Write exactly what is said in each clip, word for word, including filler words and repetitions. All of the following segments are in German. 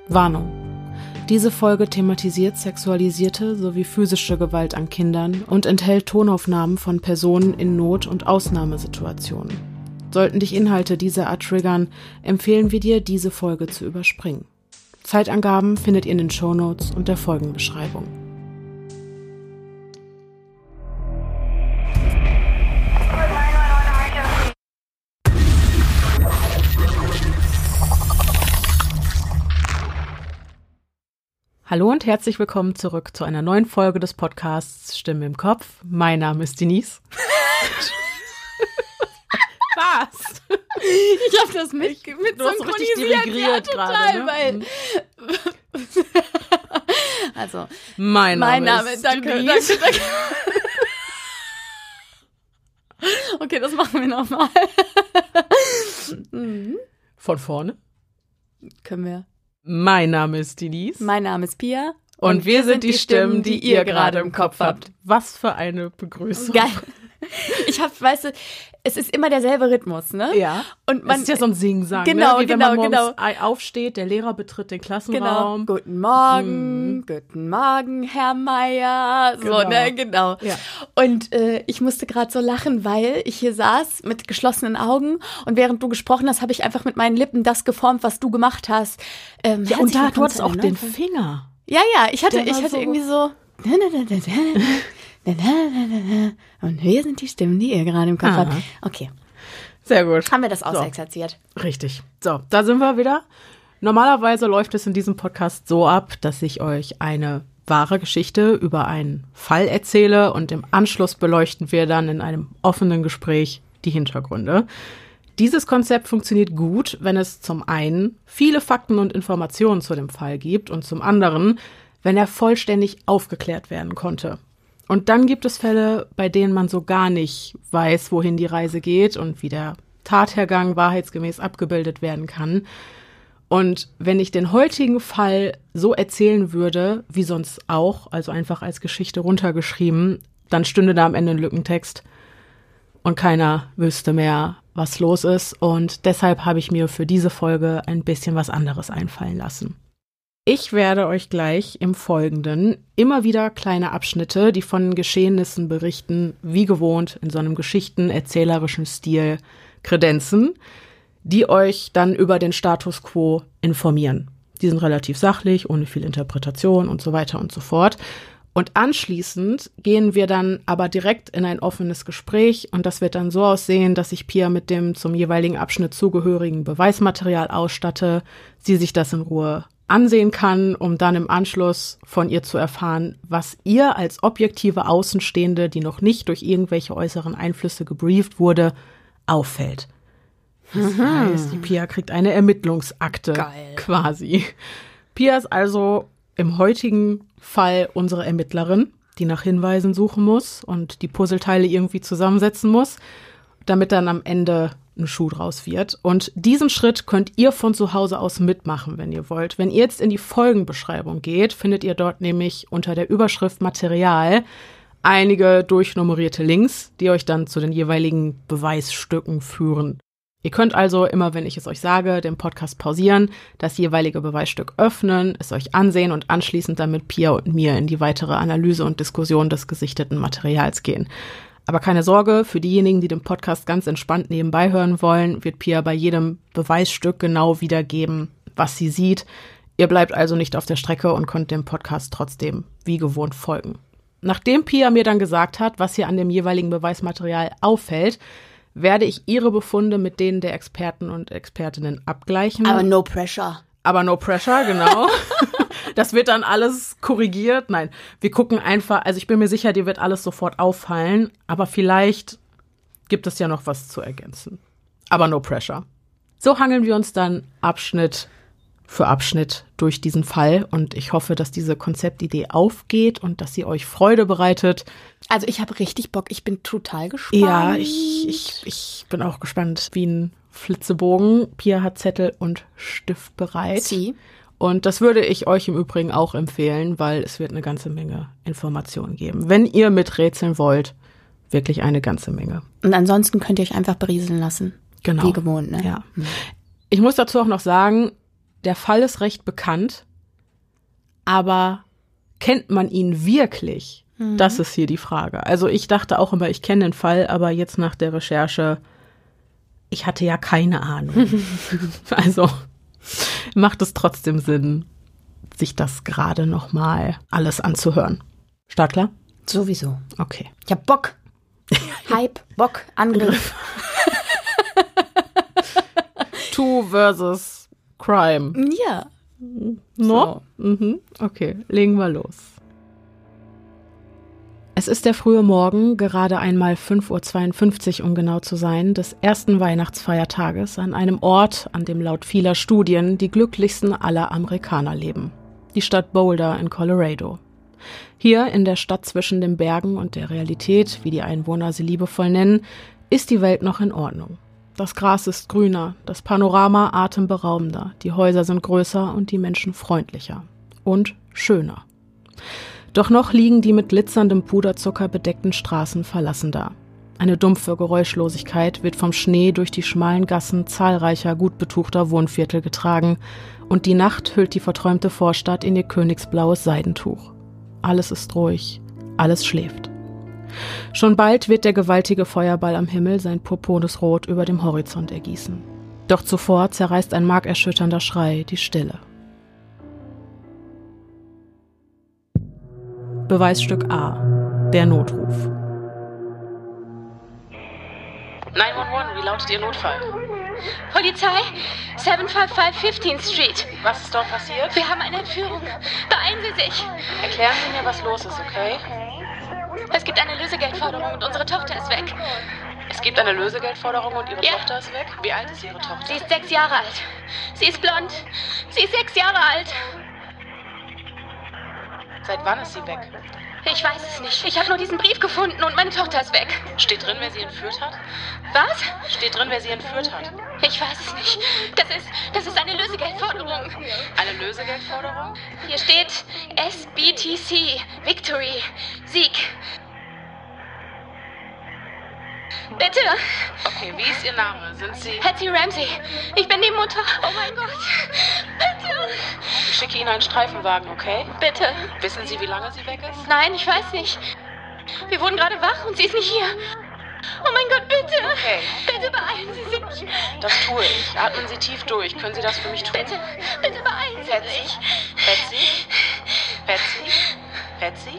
Warnung. Diese Folge thematisiert sexualisierte sowie physische Gewalt an Kindern und enthält Tonaufnahmen von Personen in Not- und Ausnahmesituationen. Sollten dich Inhalte dieser Art triggern, empfehlen wir dir, diese Folge zu überspringen. Zeitangaben findet ihr in den Shownotes und der Folgenbeschreibung. Hallo und herzlich willkommen zurück zu einer neuen Folge des Podcasts Stimme im Kopf. Mein Name ist Denise. Was? Ich habe das mit, ich, mit du hast so richtig dirigiert ja, gerade. Ne? Weil also, mein Name, mein Name ist danke, Denise. danke, danke. Okay, das machen wir nochmal. mhm. Von vorne? Können wir. Mein Name ist Denise. Mein Name ist Pia. Und, und wir sind die Stimmen, die ihr gerade im Kopf habt. Was für eine Begrüßung. Geil. Ich hab, weißt du, es ist immer derselbe Rhythmus, ne? Ja. Und man, es ist ja so ein Sing-Sang, genau, ne? Wie genau, wenn man morgens genau. aufsteht, der Lehrer betritt den Klassenraum. Genau. Guten Morgen, mm. guten Morgen, Herr Meier. So, genau. ne, genau. Ja. Und äh, ich musste gerade so lachen, weil ich hier saß mit geschlossenen Augen und während du gesprochen hast, habe ich einfach mit meinen Lippen das geformt, was du gemacht hast. Ähm, ja, und da du hattest auch den Finger. Ja, ja, ich hatte, ich hatte so irgendwie so... Und wir sind die Stimmen, die ihr gerade im Kopf habt. Okay. Sehr gut. Haben wir das ausexerziert. So. Richtig. So, da sind wir wieder. Normalerweise läuft es in diesem Podcast so ab, dass ich euch eine wahre Geschichte über einen Fall erzähle und im Anschluss beleuchten wir dann in einem offenen Gespräch die Hintergründe. Dieses Konzept funktioniert gut, wenn es zum einen viele Fakten und Informationen zu dem Fall gibt und zum anderen, wenn er vollständig aufgeklärt werden konnte. Und dann gibt es Fälle, bei denen man so gar nicht weiß, wohin die Reise geht und wie der Tathergang wahrheitsgemäß abgebildet werden kann. Und wenn ich den heutigen Fall so erzählen würde, wie sonst auch, also einfach als Geschichte runtergeschrieben, dann stünde da am Ende ein Lückentext und keiner wüsste mehr, was los ist. Und deshalb habe ich mir für diese Folge ein bisschen was anderes einfallen lassen. Ich werde euch gleich im Folgenden immer wieder kleine Abschnitte, die von Geschehnissen berichten, wie gewohnt in so einem geschichtenerzählerischen Stil kredenzen, die euch dann über den Status quo informieren. Die sind relativ sachlich, ohne viel Interpretation und so weiter und so fort. Und anschließend gehen wir dann aber direkt in ein offenes Gespräch und das wird dann so aussehen, dass ich Pia mit dem zum jeweiligen Abschnitt zugehörigen Beweismaterial ausstatte, sie sich das in Ruhe ansehen kann, um dann im Anschluss von ihr zu erfahren, was ihr als objektive Außenstehende, die noch nicht durch irgendwelche äußeren Einflüsse gebrieft wurde, auffällt. Das heißt, die Pia kriegt eine Ermittlungsakte. Geil. Quasi. Pia ist also im heutigen Fall unsere Ermittlerin, die nach Hinweisen suchen muss und die Puzzleteile irgendwie zusammensetzen muss, damit dann am Ende ein Schuh draus wird. Und diesen Schritt könnt ihr von zu Hause aus mitmachen, wenn ihr wollt. Wenn ihr jetzt in die Folgenbeschreibung geht, findet ihr dort nämlich unter der Überschrift Material einige durchnummerierte Links, die euch dann zu den jeweiligen Beweisstücken führen. Ihr könnt also immer, wenn ich es euch sage, den Podcast pausieren, das jeweilige Beweisstück öffnen, es euch ansehen und anschließend dann mit Pia und mir in die weitere Analyse und Diskussion des gesichteten Materials gehen. Aber keine Sorge, für diejenigen, die den Podcast ganz entspannt nebenbei hören wollen, wird Pia bei jedem Beweisstück genau wiedergeben, was sie sieht. Ihr bleibt also nicht auf der Strecke und könnt dem Podcast trotzdem wie gewohnt folgen. Nachdem Pia mir dann gesagt hat, was hier an dem jeweiligen Beweismaterial auffällt, werde ich ihre Befunde mit denen der Experten und Expertinnen abgleichen. Aber no pressure. Aber no pressure, genau. Das wird dann alles korrigiert. Nein, wir gucken einfach, also ich bin mir sicher, dir wird alles sofort auffallen, aber vielleicht gibt es ja noch was zu ergänzen. Aber no pressure. So hangeln wir uns dann Abschnitt für Abschnitt durch diesen Fall und ich hoffe, dass diese Konzeptidee aufgeht und dass sie euch Freude bereitet. Also ich habe richtig Bock, ich bin total gespannt. Ja, ich, ich, ich bin auch gespannt wie ein Flitzebogen. Pia hat Zettel und Stift bereit. Sie. Und das würde ich euch im Übrigen auch empfehlen, weil es wird eine ganze Menge Informationen geben. Wenn ihr miträtseln wollt, wirklich eine ganze Menge. Und ansonsten könnt ihr euch einfach berieseln lassen. Genau. Wie gewohnt, ne? Ja. Ich muss dazu auch noch sagen, der Fall ist recht bekannt, aber kennt man ihn wirklich? Mhm. Das ist hier die Frage. Also ich dachte auch immer, ich kenne den Fall, aber jetzt nach der Recherche, ich hatte ja keine Ahnung. Also macht es trotzdem Sinn, sich das gerade noch mal alles anzuhören. Startklar? Sowieso. Okay. Ich hab Bock. Hype, Bock, Angriff. Two versus Crime. Ja. No? So. Mhm. Okay, legen wir los. Es ist der frühe Morgen, gerade einmal fünf Uhr zweiundfünfzig, um genau zu sein, des ersten Weihnachtsfeiertages an einem Ort, an dem laut vieler Studien die glücklichsten aller Amerikaner leben. Die Stadt Boulder in Colorado. Hier in der Stadt zwischen den Bergen und der Realität, wie die Einwohner sie liebevoll nennen, ist die Welt noch in Ordnung. Das Gras ist grüner, das Panorama atemberaubender, die Häuser sind größer und die Menschen freundlicher. Und schöner. Doch noch liegen die mit glitzerndem Puderzucker bedeckten Straßen verlassen da. Eine dumpfe Geräuschlosigkeit wird vom Schnee durch die schmalen Gassen zahlreicher gut betuchter Wohnviertel getragen und die Nacht hüllt die verträumte Vorstadt in ihr königsblaues Seidentuch. Alles ist ruhig, alles schläft. Schon bald wird der gewaltige Feuerball am Himmel sein purpurnes Rot über dem Horizont ergießen. Doch zuvor zerreißt ein markerschütternder Schrei die Stille. Beweisstück A. Der Notruf. neun eins eins, wie lautet Ihr Notfall? Polizei, sieben fünf fünf fifteenth Street. Was ist dort passiert? Wir haben eine Entführung. Beeilen Sie sich. Erklären Sie mir, was los ist, okay? Es gibt eine Lösegeldforderung und unsere Tochter ist weg. Es gibt eine Lösegeldforderung und Ihre ja. Tochter ist weg? Wie alt ist Ihre Tochter? Sie ist sechs Jahre alt. Sie ist blond. Sie ist sechs Jahre alt. Seit wann ist sie weg? Ich weiß es nicht. Ich habe nur diesen Brief gefunden und meine Tochter ist weg. Steht drin, wer sie entführt hat? Was? Steht drin, wer sie entführt hat? Ich weiß es nicht. Das ist, das ist eine Lösegeldforderung. Eine Lösegeldforderung? Hier steht S B T C, Victory, Sieg. Bitte. Okay, wie ist Ihr Name? Sind Sie... Patsy Ramsey. Ich bin die Mutter. Oh mein Gott. Bitte. Ich schicke Ihnen einen Streifenwagen, okay? Bitte. Wissen Sie, wie lange sie weg ist? Nein, ich weiß nicht. Wir wurden gerade wach und sie ist nicht hier. Oh mein Gott, bitte. Okay. Bitte beeilen Sie sich. Das tue ich. Atmen Sie tief durch. Können Sie das für mich tun? Bitte, bitte beeilen Sie Patsy? sich. Patsy? Patsy? Patsy?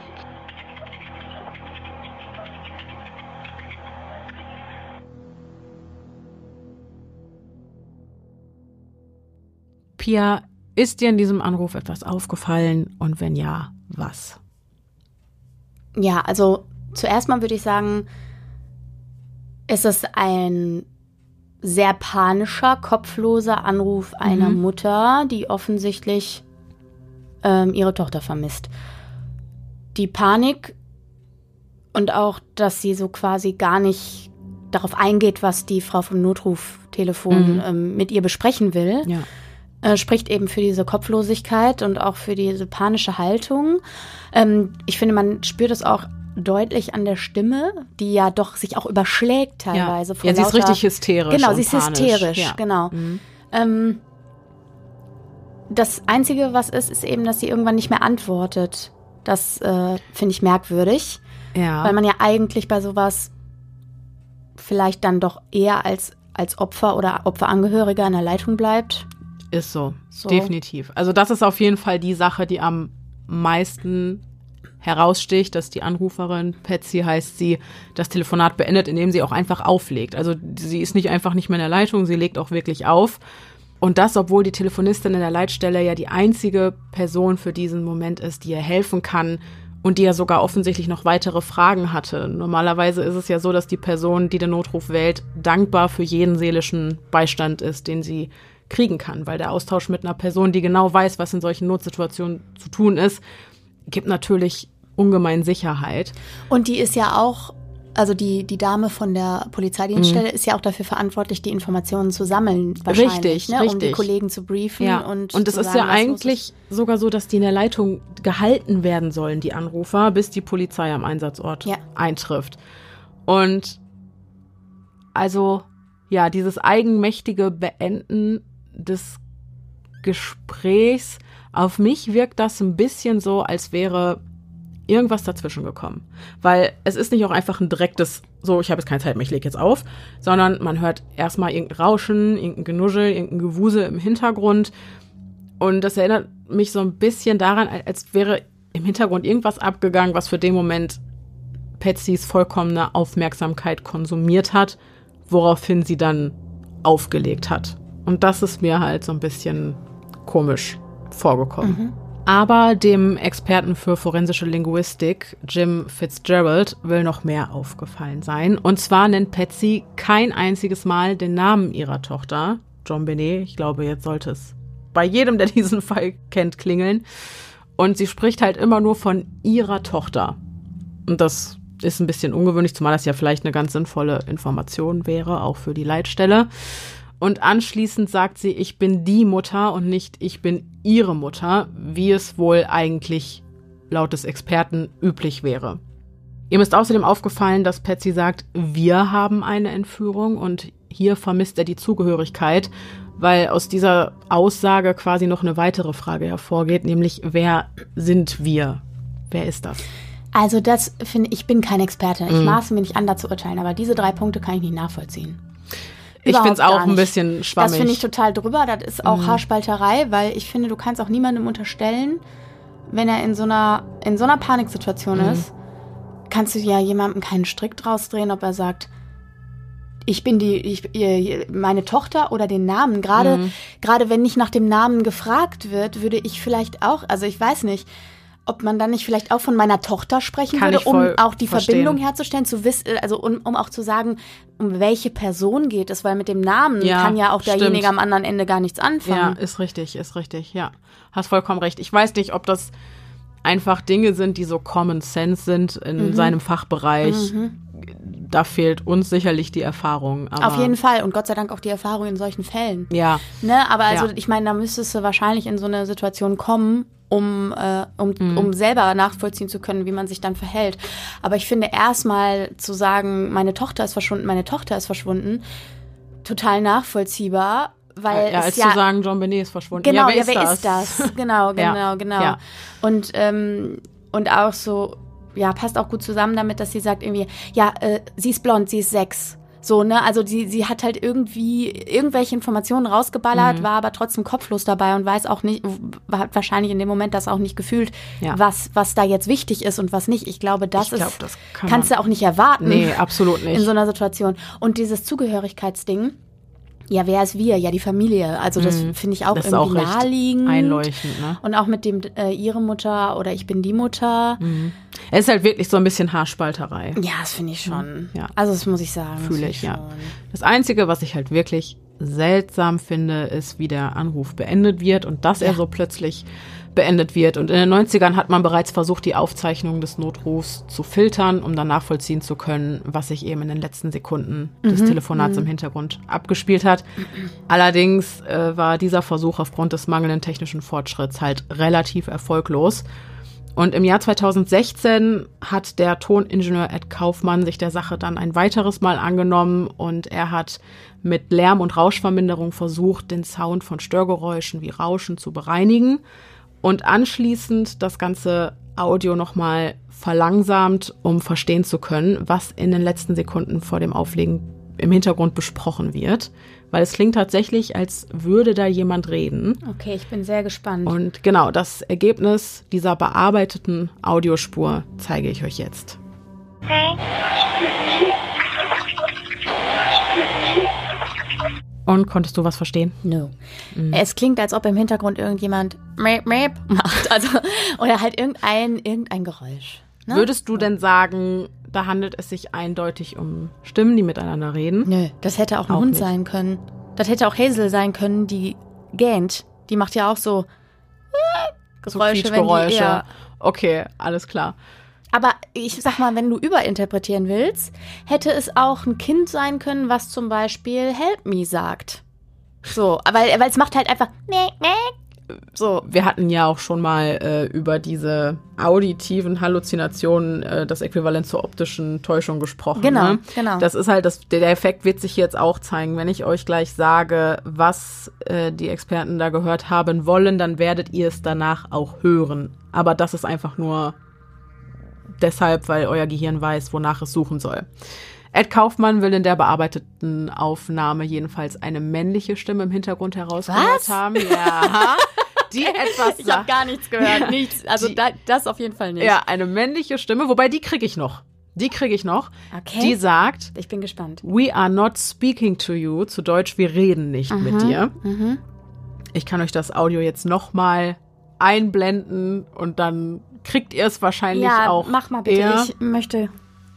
Pia, ist dir in diesem Anruf etwas aufgefallen und wenn ja, was? Ja, also zuerst mal würde ich sagen, es ist ein sehr panischer, kopfloser Anruf einer mhm. Mutter, die offensichtlich ähm, ihre Tochter vermisst. Die Panik und auch, dass sie so quasi gar nicht darauf eingeht, was die Frau vom Notruftelefon mhm. ähm, mit ihr besprechen will, ja. äh, spricht eben für diese Kopflosigkeit und auch für diese panische Haltung. Ähm, ich finde, man spürt es auch deutlich an der Stimme, die ja doch sich auch überschlägt teilweise. Ja, ja sie ist richtig hysterisch. Genau, und sie ist panisch. hysterisch, ja. genau. Mhm. Ähm, das Einzige, was ist, ist eben, dass sie irgendwann nicht mehr antwortet. Das äh, finde ich merkwürdig, ja. weil man ja eigentlich bei sowas vielleicht dann doch eher als, als Opfer oder Opferangehöriger in der Leitung bleibt. Ist so, so, definitiv. Also das ist auf jeden Fall die Sache, die am meisten heraussticht, dass die Anruferin, Patsy heißt sie, das Telefonat beendet, indem sie auch einfach auflegt. Also sie ist nicht einfach nicht mehr in der Leitung, sie legt auch wirklich auf. Und das, obwohl die Telefonistin in der Leitstelle ja die einzige Person für diesen Moment ist, die ihr helfen kann und die ja sogar offensichtlich noch weitere Fragen hatte. Normalerweise ist es ja so, dass die Person, die den Notruf wählt, dankbar für jeden seelischen Beistand ist, den sie kriegen kann, weil der Austausch mit einer Person, die genau weiß, was in solchen Notsituationen zu tun ist, gibt natürlich ungemein Sicherheit. Und die ist ja auch, also die, die Dame von der Polizeidienststelle mhm. ist ja auch dafür verantwortlich, die Informationen zu sammeln, wahrscheinlich, richtig, ne, richtig. um die Kollegen zu briefen. Ja. Und, und es zu ist sagen, ja eigentlich sogar so, dass die in der Leitung gehalten werden sollen, die Anrufer, bis die Polizei am Einsatzort ja. eintrifft. Und also, ja, dieses eigenmächtige Beenden des Gesprächs, auf mich wirkt das ein bisschen so, als wäre irgendwas dazwischen gekommen. Weil es ist nicht auch einfach ein direktes, so, ich habe jetzt keine Zeit mehr, ich lege jetzt auf, sondern man hört erstmal irgendein Rauschen, irgendein Genuschel, irgendein Gewusel im Hintergrund. Und das erinnert mich so ein bisschen daran, als wäre im Hintergrund irgendwas abgegangen, was für den Moment Patsys vollkommene Aufmerksamkeit konsumiert hat, woraufhin sie dann aufgelegt hat. Und das ist mir halt so ein bisschen komisch vorgekommen. Mhm. Aber dem Experten für forensische Linguistik, Jim Fitzgerald, will noch mehr aufgefallen sein. Und zwar nennt Patsy kein einziges Mal den Namen ihrer Tochter, JonBenét. Ich glaube, jetzt sollte es bei jedem, der diesen Fall kennt, klingeln. Und sie spricht halt immer nur von ihrer Tochter. Und das ist ein bisschen ungewöhnlich, zumal das ja vielleicht eine ganz sinnvolle Information wäre, auch für die Leitstelle. Und anschließend sagt sie, ich bin die Mutter und nicht ich bin ihre Mutter, wie es wohl eigentlich laut des Experten üblich wäre. Ihm ist außerdem aufgefallen, dass Patsy sagt, wir haben eine Entführung, und hier vermisst er die Zugehörigkeit, weil aus dieser Aussage quasi noch eine weitere Frage hervorgeht, nämlich wer sind wir? Wer ist das? Also das finde ich, bin kein Experte. Ich Mhm. maße mir nicht an, da zu urteilen, aber diese drei Punkte kann ich nicht nachvollziehen. Ich finde es Überhaupt auch gar ein nicht. bisschen schwammig. Das finde ich total drüber. Das ist auch Mhm. Haarspalterei, weil ich finde, du kannst auch niemandem unterstellen, wenn er in so einer, in so einer Paniksituation Mhm. ist, kannst du ja jemandem keinen Strick draus drehen, ob er sagt, ich bin die, ich, ihr, meine Tochter oder den Namen. Gerade, Mhm. gerade wenn nicht nach dem Namen gefragt wird, würde ich vielleicht auch, also ich weiß nicht, ob man dann nicht vielleicht auch von meiner Tochter sprechen Kann würde, ich um voll auch die verstehen. Verbindung herzustellen, zu wissen, also um, um auch zu sagen, um welche Person geht es, weil mit dem Namen Ja, kann ja auch derjenige stimmt. am anderen Ende gar nichts Ja, anfangen. ist richtig, ist richtig, ja. Hast vollkommen recht. Ich weiß nicht, ob das einfach Dinge sind, die so Common Sense sind in Mhm. seinem Fachbereich. Mhm. Da fehlt uns sicherlich die Erfahrung. Aber Auf jeden Fall und Gott sei Dank auch die Erfahrung in solchen Fällen. Ja, Ne, aber also Ja. ich meine, da müsstest du wahrscheinlich in so eine Situation kommen, um, äh, um, Mhm. um selber nachvollziehen zu können, wie man sich dann verhält. Aber ich finde erstmal zu sagen, meine Tochter ist verschwunden, meine Tochter ist verschwunden, total nachvollziehbar, weil ja, es als ja zu sagen, JonBenét ist verschwunden. genau, ja, wer, ja, ist, wer das? ist das? Genau, genau, Ja, genau. ja. Und ähm, und auch so, ja, passt auch gut zusammen damit, dass sie sagt irgendwie, ja, äh, sie ist blond, sie ist sechs. So, ne, also sie, sie hat halt irgendwie irgendwelche Informationen rausgeballert, Mhm. war aber trotzdem kopflos dabei und weiß auch nicht, hat wahrscheinlich in dem Moment das auch nicht gefühlt, Ja. was, was da jetzt wichtig ist und was nicht. Ich glaube, das Ich ist, glaub, das kann kannst man- du auch nicht erwarten. Nee, absolut nicht. In so einer Situation. Und dieses Zugehörigkeitsding, ja, wer ist wir? Ja, die Familie. Also das Mhm. finde ich auch Das ist irgendwie auch recht naheliegend. einleuchtend, ne? Und auch mit dem äh, ihre Mutter oder ich bin die Mutter. Es ist halt wirklich so ein bisschen Haarspalterei. Ja, das finde ich schon. Ja. Also das muss ich sagen. das Fühle finde ich, ja. schon. Das Einzige, was ich halt wirklich seltsam finde, ist, wie der Anruf beendet wird und dass er Ja. so plötzlich beendet wird. Und in den neunzigern hat man bereits versucht, die Aufzeichnung des Notrufs zu filtern, um dann nachvollziehen zu können, was sich eben in den letzten Sekunden des Mhm, Telefonats im Hintergrund abgespielt hat. Allerdings äh, war dieser Versuch aufgrund des mangelnden technischen Fortschritts halt relativ erfolglos. Und im Jahr zweitausendsechzehn hat der Toningenieur Ed Kaufmann sich der Sache dann ein weiteres Mal angenommen und er hat mit Lärm- und Rauschverminderung versucht, den Sound von Störgeräuschen wie Rauschen zu bereinigen und anschließend das ganze Audio nochmal verlangsamt, um verstehen zu können, was in den letzten Sekunden vor dem Auflegen im Hintergrund besprochen wird. Weil es klingt tatsächlich, als würde da jemand reden. Okay, ich bin sehr gespannt. Und genau, das Ergebnis dieser bearbeiteten Audiospur zeige ich euch jetzt. Und konntest du was verstehen? No. Es klingt, als ob im Hintergrund irgendjemand Meep, Meep macht. Also, oder halt irgendein, irgendein Geräusch. Ne? Würdest du denn sagen, da handelt es sich eindeutig um Stimmen, die miteinander reden? Nö, das hätte auch ein Auch Hund nicht. sein können. Das hätte auch Hazel sein können, die gähnt. Die macht ja auch so So Geräusche, wenn die, Quietschgeräusche. ja. Okay, alles klar. Aber ich sag mal, wenn du überinterpretieren willst, hätte es auch ein Kind sein können, was zum Beispiel Help me sagt. So, weil, weil es macht halt einfach So. Wir hatten ja auch schon mal äh, über diese auditiven Halluzinationen, äh, das Äquivalent zur optischen Täuschung gesprochen. Genau, ne? genau. Das ist halt, das, der Effekt wird sich jetzt auch zeigen. Wenn ich euch gleich sage, was äh, die Experten da gehört haben wollen, dann werdet ihr es danach auch hören. Aber das ist einfach nur deshalb, weil euer Gehirn weiß, wonach es suchen soll. Ed Kaufmann will in der bearbeiteten Aufnahme jedenfalls eine männliche Stimme im Hintergrund herausgehört Was? haben. Ja. Die etwas Ich habe gar nichts gehört, Ja. nichts. Also Die- da, das auf jeden Fall nicht. Ja, eine männliche Stimme, wobei die kriege ich noch. Die kriege ich noch. Okay. Die sagt, Ich bin gespannt. we are not speaking to you. Zu Deutsch, wir reden nicht mit dir. Mhm. Ich kann euch das Audio jetzt nochmal einblenden und dann kriegt ihr es wahrscheinlich Ja, auch mach mal bitte. eher. Ich möchte.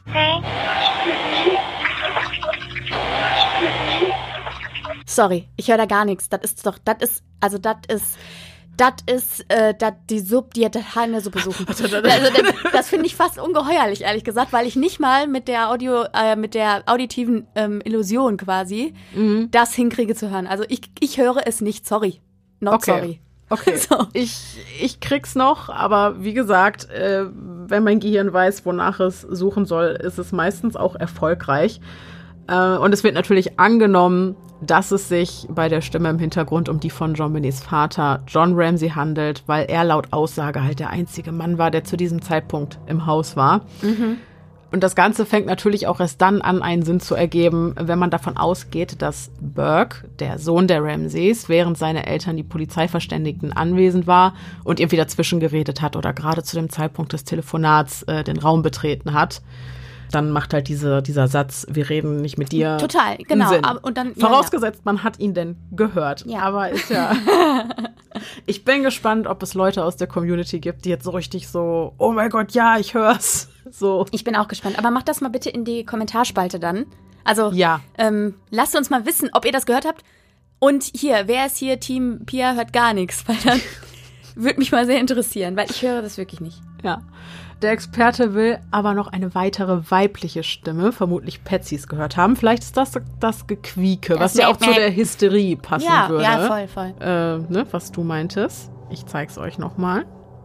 Sorry, ich höre da gar nichts. Das ist doch, das ist, also das ist, das ist, äh, das, die Sub, die hätte eine Suppe suchen. Also, das, das finde ich fast ungeheuerlich, ehrlich gesagt, weil ich nicht mal mit der Audio, äh, mit der auditiven ähm, Illusion quasi Mhm. das hinkriege zu hören. Also ich, ich höre es nicht, sorry. Not Okay. sorry. Okay, So. ich, ich krieg's noch, aber wie gesagt, äh, wenn mein Gehirn weiß, wonach es suchen soll, ist es meistens auch erfolgreich. Äh, und es wird natürlich angenommen, dass es sich bei der Stimme im Hintergrund um die von JonBenéts Vater John Ramsey handelt, weil er laut Aussage halt der einzige Mann war, der zu diesem Zeitpunkt im Haus war. Mhm. Und das Ganze fängt natürlich auch erst dann an, einen Sinn zu ergeben, wenn man davon ausgeht, dass Burke, der Sohn der Ramseys, während seine Eltern die Polizeiverständigten anwesend war und irgendwie dazwischen geredet hat oder gerade zu dem Zeitpunkt des Telefonats äh, den Raum betreten hat. Dann macht halt diese, dieser Satz, wir reden nicht mit dir. Total, genau. Sinn. Aber- und dann, ja, Vorausgesetzt, man hat ihn denn gehört. Ja. Aber ist ja. Ich bin gespannt, ob es Leute aus der Community gibt, die jetzt so richtig so, oh mein Gott, ja, ich hör's. So. Ich bin auch gespannt. Aber macht das mal bitte in die Kommentarspalte dann. Also, Ja. ähm, lasst uns mal wissen, ob ihr das gehört habt. Und hier, wer ist hier Team Pia hört gar nichts? Weil dann würde mich mal sehr interessieren, weil ich höre das wirklich nicht. Ja. Der Experte will aber noch eine weitere weibliche Stimme, vermutlich Patsys, gehört haben. Vielleicht ist das das Gequieke, Das was ja auch Mäh, zu Mäh. der Hysterie passen Ja, würde. ja, voll, voll. Äh, ne, was du meintest. Ich zeig's euch nochmal.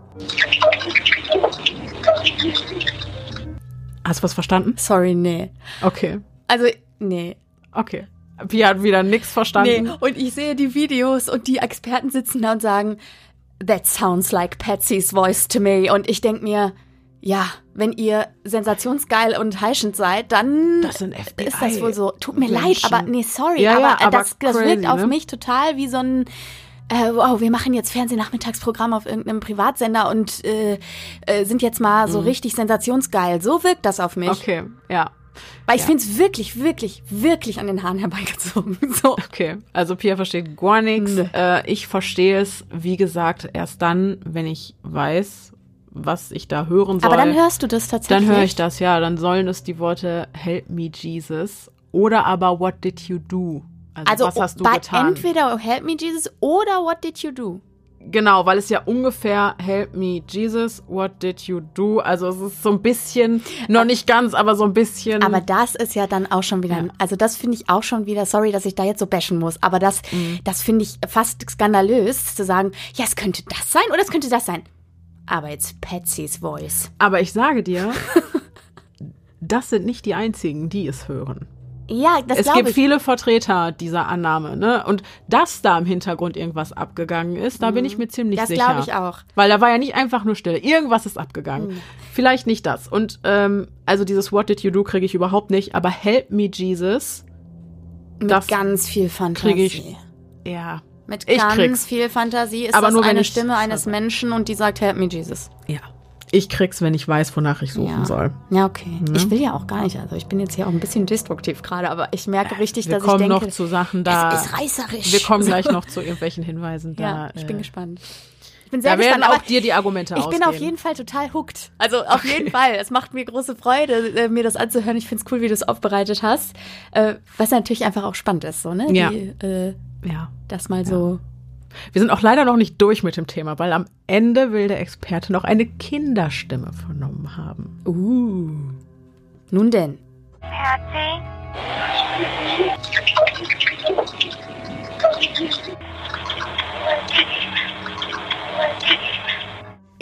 Hast du was verstanden? Sorry, nee. Okay. Also, nee. Okay. Pia hat wieder nichts verstanden. Nee. Und ich sehe die Videos und die Experten sitzen da und sagen, that sounds like Patsy's voice to me. Und ich denke mir, ja, wenn ihr sensationsgeil und heischend seid, dann Das sind F B I ist das wohl so. Tut mir leid, Menschen. aber nee, sorry, Ja, aber, ja, äh, aber das, das crazy, wirkt auf ne? mich total wie so ein äh, wow, wir machen jetzt Fernsehnachmittagsprogramm auf irgendeinem Privatsender und äh, äh, sind jetzt mal so richtig sensationsgeil. So wirkt das auf mich. Mhm. Okay, ja. Weil ich Ja. finde es wirklich, wirklich, wirklich an den Haaren herbeigezogen. So. Okay, also Pia versteht gar nichts. Nee. Äh, ich verstehe es, wie gesagt, erst dann, wenn ich weiß, was ich da hören soll. Aber dann hörst du das tatsächlich. Dann höre ich das, ja. Dann sollen es die Worte Help me, Jesus oder aber What did you do? Also, Also was hast du bei getan? entweder Help Me Jesus oder What Did You Do? Genau, weil es ja ungefähr Help me, Jesus, what did you do? Also es ist so ein bisschen, noch nicht ganz, aber so ein bisschen. Aber das ist ja dann auch schon wieder, Ja. also das finde ich auch schon wieder, sorry, dass ich da jetzt so bashen muss, aber das, Mhm. das finde ich fast skandalös, zu sagen, ja, es könnte das sein oder es könnte das sein. Aber jetzt Patsy's Voice. aber ich sage dir, das sind nicht die einzigen, die es hören. Ja, das Es glaube gibt ich. viele Vertreter dieser Annahme, ne? Und dass da im Hintergrund irgendwas abgegangen ist, da bin ich mir ziemlich Das sicher. glaube ich auch. Weil da war ja nicht einfach nur Stille. Irgendwas ist abgegangen. Vielleicht nicht das. Und ähm, also dieses What did you do kriege ich überhaupt nicht. Aber Help me, Jesus, Mit das ganz viel Fantasie. kriege ich. Ja. Mit Ich ganz krieg's. viel Fantasie ist Aber das nur, wenn eine ich- Stimme eines Menschen und die sagt, Help me, Jesus. Ja. Ich krieg's, wenn ich weiß, wonach ich suchen Ja. soll. Ja, okay. Ich will ja auch gar nicht, also ich bin jetzt hier auch ein bisschen destruktiv gerade, aber ich merke richtig, Wir dass ich kommen denke, noch zu Sachen da. es ist reißerisch. Wir kommen gleich noch zu irgendwelchen Hinweisen da. Ja, ich bin äh, gespannt. Ich bin sehr Da werden gespannt, aber auch dir die Argumente ich ausgehen. bin auf jeden Fall total hooked. Also auf jeden Fall. Es macht mir große Freude, äh, mir das anzuhören. Ich finde es cool, wie du es aufbereitet hast. Äh, was natürlich einfach auch spannend ist, so, ne? Ja. Die, äh, Ja. das mal so. Wir sind auch leider noch nicht durch mit dem Thema, weil am Ende will der Experte noch eine Kinderstimme vernommen haben. Uh. Nun denn. Patsy?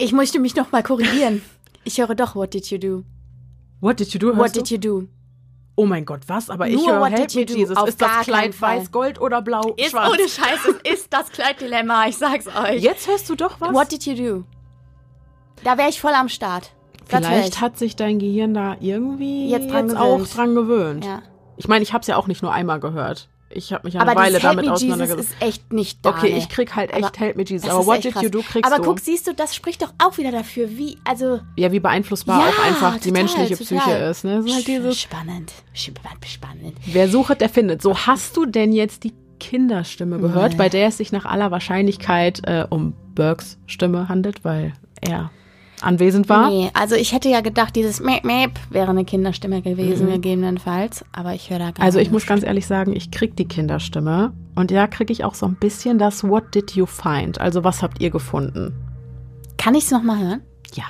Ich möchte mich noch mal korrigieren. Ich höre doch What Did You Do? What did you do? What did you do? Oh mein Gott, was? Aber ich Nur höre What Help did Me you do? Jesus. Auf Ist das gar Kleid keinen Fall. weiß, gold oder blau, Ist schwarz? ohne Scheiß, es ist das Kleiddilemma, ich sag's euch. Jetzt hörst du doch was? What did you do? Da wäre ich voll am Start. Das wär Vielleicht ich. hat sich dein Gehirn da irgendwie Jetzt jetzt, dran gewöhnt. auch dran gewöhnt. Ja. Ich meine, ich habe es ja auch nicht nur einmal gehört. Ich habe mich ja Aber eine Weile dieses Help damit Me Jesus auseinandergesetzt. ist echt nicht da. Okay, ne? ich krieg halt echt Aber Help Me Jesus. das Aber ist What echt Did krass. You Do kriegst Aber du. guck, siehst du, das spricht doch auch wieder dafür, wie, also... Ja, wie beeinflussbar Ja, auch einfach die total, menschliche total. Psyche ist. Ne? Das ist halt dieses, Spannend, spannend, spannend. wer sucht, der findet. So, hast du denn jetzt die Kinderstimme gehört, Nee. bei der es sich nach aller Wahrscheinlichkeit äh, um Burkes Stimme handelt, weil er anwesend war? Nee, also ich hätte ja gedacht, dieses Meep Meep wäre eine Kinderstimme gewesen, Mhm. gegebenenfalls. Aber ich höre da gar Also ich nichts. muss ganz ehrlich sagen, ich krieg die Kinderstimme und ja, kriege ich auch so ein bisschen das What did you find? Also was habt ihr gefunden? Kann ich es nochmal hören? Ja.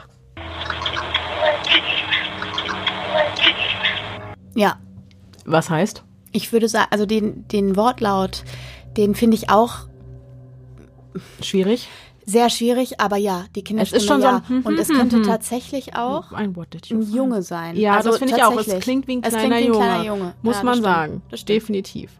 Ja. Was heißt? Ich würde sagen, also den, den Wortlaut, den finde ich auch Schwierig? sehr schwierig, aber ja, die Kinderstimme, Es ist schon so ja. ein Und es könnte tatsächlich auch Ein What did you ein find? Junge sein. Ja, also das finde ich auch. Es tatsächlich. klingt wie ein Es kleiner, klingt wie ein Junge. kleiner Junge. Muss Ja, man das stimmt. sagen. Das stimmt. Definitiv.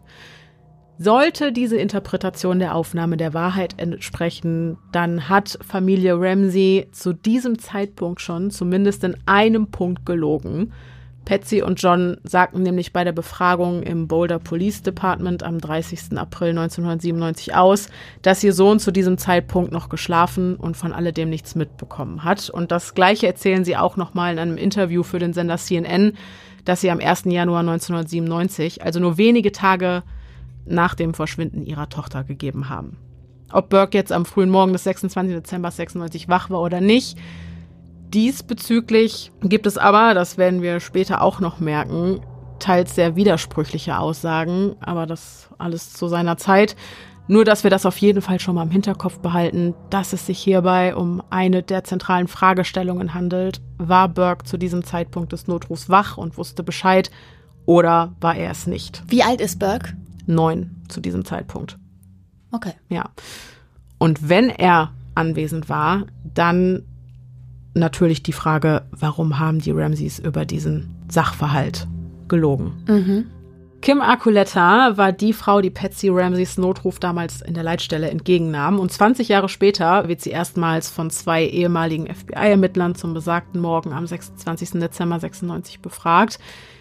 Sollte diese Interpretation der Aufnahme der Wahrheit entsprechen, dann hat Familie Ramsey zu diesem Zeitpunkt schon zumindest in einem Punkt gelogen. Patsy und John sagten nämlich bei der Befragung im Boulder Police Department am dreißigsten April neunzehnhundertsiebenundneunzig aus, dass ihr Sohn zu diesem Zeitpunkt noch geschlafen und von alledem nichts mitbekommen hat. Und das Gleiche erzählen sie auch nochmal in einem Interview für den Sender C N N, das sie am ersten Januar neunzehnhundertsiebenundneunzig, also nur wenige Tage nach dem Verschwinden ihrer Tochter, gegeben haben. Ob Burke jetzt am frühen Morgen des sechsundzwanzigsten Dezember sechsundneunzig wach war oder nicht, diesbezüglich gibt es aber, das werden wir später auch noch merken, teils sehr widersprüchliche Aussagen, aber das alles zu seiner Zeit. Nur, dass wir das auf jeden Fall schon mal im Hinterkopf behalten, dass es sich hierbei um eine der zentralen Fragestellungen handelt. War Burke zu diesem Zeitpunkt des Notrufs wach und wusste Bescheid oder war er es nicht? Wie alt ist Burke? Neun zu diesem Zeitpunkt. Okay. Ja. Und wenn er anwesend war, dann natürlich die Frage, warum haben die Ramseys über diesen Sachverhalt gelogen? Mhm. Kim Arculeta war die Frau, die Patsy Ramseys Notruf damals in der Leitstelle entgegennahm. Und zwanzig Jahre später wird sie erstmals von zwei ehemaligen F B I-Ermittlern zum besagten Morgen am sechsundzwanzigsten Dezember sechsundneunzig befragt.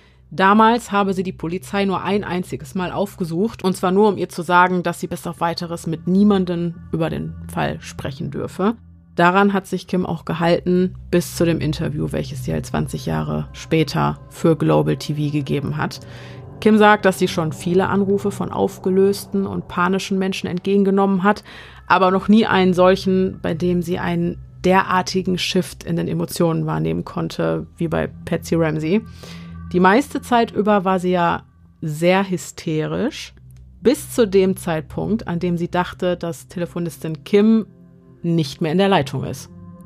Damals habe sie die Polizei nur ein einziges Mal aufgesucht, und zwar nur, um ihr zu sagen, dass sie bis auf Weiteres mit niemandem über den Fall sprechen dürfe. Daran hat sich Kim auch gehalten, bis zu dem Interview, welches sie halt zwanzig Jahre später für Global T V gegeben hat. Kim sagt, dass sie schon viele Anrufe von aufgelösten und panischen Menschen entgegengenommen hat, aber noch nie einen solchen, bei dem sie einen derartigen Shift in den Emotionen wahrnehmen konnte, wie bei Patsy Ramsey. Die meiste Zeit über war sie ja sehr hysterisch, bis zu dem Zeitpunkt, an dem sie dachte, dass Telefonistin Kim nicht mehr in der Leitung ist.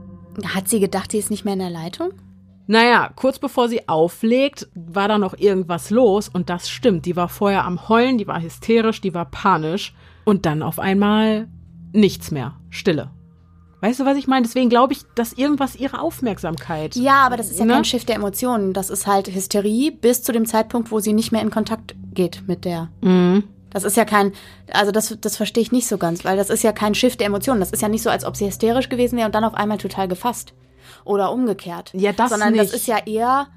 Hat sie gedacht, sie ist nicht mehr in der Leitung? Naja, kurz bevor sie auflegt, war da noch irgendwas los, und das stimmt. Die war vorher am Heulen, die war hysterisch, die war panisch, und dann auf einmal nichts mehr, Stille. Weißt du, was ich meine? Deswegen glaube ich, dass irgendwas ihre Aufmerksamkeit... Ja, aber das ist ja ne? kein Shift der Emotionen. Das ist halt Hysterie bis zu dem Zeitpunkt, wo sie nicht mehr in Kontakt geht mit der. Mhm. Das ist ja kein, also das, das verstehe ich nicht so ganz, weil das ist ja kein Shift der Emotionen. Das ist ja nicht so, als ob sie hysterisch gewesen wäre und dann auf einmal total gefasst. Oder umgekehrt. Ja, das Sondern nicht. das ist ja eher...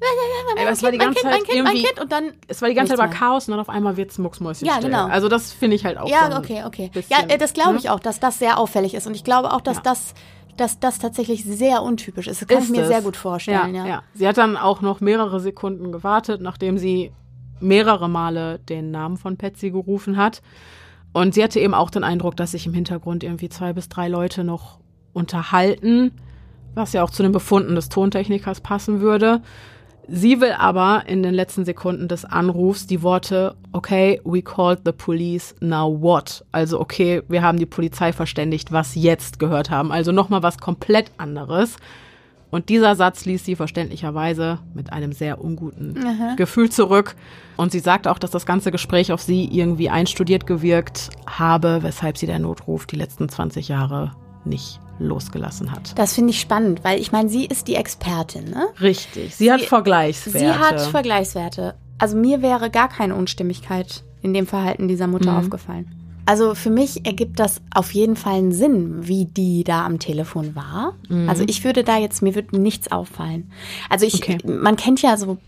Ey, es war die mein ganze Kind, Zeit mein Kind, mein irgendwie... Kind und dann... Es war die ganze Zeit nichts über mehr. Chaos, und dann auf einmal wird's mucksmäuschen Ja, still. genau. Also das finde ich halt auch so Ja, ein okay, okay. bisschen, Ja, äh, das glaube ich ne? auch, dass das sehr auffällig ist. Und ich glaube auch, dass Ja. das... dass das tatsächlich sehr untypisch ist. Das kann Ist ich mir es. sehr gut vorstellen, ja. ja, ja. Sie hat dann auch noch mehrere Sekunden gewartet, nachdem sie mehrere Male den Namen von Patsy gerufen hat. Und sie hatte eben auch den Eindruck, dass sich im Hintergrund irgendwie zwei bis drei Leute noch unterhalten, was ja auch zu den Befunden des Tontechnikers passen würde. Sie will aber in den letzten Sekunden des Anrufs die Worte, okay, we called the police, now what? Also okay, wir haben die Polizei verständigt, was jetzt gehört haben. Also nochmal was komplett anderes. Und dieser Satz ließ sie verständlicherweise mit einem sehr unguten Aha. Gefühl zurück. Und sie sagt auch, dass das ganze Gespräch auf sie irgendwie einstudiert gewirkt habe, weshalb sie der Notruf die letzten zwanzig Jahre nicht losgelassen hat. Das finde ich spannend, weil ich meine, sie ist die Expertin, ne? Richtig, sie, sie hat Vergleichswerte. Sie hat Vergleichswerte. Also mir wäre gar keine Unstimmigkeit in dem Verhalten dieser Mutter mhm. aufgefallen. Also für mich ergibt das auf jeden Fall einen Sinn, wie die da am Telefon war. Mhm. Also ich würde da jetzt, mir würde nichts auffallen. Also ich, okay. man kennt ja so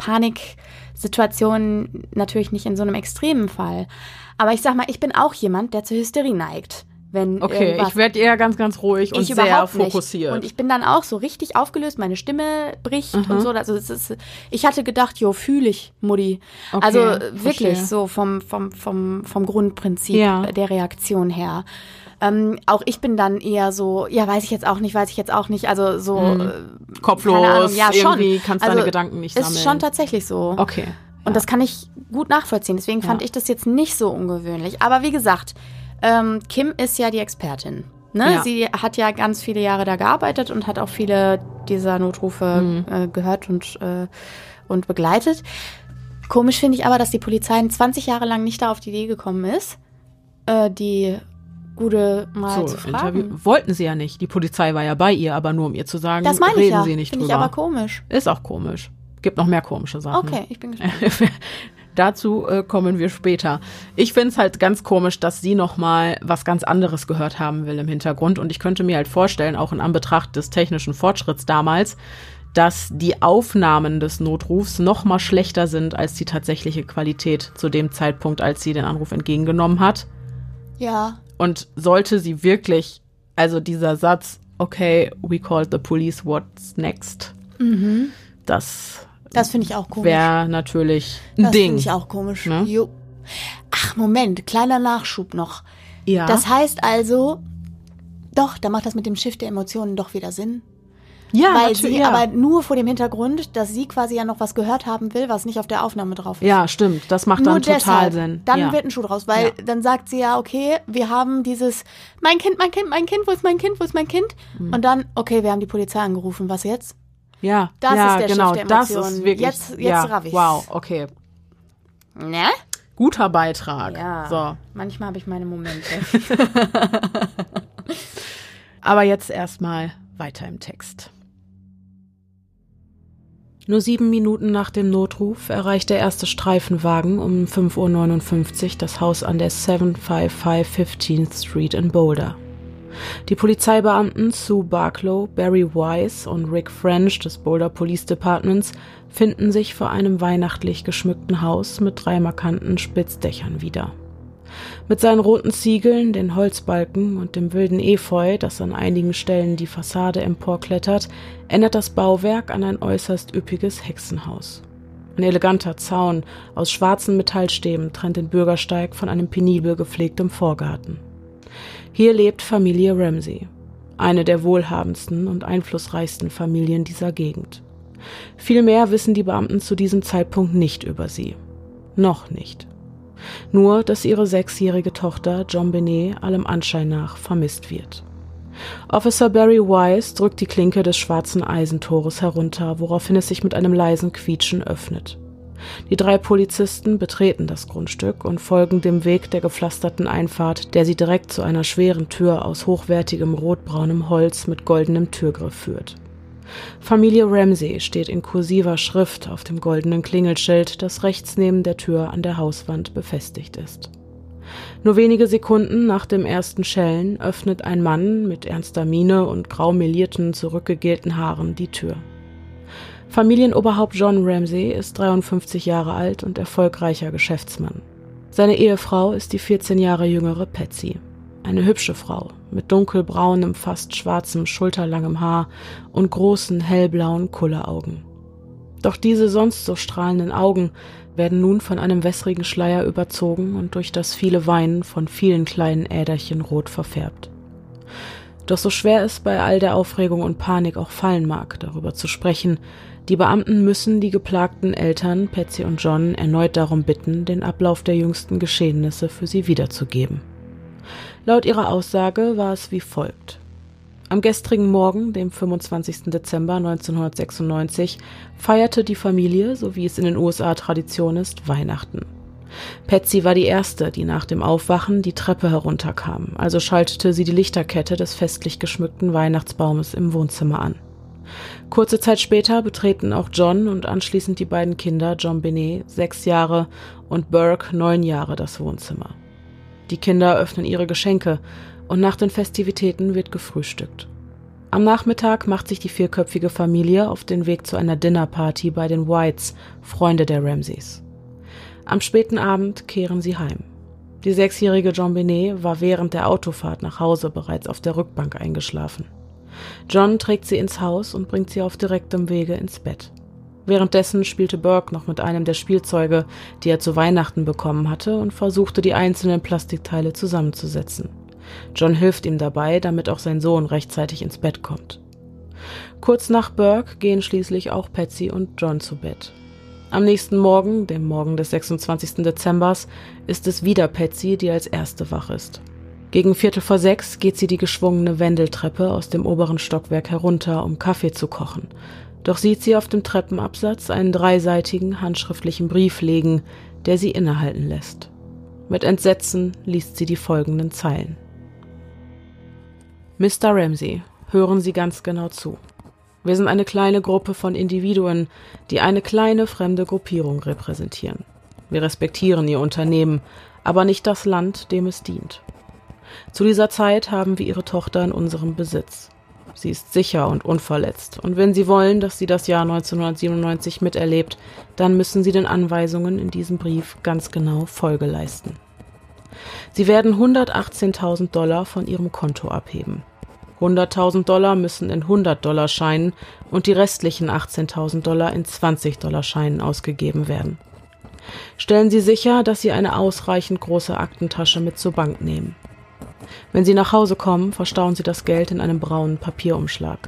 Paniksituationen natürlich nicht in so einem extremen Fall. Aber ich sag mal, ich bin auch jemand, der zur Hysterie neigt. Wenn okay, ich werde eher ganz, ganz ruhig und sehr fokussiert. Und ich bin dann auch so richtig aufgelöst, meine Stimme bricht mhm. und so. Also es ist, ich hatte gedacht, jo, fühle ich, Mutti. Okay, also wirklich verstehe. So vom, vom, vom, vom Grundprinzip ja. der Reaktion her. Ähm, auch ich bin dann eher so, ja, weiß ich jetzt auch nicht, weiß ich jetzt auch nicht. Also so mhm. kopflos, keine Ahnung. Ja, irgendwie schon. Kannst also deine Gedanken nicht sammeln. Ist schon tatsächlich so. Okay. Und ja. das kann ich gut nachvollziehen. Deswegen ja. fand ich das jetzt nicht so ungewöhnlich. Aber wie gesagt, Ähm, Kim ist ja die Expertin. Ne? Ja. Sie hat ja ganz viele Jahre da gearbeitet und hat auch viele dieser Notrufe mhm. äh, gehört und, äh, und begleitet. Komisch finde ich aber, dass die Polizei zwanzig Jahre lang nicht da auf die Idee gekommen ist, äh, die Gude mal so, zu fragen. Interview wollten sie ja nicht. Die Polizei war ja bei ihr, aber nur um ihr zu sagen, das meine reden ich ja. sie nicht Finde drüber. Ich aber komisch. Ist auch komisch. Gibt noch mehr komische Sachen. Okay, ich bin gespannt. Dazu äh, kommen wir später. Ich finde es halt ganz komisch, dass sie noch mal was ganz anderes gehört haben will im Hintergrund. Und ich könnte mir halt vorstellen, auch in Anbetracht des technischen Fortschritts damals, dass die Aufnahmen des Notrufs noch mal schlechter sind als die tatsächliche Qualität zu dem Zeitpunkt, als sie den Anruf entgegengenommen hat. Ja. Und sollte sie wirklich, also dieser Satz, okay, we called the police, what's next? Mhm. Das... Das finde ich auch komisch. Wäre natürlich ein das Ding. Das finde ich auch komisch. Ne? Jo. Ach, Moment, kleiner Nachschub noch. Ja. Das heißt also, doch, da macht das mit dem Schiff der Emotionen doch wieder Sinn. Ja, Weil natürlich. sie Ja. aber nur vor dem Hintergrund, dass sie quasi ja noch was gehört haben will, was nicht auf der Aufnahme drauf ist. Ja, stimmt. Das macht nur dann total deshalb. Sinn. Dann ja. wird ein Schuh draus, weil ja. dann sagt sie ja, okay, wir haben dieses, mein Kind, mein Kind, mein Kind, wo ist mein Kind, wo ist mein Kind? Mhm. Und dann, okay, wir haben die Polizei angerufen, was jetzt? Ja, das ja, ist der genau, Schiff der das Emotionen. ist wirklich, jetzt jetzt ja, raff ich's. Wow, okay. Ne? Guter Beitrag. Ja, so. Manchmal habe ich meine Momente. Aber jetzt erstmal weiter im Text. Nur sieben Minuten nach dem Notruf erreicht der erste Streifenwagen um fünf Uhr neunundfünfzig das Haus an der seven five five fifteenth Street in Boulder. Die Polizeibeamten Sue Barklow, Barry Wise und Rick French des Boulder Police Departments finden sich vor einem weihnachtlich geschmückten Haus mit drei markanten Spitzdächern wieder. Mit seinen roten Ziegeln, den Holzbalken und dem wilden Efeu, das an einigen Stellen die Fassade emporklettert, erinnert das Bauwerk an ein äußerst üppiges Hexenhaus. Ein eleganter Zaun aus schwarzen Metallstäben trennt den Bürgersteig von einem penibel gepflegtem Vorgarten. Hier lebt Familie Ramsey, eine der wohlhabendsten und einflussreichsten Familien dieser Gegend. Viel mehr wissen die Beamten zu diesem Zeitpunkt nicht über sie. Noch nicht. Nur, dass ihre sechsjährige Tochter JonBenét allem Anschein nach vermisst wird. Officer Barry Wise drückt die Klinke des schwarzen Eisentores herunter, woraufhin es sich mit einem leisen Quietschen öffnet. Die drei Polizisten betreten das Grundstück und folgen dem Weg der gepflasterten Einfahrt, der sie direkt zu einer schweren Tür aus hochwertigem rotbraunem Holz mit goldenem Türgriff führt. Familie Ramsey steht in kursiver Schrift auf dem goldenen Klingelschild, das rechts neben der Tür an der Hauswand befestigt ist. Nur wenige Sekunden nach dem ersten Schellen öffnet ein Mann mit ernster Miene und grau melierten, zurückgegelten Haaren die Tür. Familienoberhaupt John Ramsey ist dreiundfünfzig Jahre alt und erfolgreicher Geschäftsmann. Seine Ehefrau ist die vierzehn Jahre jüngere Patsy. Eine hübsche Frau mit dunkelbraunem, fast schwarzem, schulterlangem Haar und großen, hellblauen Kulleraugen. Doch diese sonst so strahlenden Augen werden nun von einem wässrigen Schleier überzogen und durch das viele Weinen von vielen kleinen Äderchen rot verfärbt. Doch so schwer es bei all der Aufregung und Panik auch fallen mag, darüber zu sprechen, die Beamten müssen die geplagten Eltern, Patsy und John, erneut darum bitten, den Ablauf der jüngsten Geschehnisse für sie wiederzugeben. Laut ihrer Aussage war es wie folgt. Am gestrigen Morgen, dem fünfundzwanzigsten Dezember neunzehnhundertsechsundneunzig, feierte die Familie, so wie es in den U S A Tradition ist, Weihnachten. Patsy war die Erste, die nach dem Aufwachen die Treppe herunterkam, also schaltete sie die Lichterkette des festlich geschmückten Weihnachtsbaumes im Wohnzimmer an. Kurze Zeit später betreten auch John und anschließend die beiden Kinder JonBenét, sechs Jahre, und Burke, neun Jahre, das Wohnzimmer. Die Kinder öffnen ihre Geschenke und nach den Festivitäten wird gefrühstückt. Am Nachmittag macht sich die vierköpfige Familie auf den Weg zu einer Dinnerparty bei den Whites, Freunde der Ramseys. Am späten Abend kehren sie heim. Die sechsjährige JonBenét war während der Autofahrt nach Hause bereits auf der Rückbank eingeschlafen. John trägt sie ins Haus und bringt sie auf direktem Wege ins Bett. Währenddessen spielte Burke noch mit einem der Spielzeuge, die er zu Weihnachten bekommen hatte, und versuchte, die einzelnen Plastikteile zusammenzusetzen. John hilft ihm dabei, damit auch sein Sohn rechtzeitig ins Bett kommt. Kurz nach Burke gehen schließlich auch Patsy und John zu Bett. Am nächsten Morgen, dem Morgen des sechsundzwanzigsten Dezember, ist es wieder Patsy, die als erste wach ist. Gegen Viertel vor sechs geht sie die geschwungene Wendeltreppe aus dem oberen Stockwerk herunter, um Kaffee zu kochen. Doch sieht sie auf dem Treppenabsatz einen dreiseitigen, handschriftlichen Brief liegen, der sie innehalten lässt. Mit Entsetzen liest sie die folgenden Zeilen. Mister Ramsey, hören Sie ganz genau zu. Wir sind eine kleine Gruppe von Individuen, die eine kleine fremde Gruppierung repräsentieren. Wir respektieren Ihr Unternehmen, aber nicht das Land, dem es dient. Zu dieser Zeit haben wir Ihre Tochter in unserem Besitz. Sie ist sicher und unverletzt, und wenn Sie wollen, dass sie das Jahr neunzehnhundertsiebenundneunzig miterlebt, dann müssen Sie den Anweisungen in diesem Brief ganz genau Folge leisten. Sie werden hundertachtzehntausend Dollar von Ihrem Konto abheben. hunderttausend Dollar müssen in hundert-Dollar-Scheinen und die restlichen achtzehntausend Dollar in zwanzig-Dollar-Scheinen ausgegeben werden. Stellen Sie sicher, dass Sie eine ausreichend große Aktentasche mit zur Bank nehmen. Wenn Sie nach Hause kommen, verstauen Sie das Geld in einem braunen Papierumschlag.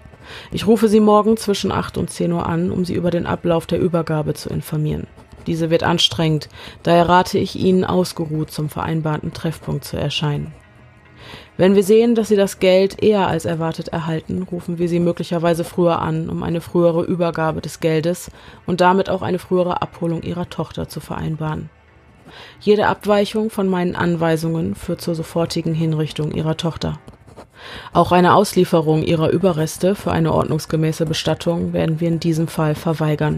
Ich rufe Sie morgen zwischen acht und zehn Uhr an, um Sie über den Ablauf der Übergabe zu informieren. Diese wird anstrengend, daher rate ich Ihnen, ausgeruht zum vereinbarten Treffpunkt zu erscheinen. Wenn wir sehen, dass Sie das Geld eher als erwartet erhalten, rufen wir Sie möglicherweise früher an, um eine frühere Übergabe des Geldes und damit auch eine frühere Abholung Ihrer Tochter zu vereinbaren. Jede Abweichung von meinen Anweisungen führt zur sofortigen Hinrichtung Ihrer Tochter. Auch eine Auslieferung Ihrer Überreste für eine ordnungsgemäße Bestattung werden wir in diesem Fall verweigern.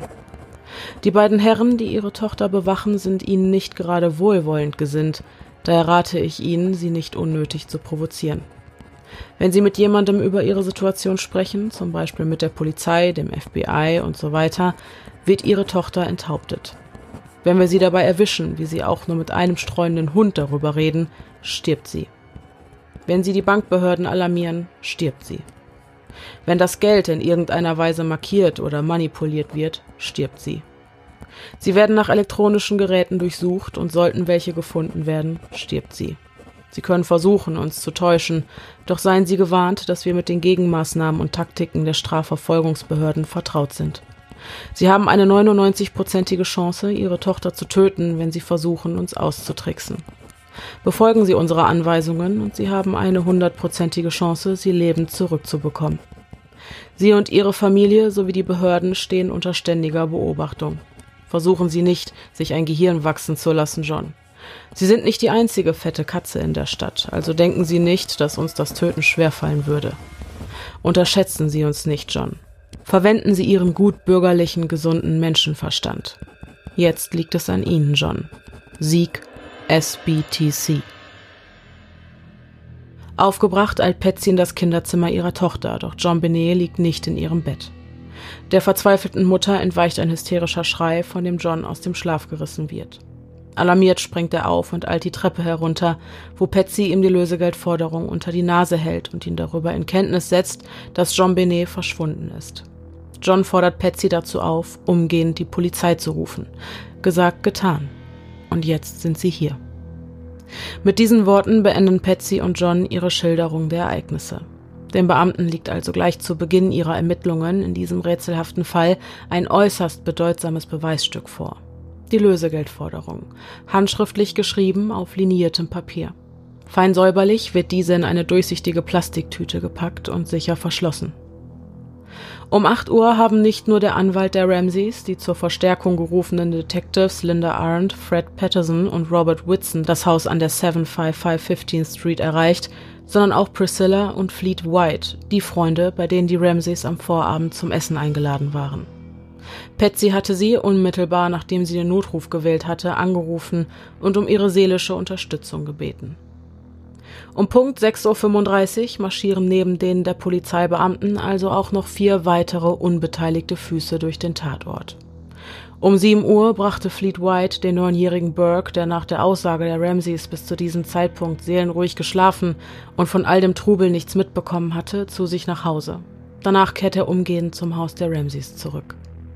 Die beiden Herren, die Ihre Tochter bewachen, sind Ihnen nicht gerade wohlwollend gesinnt, daher rate ich Ihnen, sie nicht unnötig zu provozieren. Wenn Sie mit jemandem über Ihre Situation sprechen, zum Beispiel mit der Polizei, dem F B I und so weiter, wird Ihre Tochter enthauptet. Wenn wir Sie dabei erwischen, wie Sie auch nur mit einem streunenden Hund darüber reden, stirbt sie. Wenn Sie die Bankbehörden alarmieren, stirbt sie. Wenn das Geld in irgendeiner Weise markiert oder manipuliert wird, stirbt sie. Sie werden nach elektronischen Geräten durchsucht und sollten welche gefunden werden, stirbt sie. Sie können versuchen, uns zu täuschen, doch seien Sie gewarnt, dass wir mit den Gegenmaßnahmen und Taktiken der Strafverfolgungsbehörden vertraut sind. Sie haben eine neunundneunzig-prozentige Chance, Ihre Tochter zu töten, wenn Sie versuchen, uns auszutricksen. Befolgen Sie unsere Anweisungen und Sie haben eine hundertprozentige Chance, sie lebend zurückzubekommen. Sie und Ihre Familie sowie die Behörden stehen unter ständiger Beobachtung. Versuchen Sie nicht, sich ein Gehirn wachsen zu lassen, John. Sie sind nicht die einzige fette Katze in der Stadt, also denken Sie nicht, dass uns das Töten schwerfallen würde. Unterschätzen Sie uns nicht, John. Verwenden Sie Ihren gut bürgerlichen, gesunden Menschenverstand. Jetzt liegt es an Ihnen, John. Sieg S B T C. Aufgebracht eilt Patsy in das Kinderzimmer ihrer Tochter, doch JonBenét liegt nicht in ihrem Bett. Der verzweifelten Mutter entweicht ein hysterischer Schrei, von dem John aus dem Schlaf gerissen wird. Alarmiert springt er auf und eilt die Treppe herunter, wo Patsy ihm die Lösegeldforderung unter die Nase hält und ihn darüber in Kenntnis setzt, dass JonBenét verschwunden ist. John fordert Patsy dazu auf, umgehend die Polizei zu rufen. Gesagt, getan. Und jetzt sind sie hier. Mit diesen Worten beenden Patsy und John ihre Schilderung der Ereignisse. Den Beamten liegt also gleich zu Beginn ihrer Ermittlungen in diesem rätselhaften Fall ein äußerst bedeutsames Beweisstück vor. Die Lösegeldforderung, handschriftlich geschrieben auf liniertem Papier. Fein säuberlich wird diese in eine durchsichtige Plastiktüte gepackt und sicher verschlossen. Um acht Uhr haben nicht nur der Anwalt der Ramseys, die zur Verstärkung gerufenen Detectives Linda Arndt, Fred Patterson und Robert Whitson das Haus an der seven five five fifteenth Street erreicht, sondern auch Priscilla und Fleet White, die Freunde, bei denen die Ramseys am Vorabend zum Essen eingeladen waren. Patsy hatte sie, unmittelbar nachdem sie den Notruf gewählt hatte, angerufen und um ihre seelische Unterstützung gebeten. Um Punkt sechs Uhr fünfunddreißig marschieren neben denen der Polizeibeamten also auch noch vier weitere unbeteiligte Füße durch den Tatort. Um sieben Uhr brachte Fleet White den neunjährigen Burke, der nach der Aussage der Ramseys bis zu diesem Zeitpunkt seelenruhig geschlafen und von all dem Trubel nichts mitbekommen hatte, zu sich nach Hause. Danach kehrte er umgehend zum Haus der Ramseys zurück.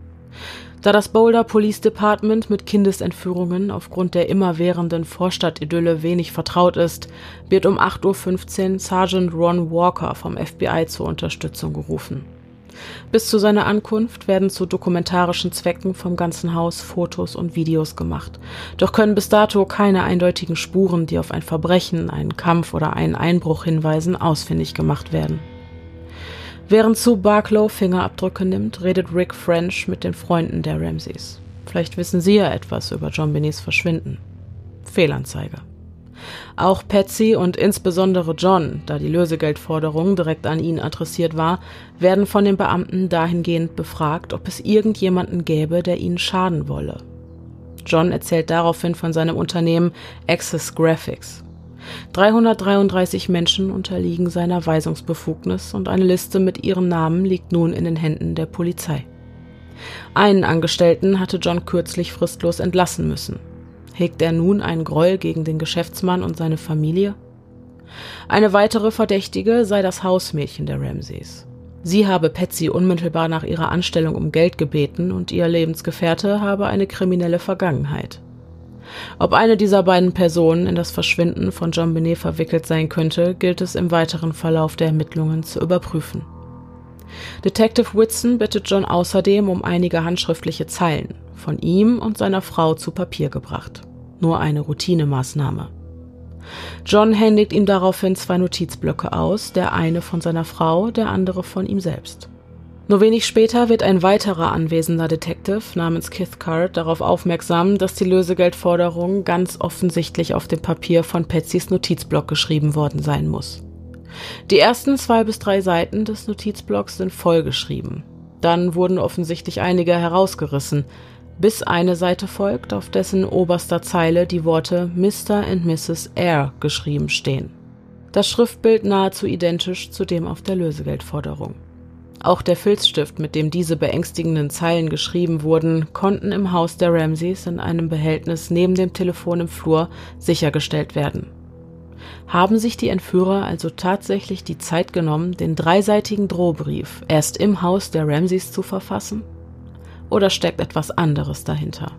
Da das Boulder Police Department mit Kindesentführungen aufgrund der immerwährenden Vorstadtidylle wenig vertraut ist, wird um acht Uhr fünfzehn Sergeant Ron Walker vom F B I zur Unterstützung gerufen. Bis zu seiner Ankunft werden zu dokumentarischen Zwecken vom ganzen Haus Fotos und Videos gemacht. Doch können bis dato keine eindeutigen Spuren, die auf ein Verbrechen, einen Kampf oder einen Einbruch hinweisen, ausfindig gemacht werden. Während Sue Barklow Fingerabdrücke nimmt, redet Rick French mit den Freunden der Ramseys. Vielleicht wissen sie ja etwas über JonBenéts Verschwinden. Fehlanzeige. Auch Patsy und insbesondere John, da die Lösegeldforderung direkt an ihn adressiert war, werden von den Beamten dahingehend befragt, ob es irgendjemanden gäbe, der ihnen schaden wolle. John erzählt daraufhin von seinem Unternehmen Access Graphics. dreihundertdreiunddreißig Menschen unterliegen seiner Weisungsbefugnis und eine Liste mit ihren Namen liegt nun in den Händen der Polizei. Einen Angestellten hatte John kürzlich fristlos entlassen müssen. Hegt er nun einen Groll gegen den Geschäftsmann und seine Familie? Eine weitere Verdächtige sei das Hausmädchen der Ramseys. Sie habe Patsy unmittelbar nach ihrer Anstellung um Geld gebeten und ihr Lebensgefährte habe eine kriminelle Vergangenheit. Ob eine dieser beiden Personen in das Verschwinden von JonBenét verwickelt sein könnte, gilt es im weiteren Verlauf der Ermittlungen zu überprüfen. Detective Whitson bittet John außerdem um einige handschriftliche Zeilen, von ihm und seiner Frau zu Papier gebracht. Nur eine Routinemaßnahme. John händigt ihm daraufhin zwei Notizblöcke aus, der eine von seiner Frau, der andere von ihm selbst. Nur wenig später wird ein weiterer anwesender Detective namens Cathcart darauf aufmerksam, dass die Lösegeldforderung ganz offensichtlich auf dem Papier von Patsys Notizblock geschrieben worden sein muss. Die ersten zwei bis drei Seiten des Notizblocks sind vollgeschrieben. Dann wurden offensichtlich einige herausgerissen, bis eine Seite folgt, auf dessen oberster Zeile die Worte Mister und Misses Eyre geschrieben stehen. Das Schriftbild nahezu identisch zu dem auf der Lösegeldforderung. Auch der Filzstift, mit dem diese beängstigenden Zeilen geschrieben wurden, konnten im Haus der Ramseys in einem Behältnis neben dem Telefon im Flur sichergestellt werden. Haben sich die Entführer also tatsächlich die Zeit genommen, den dreiseitigen Drohbrief erst im Haus der Ramseys zu verfassen? Oder steckt etwas anderes dahinter?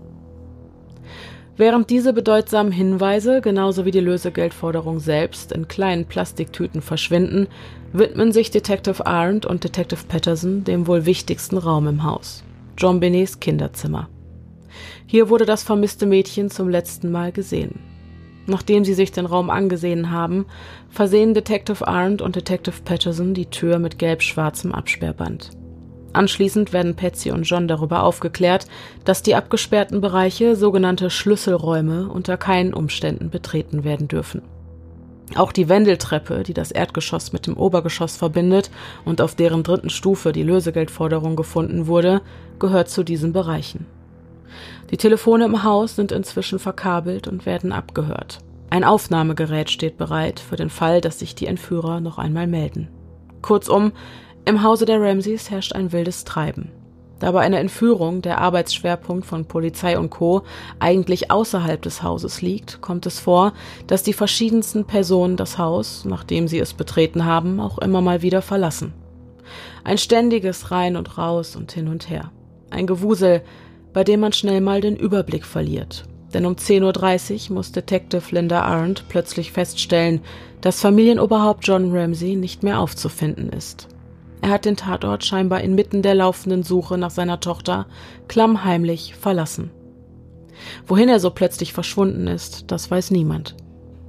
Während diese bedeutsamen Hinweise, genauso wie die Lösegeldforderung selbst, in kleinen Plastiktüten verschwinden, widmen sich Detective Arndt und Detective Patterson dem wohl wichtigsten Raum im Haus: JonBenéts Kinderzimmer. Hier wurde das vermisste Mädchen zum letzten Mal gesehen. Nachdem sie sich den Raum angesehen haben, versehen Detective Arndt und Detective Patterson die Tür mit gelb-schwarzem Absperrband. Anschließend werden Patsy und John darüber aufgeklärt, dass die abgesperrten Bereiche, sogenannte Schlüsselräume, unter keinen Umständen betreten werden dürfen. Auch die Wendeltreppe, die das Erdgeschoss mit dem Obergeschoss verbindet und auf deren dritten Stufe die Lösegeldforderung gefunden wurde, gehört zu diesen Bereichen. Die Telefone im Haus sind inzwischen verkabelt und werden abgehört. Ein Aufnahmegerät steht bereit für den Fall, dass sich die Entführer noch einmal melden. Kurzum, im Hause der Ramseys herrscht ein wildes Treiben. Da bei einer Entführung der Arbeitsschwerpunkt von Polizei und Co. eigentlich außerhalb des Hauses liegt, kommt es vor, dass die verschiedensten Personen das Haus, nachdem sie es betreten haben, auch immer mal wieder verlassen. Ein ständiges Rein und Raus und hin und her. Ein Gewusel, bei dem man schnell mal den Überblick verliert. Denn um zehn Uhr dreißig muss Detective Linda Arndt plötzlich feststellen, dass Familienoberhaupt John Ramsey nicht mehr aufzufinden ist. Er hat den Tatort scheinbar inmitten der laufenden Suche nach seiner Tochter klammheimlich verlassen. Wohin er so plötzlich verschwunden ist, das weiß niemand.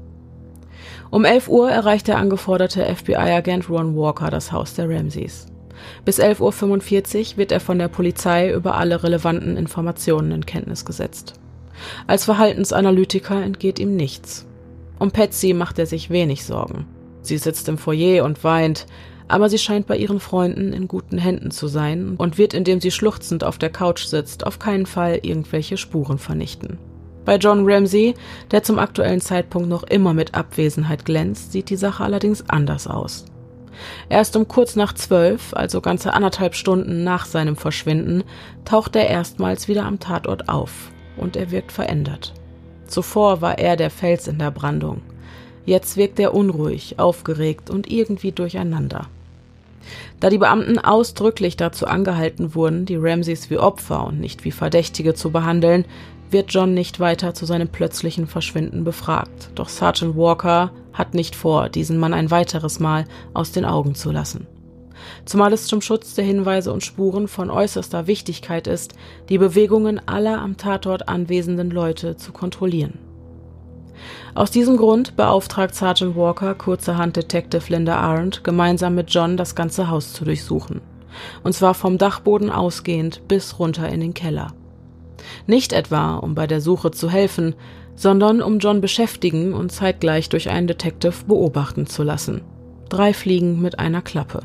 Um elf Uhr erreicht der angeforderte F B I-Agent Ron Walker das Haus der Ramseys. Bis elf Uhr fünfundvierzig wird er von der Polizei über alle relevanten Informationen in Kenntnis gesetzt. Als Verhaltensanalytiker entgeht ihm nichts. Um Patsy macht er sich wenig Sorgen. Sie sitzt im Foyer und weint, aber sie scheint bei ihren Freunden in guten Händen zu sein und wird, indem sie schluchzend auf der Couch sitzt, auf keinen Fall irgendwelche Spuren vernichten. Bei John Ramsey, der zum aktuellen Zeitpunkt noch immer mit Abwesenheit glänzt, sieht die Sache allerdings anders aus. Erst um kurz nach zwölf, also ganze anderthalb Stunden nach seinem Verschwinden, taucht er erstmals wieder am Tatort auf und er wirkt verändert. Zuvor war er der Fels in der Brandung. Jetzt wirkt er unruhig, aufgeregt und irgendwie durcheinander. Da die Beamten ausdrücklich dazu angehalten wurden, die Ramseys wie Opfer und nicht wie Verdächtige zu behandeln, wird John nicht weiter zu seinem plötzlichen Verschwinden befragt. Doch Sergeant Walker hat nicht vor, diesen Mann ein weiteres Mal aus den Augen zu lassen. Zumal es zum Schutz der Hinweise und Spuren von äußerster Wichtigkeit ist, die Bewegungen aller am Tatort anwesenden Leute zu kontrollieren. Aus diesem Grund beauftragt Sergeant Walker kurzerhand Detective Linda Arndt, gemeinsam mit John das ganze Haus zu durchsuchen. Und zwar vom Dachboden ausgehend bis runter in den Keller. Nicht etwa, um bei der Suche zu helfen, sondern um John beschäftigen und zeitgleich durch einen Detective beobachten zu lassen. Drei Fliegen mit einer Klappe.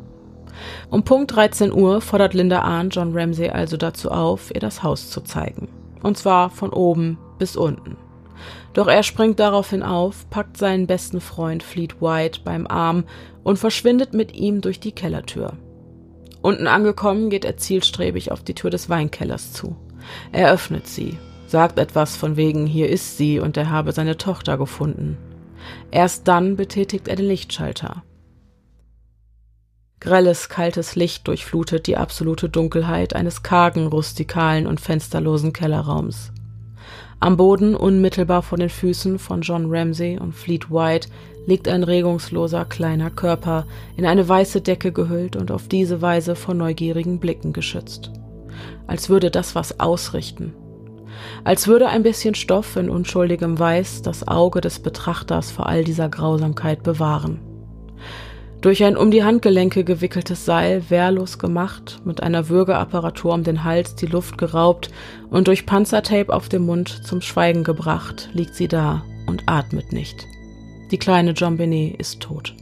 Um Punkt dreizehn Uhr fordert Linda Arndt John Ramsey also dazu auf, ihr das Haus zu zeigen. Und zwar von oben bis unten. Doch er springt daraufhin auf, packt seinen besten Freund Fleet White beim Arm und verschwindet mit ihm durch die Kellertür. Unten angekommen geht er zielstrebig auf die Tür des Weinkellers zu. Er öffnet sie, sagt etwas von wegen, hier ist sie und er habe seine Tochter gefunden. Erst dann betätigt er den Lichtschalter. Grelles, kaltes Licht durchflutet die absolute Dunkelheit eines kargen, rustikalen und fensterlosen Kellerraums. Am Boden, unmittelbar vor den Füßen von John Ramsey und Fleet White, liegt ein regungsloser kleiner Körper, in eine weiße Decke gehüllt und auf diese Weise vor neugierigen Blicken geschützt. Als würde das was ausrichten. Als würde ein bisschen Stoff in unschuldigem Weiß das Auge des Betrachters vor all dieser Grausamkeit bewahren. Durch ein um die Handgelenke gewickeltes Seil wehrlos gemacht, mit einer Würgeapparatur um den Hals die Luft geraubt und durch Panzertape auf dem Mund zum Schweigen gebracht, liegt sie da und atmet nicht. Die kleine JonBenét ist tot.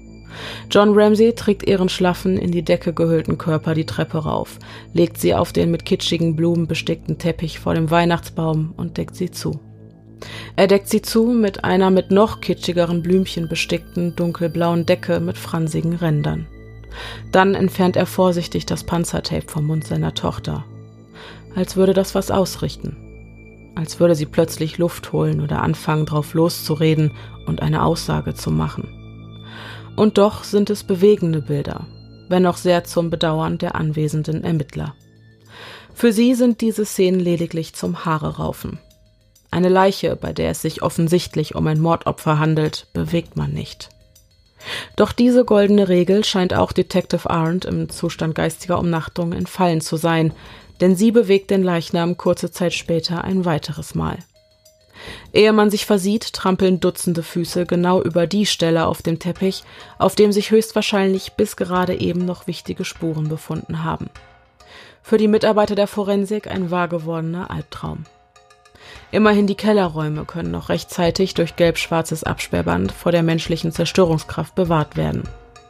John Ramsey trägt ihren schlaffen, in die Decke gehüllten Körper die Treppe rauf, legt sie auf den mit kitschigen Blumen bestickten Teppich vor dem Weihnachtsbaum und deckt sie zu. Er deckt sie zu mit einer mit noch kitschigeren Blümchen bestickten dunkelblauen Decke mit fransigen Rändern. Dann entfernt er vorsichtig das Panzertape vom Mund seiner Tochter. Als würde das was ausrichten. Als würde sie plötzlich Luft holen oder anfangen, drauf loszureden und eine Aussage zu machen. Und doch sind es bewegende Bilder, wenn auch sehr zum Bedauern der anwesenden Ermittler. Für sie sind diese Szenen lediglich zum Haare-Raufen. Eine Leiche, bei der es sich offensichtlich um ein Mordopfer handelt, bewegt man nicht. Doch diese goldene Regel scheint auch Detective Arndt im Zustand geistiger Umnachtung entfallen zu sein, denn sie bewegt den Leichnam kurze Zeit später ein weiteres Mal. Ehe man sich versieht, trampeln Dutzende Füße genau über die Stelle auf dem Teppich, auf dem sich höchstwahrscheinlich bis gerade eben noch wichtige Spuren befunden haben. Für die Mitarbeiter der Forensik ein wahr gewordener Albtraum. Immerhin die Kellerräume können noch rechtzeitig durch gelb-schwarzes Absperrband vor der menschlichen Zerstörungskraft bewahrt werden.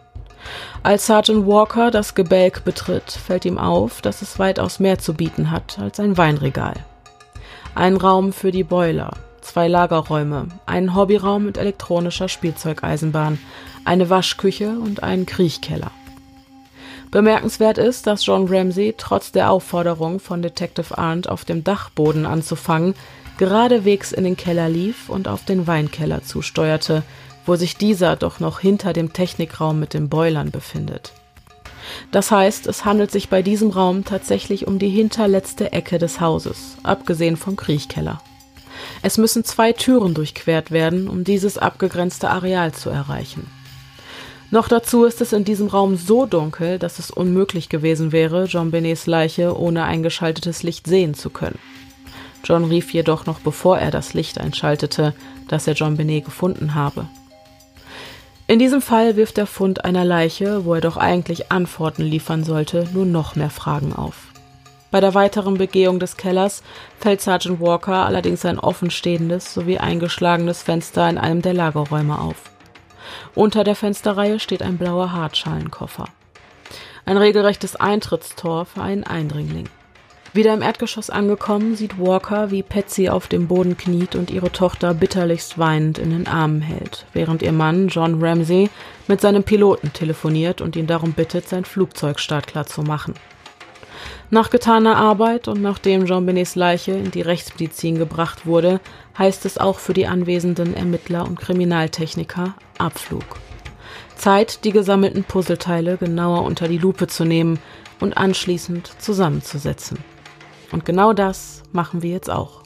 Als Sergeant Walker das Gebälk betritt, fällt ihm auf, dass es weitaus mehr zu bieten hat als ein Weinregal. Ein Raum für die Boiler, zwei Lagerräume, einen Hobbyraum mit elektronischer Spielzeugeisenbahn, eine Waschküche und einen Kriechkeller. Bemerkenswert ist, dass John Ramsey trotz der Aufforderung von Detective Arndt auf dem Dachboden anzufangen, geradewegs in den Keller lief und auf den Weinkeller zusteuerte, wo sich dieser doch noch hinter dem Technikraum mit den Boilern befindet. Das heißt, es handelt sich bei diesem Raum tatsächlich um die hinterletzte Ecke des Hauses, abgesehen vom Kriechkeller. Es müssen zwei Türen durchquert werden, um dieses abgegrenzte Areal zu erreichen. Noch dazu ist es in diesem Raum so dunkel, dass es unmöglich gewesen wäre, JonBenéts Leiche ohne eingeschaltetes Licht sehen zu können. John rief jedoch noch bevor er das Licht einschaltete, dass er JonBenét gefunden habe. In diesem Fall wirft der Fund einer Leiche, wo er doch eigentlich Antworten liefern sollte, nur noch mehr Fragen auf. Bei der weiteren Begehung des Kellers fällt Sergeant Walker allerdings ein offenstehendes sowie eingeschlagenes Fenster in einem der Lagerräume auf. Unter der Fensterreihe steht ein blauer Hartschalenkoffer. Ein regelrechtes Eintrittstor für einen Eindringling. Wieder im Erdgeschoss angekommen, sieht Walker, wie Patsy auf dem Boden kniet und ihre Tochter bitterlichst weinend in den Armen hält, während ihr Mann John Ramsey mit seinem Piloten telefoniert und ihn darum bittet, sein Flugzeug startklar zu machen. Nach getaner Arbeit und nachdem JonBenets Leiche in die Rechtsmedizin gebracht wurde, heißt es auch für die anwesenden Ermittler und Kriminaltechniker Abflug. Zeit, die gesammelten Puzzleteile genauer unter die Lupe zu nehmen und anschließend zusammenzusetzen. Und genau das machen wir jetzt auch.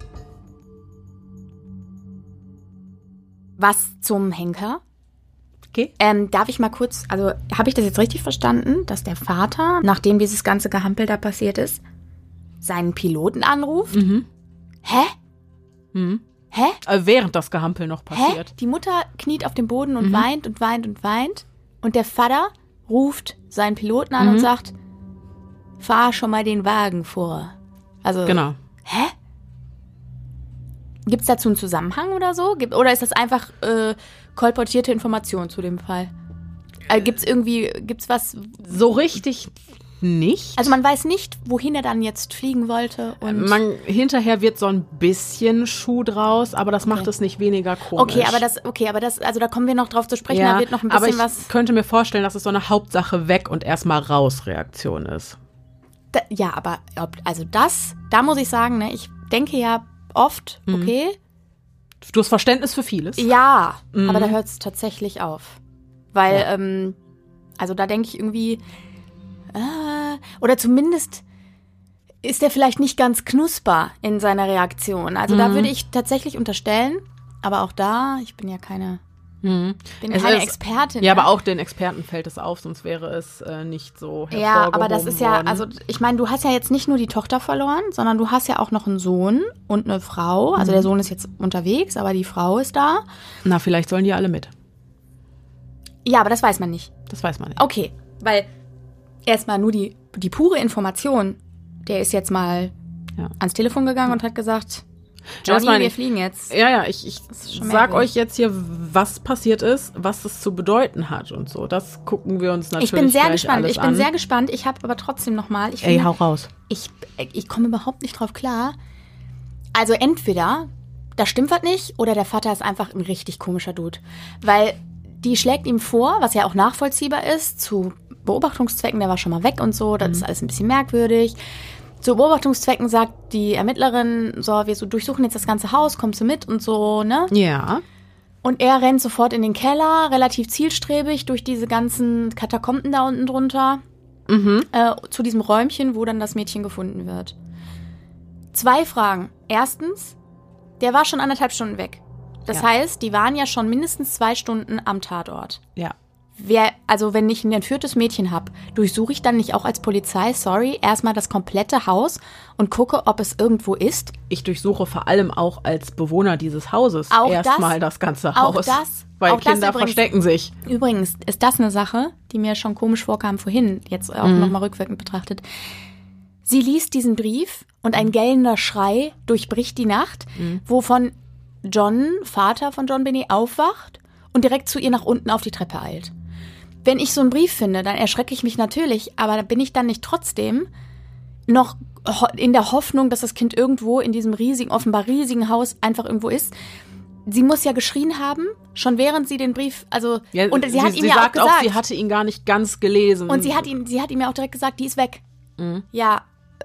Was zum Henker? Okay. Ähm, darf ich mal kurz, also habe ich das jetzt richtig verstanden, dass der Vater, nachdem dieses ganze Gehampel da passiert ist, seinen Piloten anruft? Mhm. Hä? Mhm. Hä? Äh, während das Gehampel noch passiert. Hä? Die Mutter kniet auf dem Boden und Mhm. weint und weint und weint. Und der Vater ruft seinen Piloten an Mhm. und sagt, fahr schon mal den Wagen vor. Also, Genau. hä? Gibt es dazu einen Zusammenhang oder so? Gibt, oder ist das einfach äh, kolportierte Information zu dem Fall? Äh, gibt es irgendwie, gibt's was? So richtig nicht. Also man weiß nicht, wohin er dann jetzt fliegen wollte. Und Man, hinterher wird so ein bisschen Schuh draus, aber das macht Okay. es nicht weniger komisch. okay, aber das, okay, aber das, also da kommen wir noch drauf zu sprechen. ja, Da wird noch ein aber bisschen ich was. könnte mir vorstellen, dass es so eine Hauptsache weg und erstmal raus Reaktion ist. Da, ja, aber ob, also das, da muss ich sagen, ne, ich denke ja oft, Mhm. okay, Du hast Verständnis für vieles. ja, Mhm. aber da hört es tatsächlich auf. Weil, Ja. ähm, also da denke ich irgendwie, äh, oder zumindest ist er vielleicht nicht ganz knusper in seiner Reaktion. Also da Mhm. würde ich tatsächlich unterstellen, aber auch da, ich bin ja keine, Mhm. bin Es keine ist- Expertin. Ja, ne? aber auch den Experten fällt es auf, sonst wäre es äh, nicht so hervorgehoben Ja, aber das ist ja, worden. also ich meine, du hast ja jetzt nicht nur die Tochter verloren, sondern du hast ja auch noch einen Sohn und eine Frau. Also der Sohn ist jetzt unterwegs, aber die Frau ist da. Na, vielleicht sollen die alle mit. Ja, aber das weiß man nicht. Das weiß man nicht. Okay, weil erstmal nur die, die pure Information, der ist jetzt mal Ja. ans Telefon gegangen und hat gesagt, Ja, das Johnny, meine wir ich. fliegen jetzt. Ja, ja, ich, ich ist schon sag merkwürdig. euch jetzt hier, was passiert ist, was es zu bedeuten hat und so. Das gucken wir uns natürlich Ich bin sehr gleich gespannt, alles ich bin an. sehr gespannt. Ich habe aber trotzdem nochmal, ich Ey, finde, hau raus. ich, ich komme überhaupt nicht drauf klar. Also entweder, da stimmt was nicht, oder der Vater ist einfach ein richtig komischer Dude. Weil die schlägt ihm vor, was ja auch nachvollziehbar ist, zu Beobachtungszwecken, der war schon mal weg und so, das ist alles ein bisschen merkwürdig. Zu Beobachtungszwecken sagt die Ermittlerin, so, wir so durchsuchen jetzt das ganze Haus, kommst du mit und so, ne? Ja. Und er rennt sofort in den Keller, relativ zielstrebig durch diese ganzen Katakomben da unten drunter, Mhm. äh, zu diesem Räumchen, wo dann das Mädchen gefunden wird. Zwei Fragen. Erstens, der war schon anderthalb Stunden weg. Das Ja. heißt, die waren ja schon mindestens zwei Stunden am Tatort. Ja. Wer, also wenn ich ein entführtes Mädchen habe, durchsuche ich dann nicht auch als Polizei, sorry, erstmal das komplette Haus und gucke, ob es irgendwo ist? Ich durchsuche vor allem auch als Bewohner dieses Hauses Auch erstmal das- das ganze auch Haus. das- weil auch das Kinder übrigens- verstecken sich. Übrigens ist das eine Sache, die mir schon komisch vorkam vorhin, jetzt auch Mhm. nochmal rückwirkend betrachtet. Sie liest diesen Brief und ein gellender Schrei durchbricht die Nacht, Mhm. wovon John, Vater von JonBenét, aufwacht und direkt zu ihr nach unten auf die Treppe eilt. Wenn ich so einen Brief finde, dann erschrecke ich mich natürlich, aber da bin ich dann nicht trotzdem noch ho- in der Hoffnung, dass das Kind irgendwo in diesem riesigen, offenbar riesigen Haus einfach irgendwo ist. Sie muss ja geschrien haben, schon während sie den Brief, also, Ja, und sie, hat ihm sie ja auch sagt gesagt, sie hatte ihn gar nicht ganz gelesen. und sie hat ihm, sie hat ihm ja auch direkt gesagt, die ist weg. Mhm. Ja,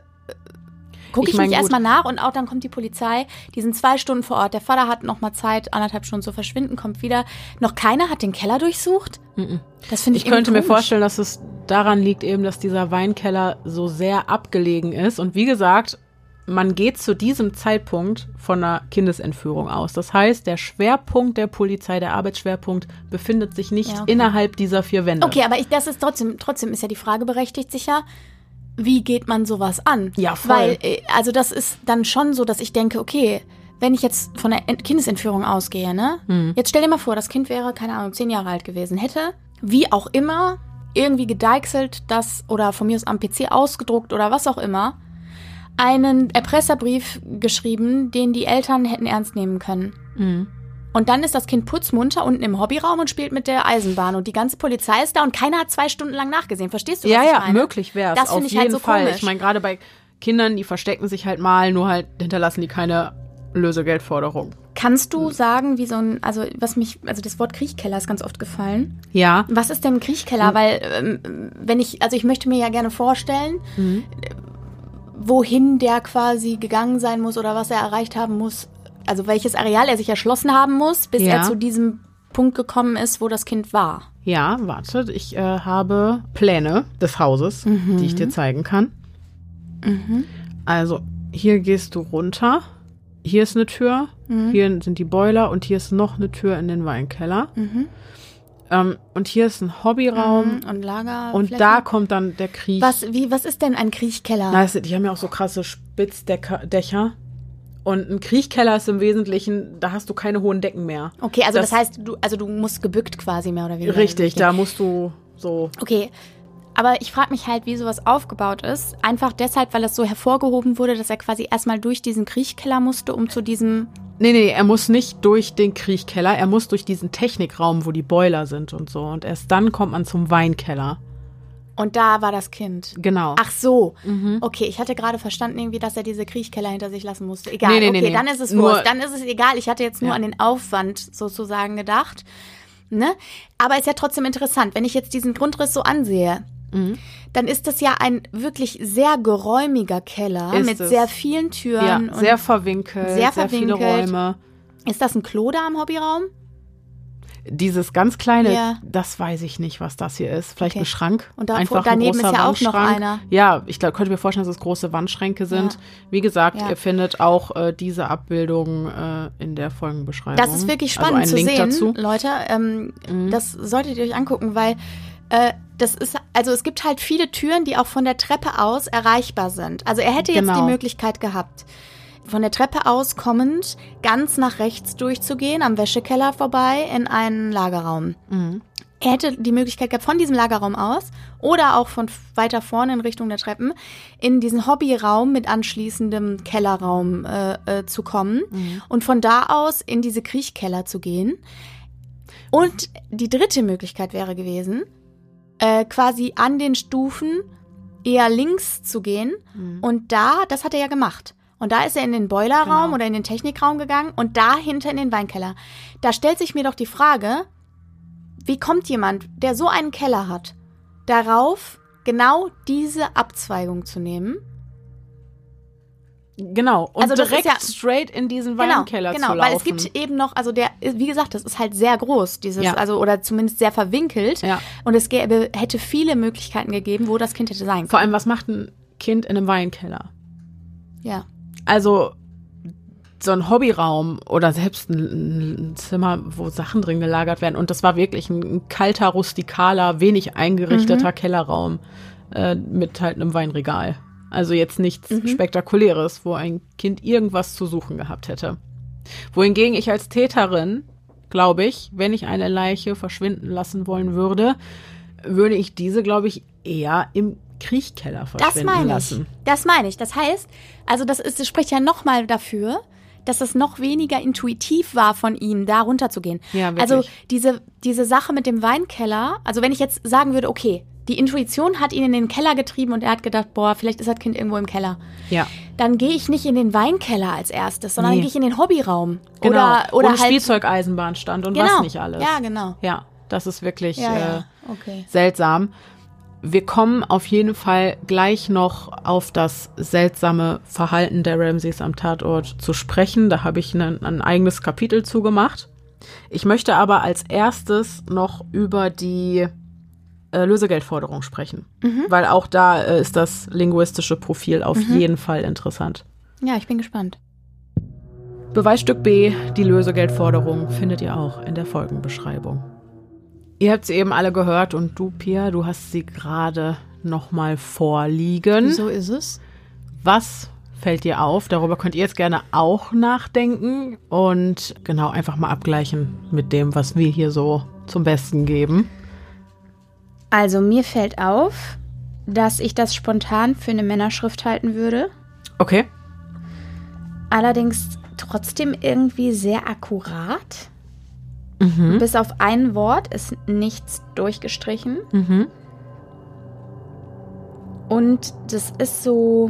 gucke Ich ich, mein, nicht gut. erstmal nach und auch dann kommt die Polizei. Die sind zwei Stunden vor Ort. Der Vater hat noch mal Zeit, anderthalb Stunden zu verschwinden, kommt wieder. Noch keiner hat den Keller durchsucht. Mhm. Das finde ich Ich könnte mir irgendwie komisch. vorstellen, dass es daran liegt eben, dass dieser Weinkeller so sehr abgelegen ist. Und wie gesagt, man geht zu diesem Zeitpunkt von einer Kindesentführung aus. Das heißt, der Schwerpunkt der Polizei, der Arbeitsschwerpunkt, befindet sich nicht Ja, okay. innerhalb dieser vier Wände. Okay, aber ich, das ist trotzdem, trotzdem ist ja die Frage berechtigt sicher, wie geht man sowas an? Ja, voll. Weil, äh, also das ist dann schon so, dass ich denke, okay, wenn ich jetzt von der Ent- Kindesentführung ausgehe, ne? Mhm. Jetzt stell dir mal vor, das Kind wäre, keine Ahnung, zehn Jahre alt gewesen, hätte, wie auch immer, irgendwie gedeichselt, das oder von mir aus am P C ausgedruckt oder was auch immer, einen Erpresserbrief geschrieben, den die Eltern hätten ernst nehmen können. Mhm. Und dann ist das Kind putzmunter unten im Hobbyraum und spielt mit der Eisenbahn. Und die ganze Polizei ist da und keiner hat zwei Stunden lang nachgesehen. Verstehst du, was Ja, ich ja, meine? möglich wäre es. Das Auf finde ich jeden halt so Fall. komisch. Ich meine, gerade bei Kindern, die verstecken sich halt mal, nur halt hinterlassen die keine Lösegeldforderung. Kannst du sagen, wie so ein, also was mich, also das Wort Kriechkeller ist ganz oft gefallen. Ja. Was ist denn ein Kriechkeller? Mhm. Weil, ähm, wenn ich, also ich möchte mir ja gerne vorstellen, Mhm. wohin der quasi gegangen sein muss oder was er erreicht haben muss, also welches Areal er sich erschlossen haben muss, bis Ja. er zu diesem Punkt gekommen ist, wo das Kind war. Ja, warte, ich äh, habe Pläne des Hauses, Mhm. die ich dir zeigen kann. Mhm. Also, hier gehst du runter. Hier ist eine Tür, Mhm. hier sind die Boiler und hier ist noch eine Tür in den Weinkeller. Mhm. Ähm, und hier ist ein Hobbyraum Und Lager. und da kommt dann der Kriech. Was, wie, was ist denn ein Kriechkeller? Na, es- die haben ja auch so krasse Spitzdächer. Und ein Kriechkeller ist im Wesentlichen, da hast du keine hohen Decken mehr. Okay, also das, das- heißt, du, also du musst gebückt quasi mehr oder weniger. Richtig, durchgehen. da musst du so. Okay, aber ich frage mich halt, wie sowas aufgebaut ist. Einfach deshalb, weil es so hervorgehoben wurde, dass er quasi erstmal durch diesen Kriechkeller musste, um zu diesem... Nee, nee, er muss nicht durch den Kriechkeller, er muss durch diesen Technikraum, wo die Boiler sind und so. Und erst dann kommt man zum Weinkeller. Und da war das Kind. Genau. Ach so. Mhm. Okay, ich hatte gerade verstanden irgendwie, dass er diese Kriechkeller hinter sich lassen musste. Egal, Nee, nee, nee, okay, nee. dann ist es Nur- wurscht. Dann ist es egal. Ich hatte jetzt nur Ja. an den Aufwand sozusagen gedacht. Ne? Aber ist ja trotzdem interessant. Wenn ich jetzt diesen Grundriss so ansehe, Mhm. dann ist das ja ein wirklich sehr geräumiger Keller Ist mit es. sehr vielen Türen. Ja, und sehr verwinkelt, sehr sehr, viele verwinkelt. Räume. Ist das ein Klo da im Hobbyraum? Dieses ganz kleine, Ja. das weiß ich nicht, was das hier ist. Vielleicht Okay. ein Schrank. Und davor- Einfach daneben ein großer ist ja auch noch Wandschrank. einer. Ja, ich glaub, könnte mir vorstellen, dass es große Wandschränke sind. Ja. Wie gesagt, Ja. ihr findet auch äh, diese Abbildung äh, in der Folgenbeschreibung. Das ist wirklich spannend also zu ein Link sehen, dazu. Leute. Ähm, Mhm. Das solltet ihr euch angucken, weil äh, das ist, also es gibt halt viele Türen, die auch von der Treppe aus erreichbar sind. Also er hätte jetzt Genau. die Möglichkeit gehabt, von der Treppe aus kommend ganz nach rechts durchzugehen, am Wäschekeller vorbei in einen Lagerraum. Mhm. Er hätte die Möglichkeit gehabt, von diesem Lagerraum aus oder auch von weiter vorne in Richtung der Treppen in diesen Hobbyraum mit anschließendem Kellerraum äh, äh, zu kommen Mhm. und von da aus in diese Kriechkeller zu gehen. Und die dritte Möglichkeit wäre gewesen, äh, quasi an den Stufen eher links zu gehen. Mhm. Und da, das hat er ja gemacht. Und da ist er in den Boilerraum Genau. oder in den Technikraum gegangen und dahinter in den Weinkeller. Da stellt sich mir doch die Frage, wie kommt jemand, der so einen Keller hat, darauf, genau diese Abzweigung zu nehmen? Genau. Und Also das direkt ist ja- straight in diesen Genau, Weinkeller genau, zu laufen. weil es gibt eben noch, also der, wie gesagt, das ist halt sehr groß, dieses, Ja. also oder zumindest sehr verwinkelt. Ja. Und es gäbe, hätte viele Möglichkeiten gegeben, wo das Kind hätte sein Vor können. allem, was macht ein Kind in einem Weinkeller? Ja. Also so ein Hobbyraum oder selbst ein, ein Zimmer, wo Sachen drin gelagert werden. Und das war wirklich ein, ein kalter, rustikaler, wenig eingerichteter Mhm. Kellerraum äh, mit halt einem Weinregal. Also jetzt nichts Mhm. Spektakuläres, wo ein Kind irgendwas zu suchen gehabt hätte. Wohingegen ich als Täterin, glaube ich, wenn ich eine Leiche verschwinden lassen wollen würde, würde ich diese, glaube ich, eher im Kriechkeller Das verschwinden meine ich. lassen. Das meine ich. Das heißt, also das ist, das spricht ja nochmal dafür, dass es noch weniger intuitiv war von ihm, da runterzugehen. Ja, wirklich. Also diese, diese Sache mit dem Weinkeller, also wenn ich jetzt sagen würde, okay, die Intuition hat ihn in den Keller getrieben und er hat gedacht, boah, vielleicht ist das Kind irgendwo im Keller. Ja. Dann gehe ich nicht in den Weinkeller als erstes, sondern Nee. dann gehe ich in den Hobbyraum. Genau. Oder, oder und halt. Spielzeugeisenbahnstand und Genau. was nicht alles. Ja, genau. Ja, das ist wirklich Ja, äh, ja. Okay. seltsam. Wir kommen auf jeden Fall gleich noch auf das seltsame Verhalten der Ramseys am Tatort zu sprechen. Da habe ich ein, ein eigenes Kapitel zugemacht. Ich möchte aber als erstes noch über die äh, Lösegeldforderung sprechen. Mhm. Weil auch da äh, ist das linguistische Profil auf Mhm. jeden Fall interessant. Ja, ich bin gespannt. Beweisstück B, die Lösegeldforderung, findet ihr auch in der Folgenbeschreibung. Ihr habt sie eben alle gehört und du, Pia, du hast sie gerade nochmal vorliegen. So ist es. Was fällt dir auf? Darüber könnt ihr jetzt gerne auch nachdenken und genau einfach mal abgleichen mit dem, was wir hier so zum Besten geben. Also mir fällt auf, dass ich das spontan für eine Männerschrift halten würde. Okay. Allerdings trotzdem irgendwie sehr akkurat. Mhm. Bis auf ein Wort ist nichts durchgestrichen. Mhm. Und das ist so...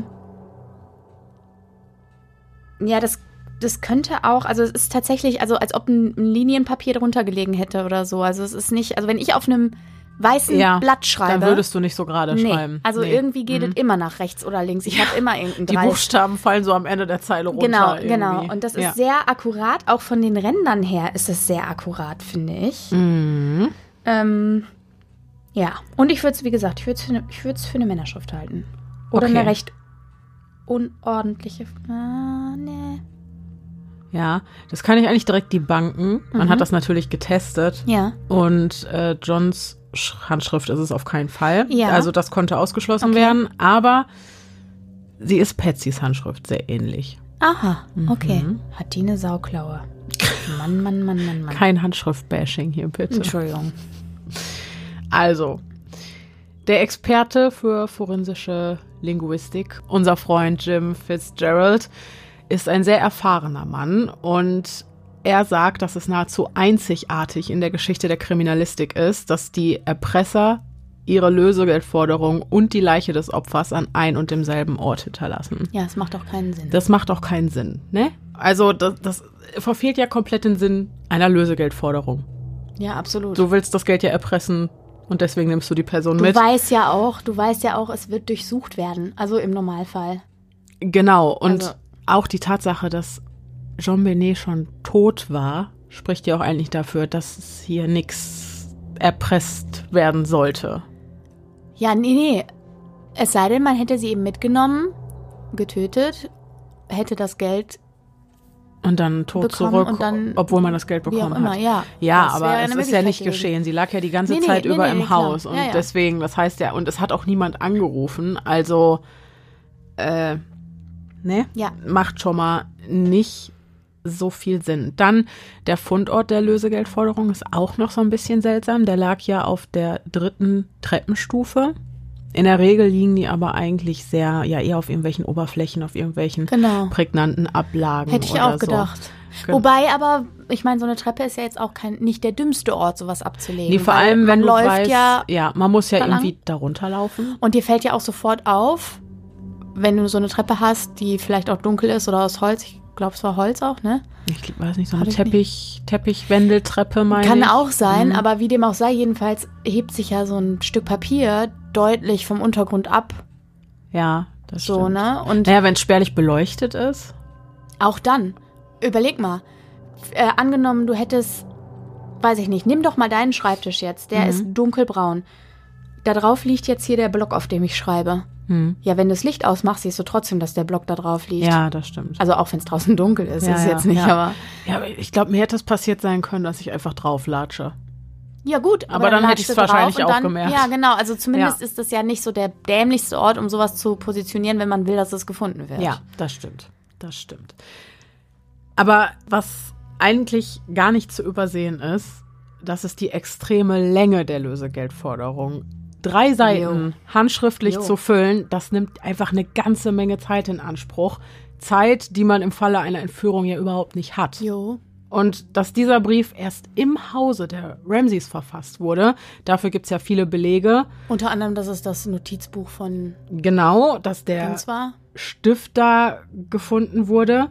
Ja, das, das könnte auch... Also es ist tatsächlich, also als ob ein, ein Linienpapier drunter gelegen hätte oder so. Also es ist nicht... Also wenn ich auf einem weißen Ja, Blatt schreibe... Dann würdest du nicht so gerade nee, schreiben. also Nee. irgendwie geht Mhm. es immer nach rechts oder links. Ich habe immer irgendeinen Die Dreieck. Buchstaben fallen so am Ende der Zeile runter. Genau, irgendwie. genau. Und das ist ja. sehr akkurat. Auch von den Rändern her ist es sehr akkurat, finde ich. Mhm. Ähm, ja. Und ich würde es, wie gesagt, ich würde es für, eine- ich würd's für eine Männerschrift halten. Oder Okay. eine recht unordentliche... Ah, nee. Ja, das kann ich eigentlich direkt debunken. Man Mhm. hat das natürlich getestet. Ja. Und äh, Johns Sch- Handschrift ist es auf keinen Fall. Ja. Also das konnte ausgeschlossen Okay. werden. Aber sie ist Patsys Handschrift sehr ähnlich. Aha, okay. Hat die eine Sauklaue? Mann, Mann, Mann, Mann, Mann. Kein Handschrift-Bashing hier, bitte. Entschuldigung. Also, der Experte für forensische Linguistik, unser Freund Jim Fitzgerald, ist ein sehr erfahrener Mann und er sagt, dass es nahezu einzigartig in der Geschichte der Kriminalistik ist, dass die Erpresser ihre Lösegeldforderung und die Leiche des Opfers an ein und demselben Ort hinterlassen. Ja, es macht doch keinen Sinn. Das macht auch keinen Sinn, ne? Also das, das verfehlt ja komplett den Sinn einer Lösegeldforderung. ja, absolut. Du willst das Geld ja erpressen und deswegen nimmst du die Person Du mit. weißt ja auch, du weißt ja auch, es wird durchsucht werden. Also im Normalfall. Genau, und Also- auch die Tatsache, dass Jean Benet schon tot war, spricht ja auch eigentlich dafür, dass hier nichts erpresst werden sollte. Ja, nee, nee. Es sei denn, man hätte sie eben mitgenommen, getötet, hätte das Geld, Und dann tot Bekommen zurück, und dann- obwohl man das Geld wie bekommen auch immer, hat. ja. Ja, Das aber wäre es eine ist ja nicht Möglichkeit gewesen. geschehen. Sie lag ja die ganze Nee, nee, Zeit nee, über nee, im nee, klar. Haus. Und Ja, ja. deswegen, das heißt ja, und es hat auch niemand angerufen. Also, äh, ne? Ja. Macht schon mal nicht so viel Sinn. Dann der Fundort der Lösegeldforderung ist auch noch so ein bisschen seltsam. Der lag ja auf der dritten Treppenstufe. In der Regel liegen die aber eigentlich sehr, ja, eher auf irgendwelchen Oberflächen, auf irgendwelchen Genau. prägnanten Ablagen. Hätte ich oder auch gedacht. So. Wobei aber, ich meine, so eine Treppe ist ja jetzt auch kein, nicht der dümmste Ort, sowas abzulegen. Nee, vor weil allem, wenn man du läuft weißt, ja, ja, man muss ja da lang. irgendwie darunter laufen. und dir fällt ja auch sofort auf, wenn du so eine Treppe hast, die vielleicht auch dunkel ist oder aus Holz. Ich glaube, es war Holz auch, ne? Ich weiß nicht, so eine Hatte ich Teppich, Teppichwendeltreppe, meine Kann ich. auch sein, Mhm. aber wie dem auch sei, jedenfalls hebt sich ja so ein Stück Papier deutlich vom Untergrund ab. Ja, das So, stimmt. ne? Und Naja, wenn es spärlich beleuchtet ist. auch dann, überleg mal, äh, angenommen, du hättest, weiß ich nicht, nimm doch mal deinen Schreibtisch jetzt, der Mhm. ist dunkelbraun. Da drauf liegt jetzt hier der Block, auf dem ich schreibe. Hm. Ja, wenn du das Licht ausmachst, siehst du trotzdem, dass der Block da drauf liegt. Ja, das stimmt. Also auch wenn es draußen dunkel ist, Ja, ist ja, jetzt nicht, ja. aber... Ja, aber ich glaube, mir hätte es passiert sein können, dass ich einfach drauf latsche. Ja gut, Aber dann hätte latschst ich's du drauf wahrscheinlich und auch dann, gemerkt. Ja, genau, also zumindest Ja. ist das ja nicht so der dämlichste Ort, um sowas zu positionieren, wenn man will, dass es gefunden wird. Ja, das stimmt. Das stimmt. Aber was eigentlich gar nicht zu übersehen ist, das ist die extreme Länge der Lösegeldforderung. Drei Seiten handschriftlich Jo. zu füllen, das nimmt einfach eine ganze Menge Zeit in Anspruch. Zeit, die man im Falle einer Entführung ja überhaupt nicht hat. Jo. Und dass dieser Brief erst im Hause der Ramseys verfasst wurde, dafür gibt es ja viele Belege. Unter anderem, dass es das Notizbuch von Genau, dass der Dings war. Stift da gefunden wurde.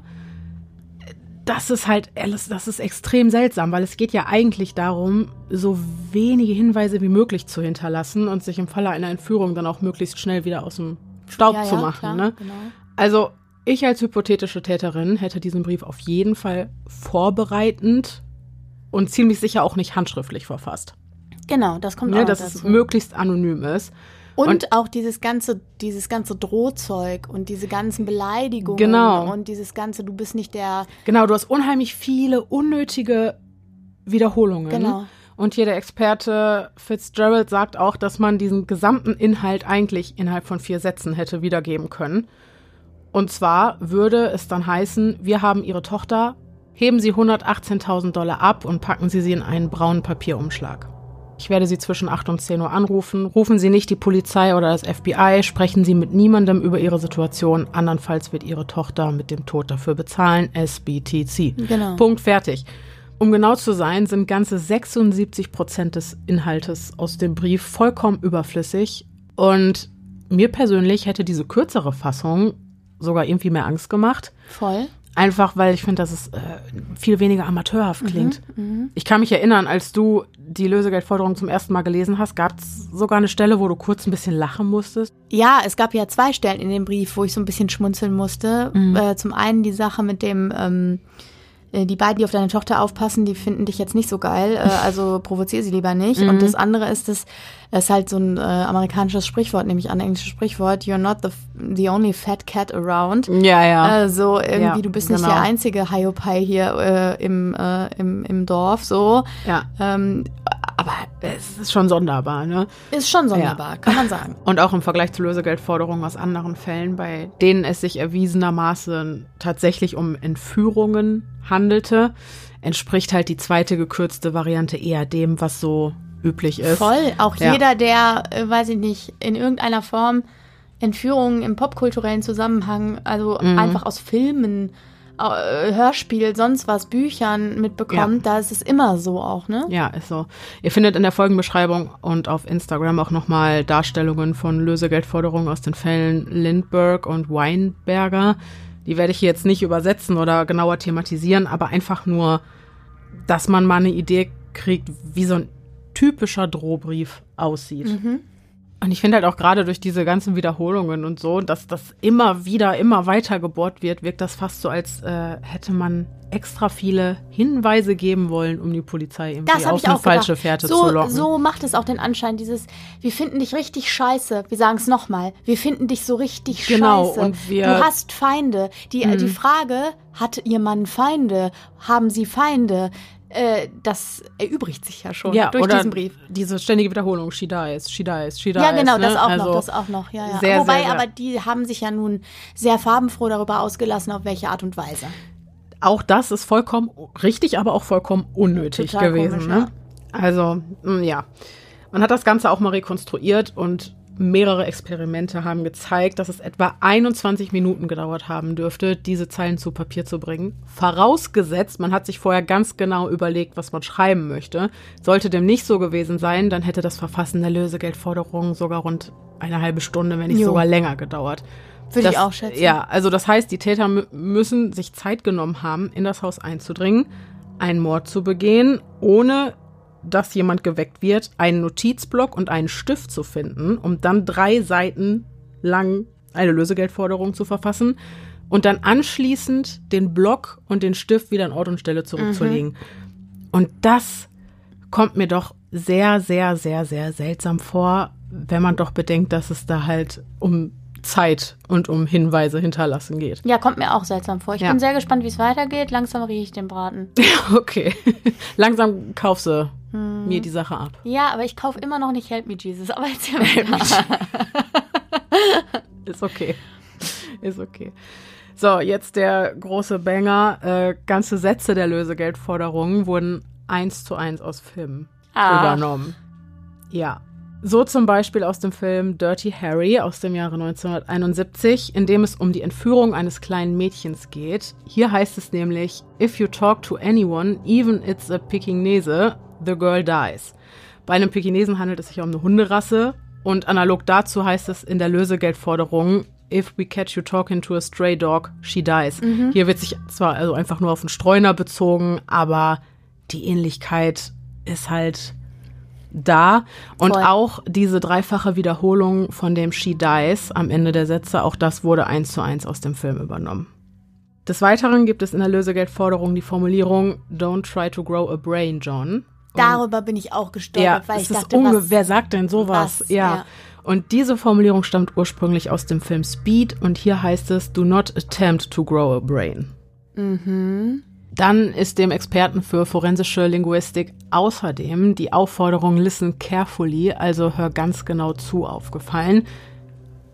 Das ist halt, das ist extrem seltsam, weil es geht ja eigentlich darum, so wenige Hinweise wie möglich zu hinterlassen und sich im Falle einer Entführung dann auch möglichst schnell wieder aus dem Staub Ja, zu ja, machen. klar, Ne? genau. Also ich als hypothetische Täterin hätte diesen Brief auf jeden Fall vorbereitend und ziemlich sicher auch nicht handschriftlich verfasst. Genau, das kommt Ne, auch dass dazu. es möglichst anonym ist. Und, und- auch dieses ganze, dieses ganze Drohzeug und diese ganzen Beleidigungen Genau. und dieses ganze, du bist nicht der, Genau, du hast unheimlich viele unnötige Wiederholungen. Genau. Und hier der Experte Fitzgerald sagt auch, dass man diesen gesamten Inhalt eigentlich innerhalb von vier Sätzen hätte wiedergeben können. Und zwar würde es dann heißen, wir haben Ihre Tochter, heben Sie hundertachtzehntausend Dollar ab und packen Sie sie in einen braunen Papierumschlag. Ich werde Sie zwischen acht und zehn Uhr anrufen. Rufen Sie nicht die Polizei oder das F B I, sprechen Sie mit niemandem über Ihre Situation. Andernfalls wird Ihre Tochter mit dem Tod dafür bezahlen. S B T C. Genau. Punkt, fertig. Um genau zu sein, sind ganze sechsundsiebzig Prozent des Inhaltes aus dem Brief vollkommen überflüssig. Und mir persönlich hätte diese kürzere Fassung sogar irgendwie mehr Angst gemacht. Voll. Einfach, weil ich finde, dass es äh, viel weniger amateurhaft klingt. Mhm, ich kann mich erinnern, als du die Lösegeldforderung zum ersten Mal gelesen hast, gab es sogar eine Stelle, wo du kurz ein bisschen lachen musstest. Ja, es gab ja zwei Stellen in dem Brief, wo ich so ein bisschen schmunzeln musste. Mhm. Äh, zum einen die Sache mit dem, ähm, äh, die beiden, die auf deine Tochter aufpassen, die finden dich jetzt nicht so geil, äh, also provozier sie lieber nicht. Mhm. Und das andere ist, das ist halt so ein äh, amerikanisches Sprichwort, nämlich ein englisches Sprichwort, you're not the, the only fat cat around. Ja, ja. Also irgendwie, Ja, du bist genau. nicht der einzige Hiopai hier äh, im, äh, im, im Dorf, so. Ja. Ähm, Aber es ist schon sonderbar, ne? ist schon sonderbar, Ja. kann man sagen. Und auch im Vergleich zu Lösegeldforderungen aus anderen Fällen, bei denen es sich erwiesenermaßen tatsächlich um Entführungen handelte, entspricht halt die zweite gekürzte Variante eher dem, was so üblich ist. Voll. Auch Ja. jeder, der, äh, weiß ich nicht, in irgendeiner Form Entführungen im popkulturellen Zusammenhang, also Mhm. einfach aus Filmen, äh, Hörspiel, sonst was, Büchern mitbekommt, da ist es immer so auch, ne? Ja, ist so. Ihr findet in der Folgenbeschreibung und auf Instagram auch nochmal Darstellungen von Lösegeldforderungen aus den Fällen Lindbergh und Weinberger. Die werde ich hier jetzt nicht übersetzen oder genauer thematisieren, aber einfach nur, dass man mal eine Idee kriegt, wie so ein typischer Drohbrief aussieht. Mhm. Und ich finde halt auch gerade durch diese ganzen Wiederholungen und so, dass das immer wieder, immer weiter gebohrt wird, wirkt das fast so, als äh, hätte man extra viele Hinweise geben wollen, um die Polizei irgendwie Das habe auf ich eine auch falsche gedacht. Fährte so, zu locken. So macht es auch den Anschein, dieses, wir finden dich richtig scheiße. Wir sagen es nochmal, wir finden dich so richtig Genau, scheiße. und wir- du hast Feinde. Die, Mhm. die Frage, hat ihr Mann Feinde? Haben sie Feinde? Äh, das erübrigt sich ja schon ja, durch oder diesen Brief. diese ständige Wiederholung, she dies, she dies, she dies. Ja, genau, ne? das auch also, noch, das auch noch, ja, ja. sehr, Wobei, sehr, sehr. aber die haben sich ja nun sehr farbenfroh darüber ausgelassen, auf welche Art und Weise. Auch das ist vollkommen richtig, aber auch vollkommen unnötig Total gewesen. komisch, ne? Also, mh, ja. Man hat das Ganze auch mal rekonstruiert und mehrere Experimente haben gezeigt, dass es etwa einundzwanzig Minuten gedauert haben dürfte, diese Zeilen zu Papier zu bringen. Vorausgesetzt, man hat sich vorher ganz genau überlegt, was man schreiben möchte. Sollte dem nicht so gewesen sein, dann hätte das Verfassen der Lösegeldforderung sogar rund eine halbe Stunde, wenn nicht Jo. sogar länger gedauert. Würde ich Das- auch schätzen. Ja, also das heißt, die Täter mü- müssen sich Zeit genommen haben, in das Haus einzudringen, einen Mord zu begehen, ohne dass jemand geweckt wird, einen Notizblock und einen Stift zu finden, um dann drei Seiten lang eine Lösegeldforderung zu verfassen und dann anschließend den Block und den Stift wieder an Ort und Stelle zurückzulegen. Mhm. Und das kommt mir doch sehr, sehr, sehr, sehr seltsam vor, wenn man doch bedenkt, dass es da halt um Zeit und um Hinweise hinterlassen geht. Ja, kommt mir auch seltsam vor. Ich Ja. bin sehr gespannt, wie es weitergeht. Langsam rieche ich den Braten. Okay. Langsam kaufst du mir die Sache ab. Ja, aber ich kaufe immer noch nicht Help Me Jesus. Aber jetzt ja weiter. Ist okay. Ist okay. So, jetzt der große Banger. Äh, ganze Sätze der Lösegeldforderungen wurden eins zu eins aus Filmen Ah. übernommen. Ja. So zum Beispiel aus dem Film Dirty Harry aus dem Jahre neunzehnhunderteinundsiebzig, in dem es um die Entführung eines kleinen Mädchens geht. Hier heißt es nämlich, if you talk to anyone, even it's a Pekinese, the girl dies. Bei einem Pekinesen handelt es sich um eine Hunderasse und analog dazu heißt es in der Lösegeldforderung, if we catch you talking to a stray dog, she dies. Mhm. Hier wird sich zwar also einfach nur auf einen Streuner bezogen, aber die Ähnlichkeit ist halt da. Und Voll. auch diese dreifache Wiederholung von dem She Dies am Ende der Sätze, auch das wurde eins zu eins aus dem Film übernommen. Des Weiteren gibt es in der Lösegeldforderung die Formulierung Don't try to grow a brain, John. Und Darüber bin ich auch gestolpert, ja, weil es ich ist dachte, unge- was, wer sagt denn sowas? was? Ja. Ja. Und diese Formulierung stammt ursprünglich aus dem Film Speed und hier heißt es Do not attempt to grow a brain. Mhm. Dann ist dem Experten für forensische Linguistik außerdem die Aufforderung Listen carefully, also hör ganz genau zu, aufgefallen.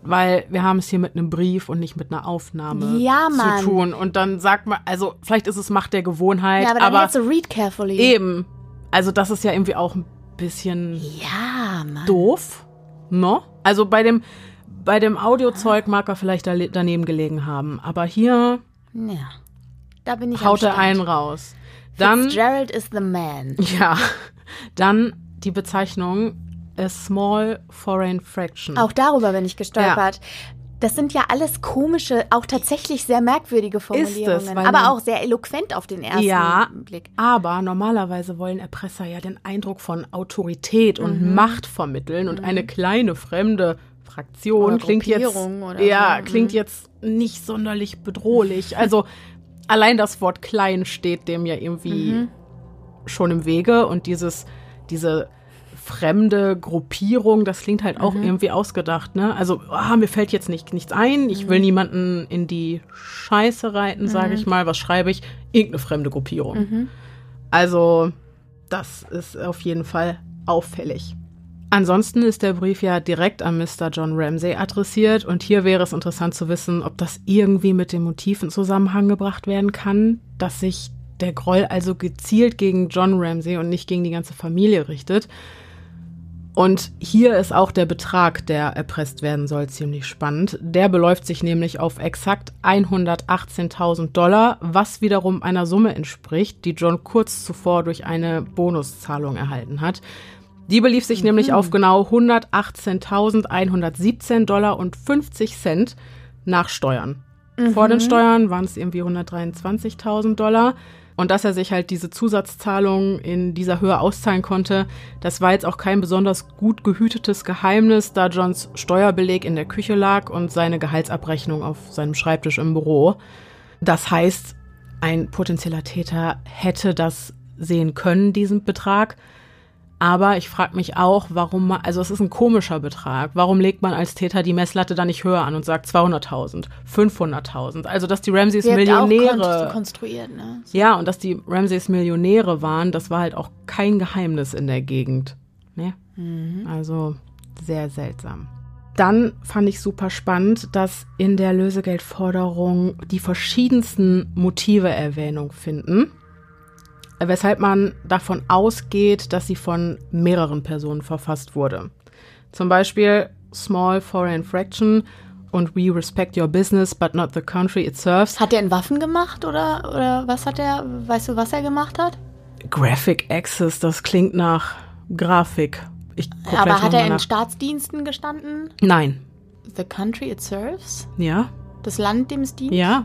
weil wir haben es hier mit einem Brief und nicht mit einer Aufnahme Ja, Mann. zu tun. Und dann sagt man, also vielleicht ist es Macht der Gewohnheit, Ja, aber dann aber hättest du read carefully. eben, also das ist ja irgendwie auch ein bisschen Ja, Mann. doof, ne? Also bei dem, bei dem Audiozeug mag er vielleicht da, daneben gelegen haben, aber hier Ja, da bin ich haut am er Start. einen raus. Dann, Fitzgerald is the man. ja, dann die Bezeichnung a small foreign fraction. Auch darüber bin ich gestolpert. Das sind ja alles komische, auch tatsächlich sehr merkwürdige Formulierungen, Ist es, weil aber man- auch sehr eloquent auf den ersten Ja, Blick. aber normalerweise wollen Erpresser ja den Eindruck von Autorität und Mhm. Macht vermitteln und eine kleine fremde Fraktion Oder klingt jetzt Gruppierung oder ja so, klingt mhm. jetzt nicht sonderlich bedrohlich. Also allein das Wort klein steht dem ja irgendwie Mhm. schon im Wege und dieses diese fremde Gruppierung, das klingt halt auch Mhm. irgendwie ausgedacht, ne? Also, ah, mir fällt jetzt nicht, nichts ein, ich Mhm. will niemanden in die Scheiße reiten, sage ich mal. Was schreibe ich? Irgendeine fremde Gruppierung. Mhm. Also, das ist auf jeden Fall auffällig. Ansonsten ist der Brief ja direkt an Mister John Ramsey adressiert und hier wäre es interessant zu wissen, ob das irgendwie mit dem Motiv in Zusammenhang gebracht werden kann, dass sich der Groll also gezielt gegen John Ramsey und nicht gegen die ganze Familie richtet. Und hier ist auch der Betrag, der erpresst werden soll, ziemlich spannend. Der beläuft sich nämlich auf exakt hundertachtzehntausend Dollar, was wiederum einer Summe entspricht, die John kurz zuvor durch eine Bonuszahlung erhalten hat. Die belief sich mhm. nämlich auf genau hundertachtzehntausendeinhundertsiebzehn Dollar und fünfzig Cent nach Steuern. Mhm. Vor den Steuern waren es irgendwie hundertdreiundzwanzigtausend Dollar. Und dass er sich halt diese Zusatzzahlung in dieser Höhe auszahlen konnte, das war jetzt auch kein besonders gut gehütetes Geheimnis, da Johns Steuerbeleg in der Küche lag und seine Gehaltsabrechnung auf seinem Schreibtisch im Büro. Das heißt, ein potenzieller Täter hätte das sehen können, diesen Betrag. Aber ich frage mich auch, warum man, also es ist ein komischer Betrag, warum legt man als Täter die Messlatte da nicht höher an und sagt zweihunderttausend, fünfhunderttausend? Also, dass die Ramseys Wird Millionäre. auch konstruiert, ne? So. Ja, und dass die Ramseys Millionäre waren, das war halt auch kein Geheimnis in der Gegend. Ne? Mhm. Also, sehr seltsam. Dann fand ich super spannend, dass in der Lösegeldforderung die verschiedensten Motive Erwähnung finden, weshalb man davon ausgeht, dass sie von mehreren Personen verfasst wurde. Zum Beispiel Small Foreign Fraction und We Respect Your Business, but not the country it serves. Hat er in Waffen gemacht oder, oder was hat er, weißt du, was er gemacht hat? Graphic Access, das klingt nach Grafik. Ich guck Aber gleich hat noch er mal in nach. Staatsdiensten gestanden? Nein. The country it serves? Ja, Das Land, dem es dient? ja.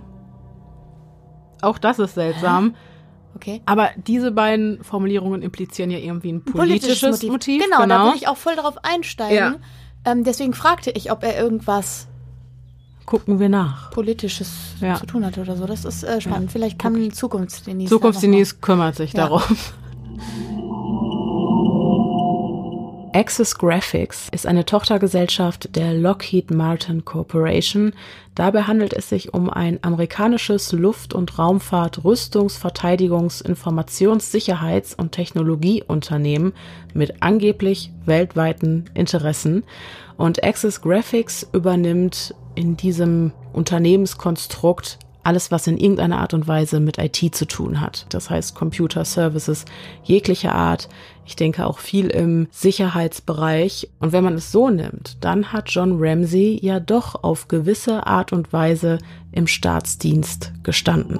Auch das ist seltsam. Okay. Aber diese beiden Formulierungen implizieren ja irgendwie ein politisches, Motiv. Genau, da würde ich auch voll drauf einsteigen. Ja. Ähm, deswegen fragte ich, ob er irgendwas Gucken wir nach. Politisches Ja. zu tun hat oder so. Das ist äh, spannend. Ja. Vielleicht kann Zukunftsdenise. Zukunftsdenise kümmert sich Ja. darum. Axis Graphics ist eine Tochtergesellschaft der Lockheed Martin Corporation. Dabei handelt es sich um ein amerikanisches Luft- und Raumfahrt-, Rüstungs-, Verteidigungs-, Informations-, Sicherheits- und Technologieunternehmen mit angeblich weltweiten Interessen. Und Axis Graphics übernimmt in diesem Unternehmenskonstrukt alles, was in irgendeiner Art und Weise mit I T zu tun hat. Das heißt Computer Services jeglicher Art. Ich denke auch viel im Sicherheitsbereich. Und wenn man es so nimmt, dann hat John Ramsey ja doch auf gewisse Art und Weise im Staatsdienst gestanden.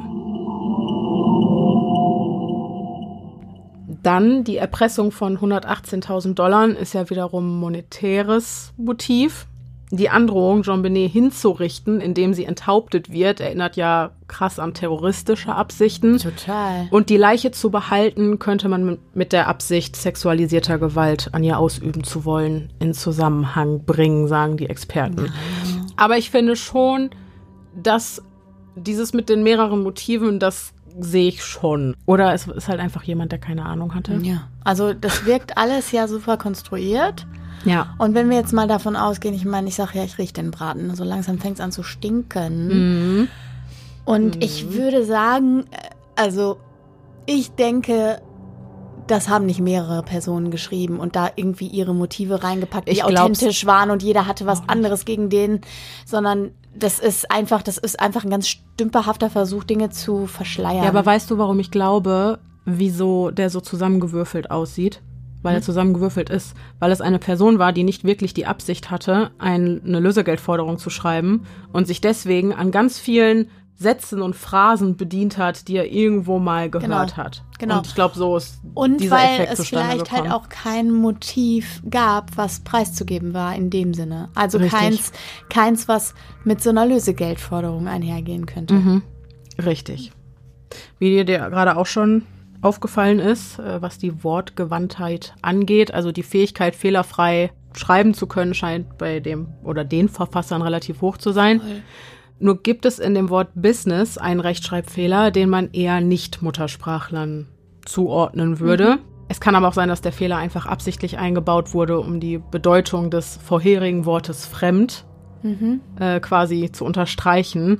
Dann die Erpressung von hundertachtzehntausend Dollar ist ja wiederum monetäres Motiv. Die Androhung, John Benet hinzurichten, indem sie enthauptet wird, erinnert ja krass an terroristische Absichten. Total. Und die Leiche zu behalten, könnte man mit der Absicht sexualisierter Gewalt an ihr ausüben zu wollen, in Zusammenhang bringen, sagen die Experten. Ja. Aber ich finde schon, dass dieses mit den mehreren Motiven, das sehe ich schon. Oder es ist halt einfach jemand, der keine Ahnung hatte. Ja, also das wirkt alles ja super konstruiert. Ja. Und wenn wir jetzt mal davon ausgehen, ich meine, ich sage ja, ich rieche den Braten, so langsam fängt es an zu stinken. Mhm. Und mhm. ich würde sagen, also ich denke, das haben nicht mehrere Personen geschrieben und da irgendwie ihre Motive reingepackt, die Ich glaub's authentisch waren und jeder hatte was anderes gegen den, sondern das ist einfach, das ist einfach ein ganz stümperhafter Versuch, Dinge zu verschleiern. Ja, aber weißt du, warum ich glaube, wieso der so zusammengewürfelt aussieht? Weil er zusammengewürfelt ist. Weil es eine Person war, die nicht wirklich die Absicht hatte, ein, eine Lösegeldforderung zu schreiben und sich deswegen an ganz vielen Sätzen und Phrasen bedient hat, die er irgendwo mal gehört Genau. hat. Genau. Und ich glaube, so ist Und dieser weil Effekt es zustande vielleicht gekommen. halt auch kein Motiv gab, was preiszugeben war in dem Sinne. Also Richtig. keins, keins, was mit so einer Lösegeldforderung einhergehen könnte. Mhm. Richtig. Wie dir der gerade auch schon aufgefallen ist, äh, was die Wortgewandtheit angeht, also die Fähigkeit, fehlerfrei schreiben zu können, scheint bei dem oder den Verfassern relativ hoch zu sein. Voll. Nur gibt es in dem Wort Business einen Rechtschreibfehler, den man eher Nicht-Muttersprachlern zuordnen würde. Mhm. Es kann aber auch sein, dass der Fehler einfach absichtlich eingebaut wurde, um die Bedeutung des vorherigen Wortes fremd Mhm. äh, quasi zu unterstreichen,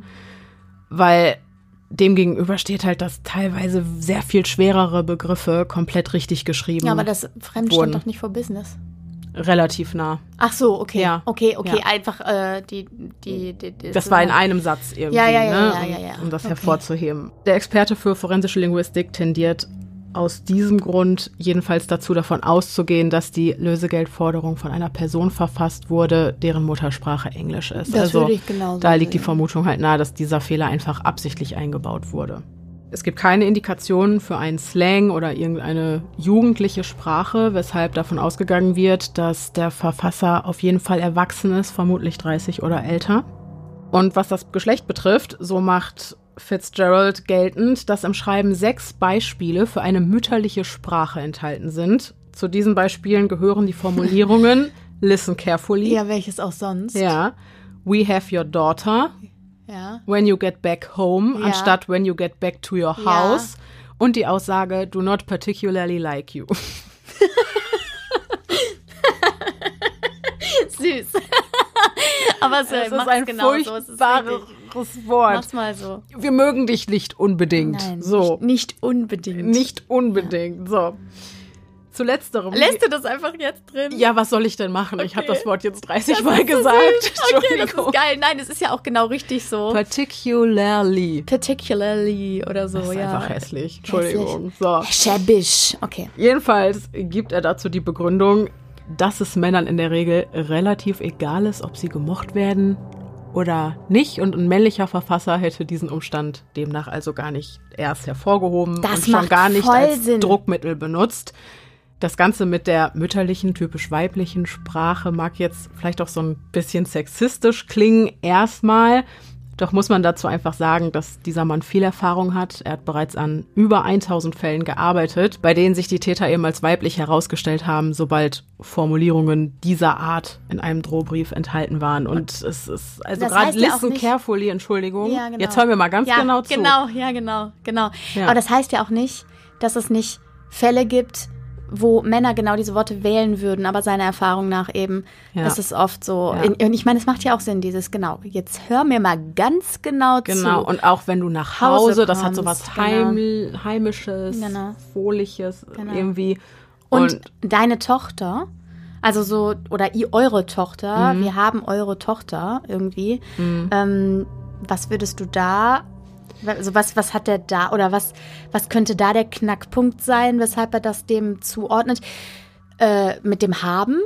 weil demgegenüber steht halt, dass teilweise sehr viel schwerere Begriffe komplett richtig geschrieben Ja, aber das Fremd wurden. stand doch nicht vor Business. Relativ nah. Ach so, okay. Ja. Okay, okay, Ja. einfach äh, die, die, die, die Das war in einem Satz irgendwie, Ja, ja, ja, ne? ja, ja, ja. um das Okay. hervorzuheben. Der Experte für forensische Linguistik tendiert aus diesem Grund jedenfalls dazu, davon auszugehen, dass die Lösegeldforderung von einer Person verfasst wurde, deren Muttersprache Englisch ist. Das also würde ich genauso da liegt die sehen. Vermutung halt nahe, dass dieser Fehler einfach absichtlich eingebaut wurde. Es gibt keine Indikationen für einen Slang oder irgendeine jugendliche Sprache, weshalb davon ausgegangen wird, dass der Verfasser auf jeden Fall erwachsen ist, vermutlich dreißig oder älter. Und was das Geschlecht betrifft, so macht Fitzgerald geltend, dass im Schreiben sechs Beispiele für eine mütterliche Sprache enthalten sind. Zu diesen Beispielen gehören die Formulierungen listen carefully. Ja, welches auch sonst. Ja. We have your daughter. Ja. When you get back home, Ja. anstatt when you get back to your Ja. house. Und die Aussage, do not particularly like you. Süß. Aber so, Das ist mach's ein genau so. Es ist furchtbares wirklich- Wort. Mach's mal so. Wir mögen dich nicht unbedingt. Nein, so. nicht, nicht unbedingt. Nicht unbedingt. So. Zu letzterem. Lässt du das einfach jetzt drin? Ja, was soll ich denn machen? Ich habe Okay. das Wort jetzt dreißig Das Mal ist so gesagt. süß. Okay, das Entschuldigung. ist geil. Nein, das ist ja auch genau richtig so. Particularly. Particularly oder so, Das ist ja. einfach hässlich. Entschuldigung. Hässlich. So. Schäbisch. Okay. Jedenfalls gibt er dazu die Begründung, dass es Männern in der Regel relativ egal ist, ob sie gemocht werden oder nicht. Und ein männlicher Verfasser hätte diesen Umstand demnach also gar nicht erst hervorgehoben Das und schon macht gar nicht voll als Sinn. Druckmittel benutzt. Das Ganze mit der mütterlichen, typisch weiblichen Sprache mag jetzt vielleicht auch so ein bisschen sexistisch klingen erstmal. Doch muss man dazu einfach sagen, dass dieser Mann viel Erfahrung hat. Er hat bereits an über tausend Fällen gearbeitet, bei denen sich die Täter eben als weiblich herausgestellt haben, sobald Formulierungen dieser Art in einem Drohbrief enthalten waren. Und es ist, also Das gerade heißt ja auch listen nicht- carefully, Entschuldigung. Ja, genau. Jetzt hören wir mal ganz ja, genau zu. Genau, ja, genau, genau. Ja. Aber das heißt ja auch nicht, dass es nicht Fälle gibt, wo Männer genau diese Worte wählen würden, aber seiner Erfahrung nach eben, Ja. das ist oft so. Ja. Und ich meine, es macht ja auch Sinn, dieses, genau, jetzt hör mir mal ganz genau, Genau, zu. und auch wenn du nach Hause Hause, das hat so kommst, was genau. Heim, Heimisches, Genau. Fröhliches Genau. irgendwie. Und, Und, deine Tochter, also so, oder ihr, eure Tochter, Mhm. wir haben eure Tochter irgendwie. Ähm, was würdest du da, also was, was hat der da, oder was, was könnte da der Knackpunkt sein, weshalb er das dem zuordnet? Äh, mit dem Haben?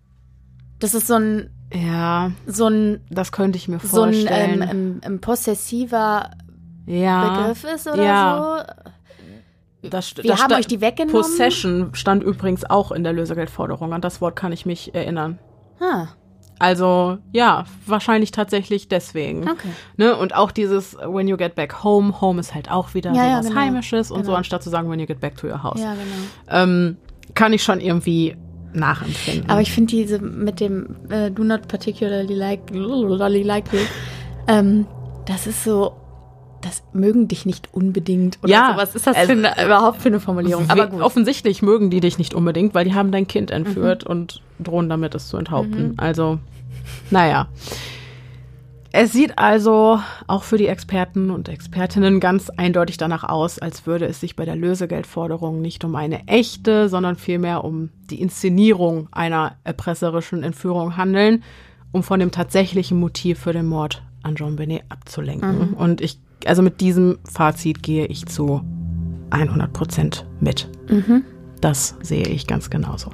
Das ist so ein, ja, so ein, das könnte ich mir so ein vorstellen. ähm, ähm, ähm, possessiver ja, Begriff ist oder ja. so. Das, Wir das haben sta- euch die weggenommen. Possession stand übrigens auch in der Lösegeldforderung. An das Wort kann ich mich erinnern. Ah, Also, ja, wahrscheinlich tatsächlich deswegen. okay. Ne? Und auch dieses When you get back home, home ist halt auch wieder Ja, so ja, was genau. Heimisches und so, Genau. anstatt zu sagen When you get back to your house. Ja, genau. Ähm, kann ich schon irgendwie nachempfinden. Aber ich finde diese mit dem äh, do not particularly like, like you, ähm, das ist so, das mögen dich nicht unbedingt oder Ja, so. Was ist das also, für eine, überhaupt für eine Formulierung? Aber gut. Offensichtlich mögen die dich nicht unbedingt, weil die haben dein Kind Mhm. entführt und drohen damit, es zu enthaupten. Also, naja. Es sieht also auch für die Experten und Expertinnen ganz eindeutig danach aus, als würde es sich bei der Lösegeldforderung nicht um eine echte, sondern vielmehr um die Inszenierung einer erpresserischen Entführung handeln, um von dem tatsächlichen Motiv für den Mord an JonBenét abzulenken. Mhm. Und ich, also mit diesem Fazit gehe ich zu hundert Prozent mit. Mhm. Das sehe ich ganz genauso.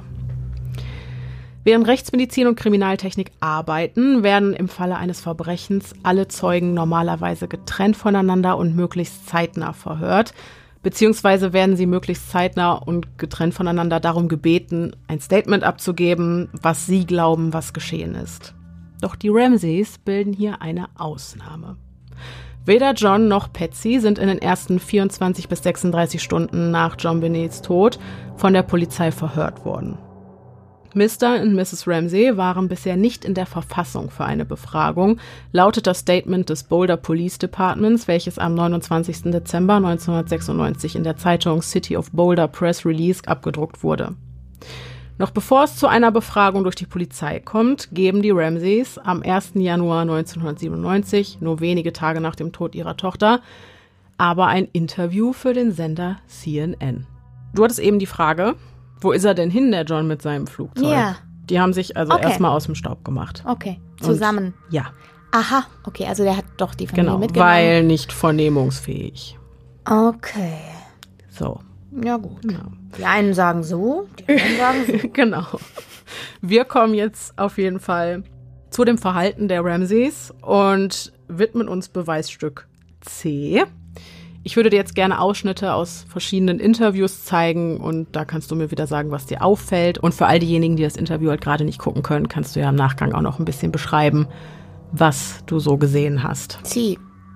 Während Rechtsmedizin und Kriminaltechnik arbeiten, werden im Falle eines Verbrechens alle Zeugen normalerweise getrennt voneinander und möglichst zeitnah verhört, beziehungsweise werden sie möglichst zeitnah und getrennt voneinander darum gebeten, ein Statement abzugeben, was sie glauben, was geschehen ist. Doch die Ramseys bilden hier eine Ausnahme. Weder John noch Patsy sind in den ersten vierundzwanzig bis sechsunddreißig Stunden nach JonBenéts Tod von der Polizei verhört worden. Mister und Misses Ramsey waren bisher nicht in der Verfassung für eine Befragung, lautet das Statement des Boulder Police Departments, welches am neunundzwanzigsten Dezember neunzehnhundertsechsundneunzig in der Zeitung City of Boulder Press Release abgedruckt wurde. Noch bevor es zu einer Befragung durch die Polizei kommt, geben die Ramseys am ersten Januar neunzehnhundertsiebenundneunzig, nur wenige Tage nach dem Tod ihrer Tochter, aber ein Interview für den Sender C N N. Du hattest eben die Frage, wo ist er denn hin, der John, mit seinem Flugzeug? Ja. Die haben sich also Okay. erstmal aus dem Staub gemacht. Okay, zusammen. Und, ja, Aha, okay, also der hat doch die Familie genau, mitgenommen. weil nicht vernehmungsfähig. Okay, So, ja gut. genau. Die einen sagen so, die anderen sagen so. Genau. Wir kommen jetzt auf jeden Fall zu dem Verhalten der Ramseys und widmen uns Beweisstück C. Ich würde dir jetzt gerne Ausschnitte aus verschiedenen Interviews zeigen und da kannst du mir wieder sagen, was dir auffällt. Und für all diejenigen, die das Interview halt gerade nicht gucken können, kannst du ja im Nachgang auch noch ein bisschen beschreiben, was du so gesehen hast. Sie.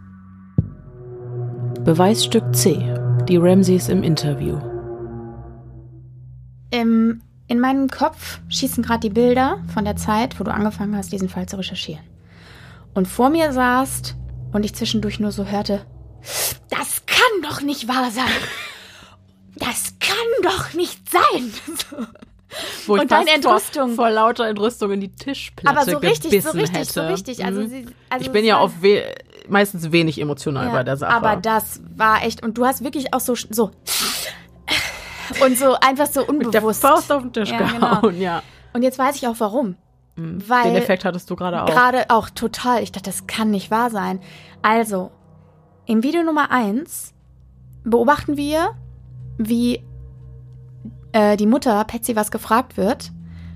Beweisstück C. Die Ramseys im Interview. Im, in meinem Kopf schießen gerade die Bilder von der Zeit, wo du angefangen hast, diesen Fall zu recherchieren. Und vor mir saßt und ich zwischendurch nur so hörte, das kann doch nicht wahr sein. Das kann doch nicht sein. Wo ich Und deine fast Entrüstung. Vor, vor lauter Entrüstung in die Tischplatte Aber so richtig, gebissen so richtig, hätte. so richtig. Also Mhm. sie, also ich bin es ja war- auch we- meistens wenig emotional Ja, bei der Sache. aber das war echt, und du hast wirklich auch so, so und so einfach so Mit der unbewusst. Faust auf den Tisch Ja, gehauen, genau. ja. Und jetzt weiß ich auch warum. Mhm. Weil Den Effekt hattest du gerade auch. Gerade auch total. Ich dachte, das kann nicht wahr sein. Also, im Video Nummer eins beobachten wir, wie äh, die Mutter, Patsy, was gefragt wird.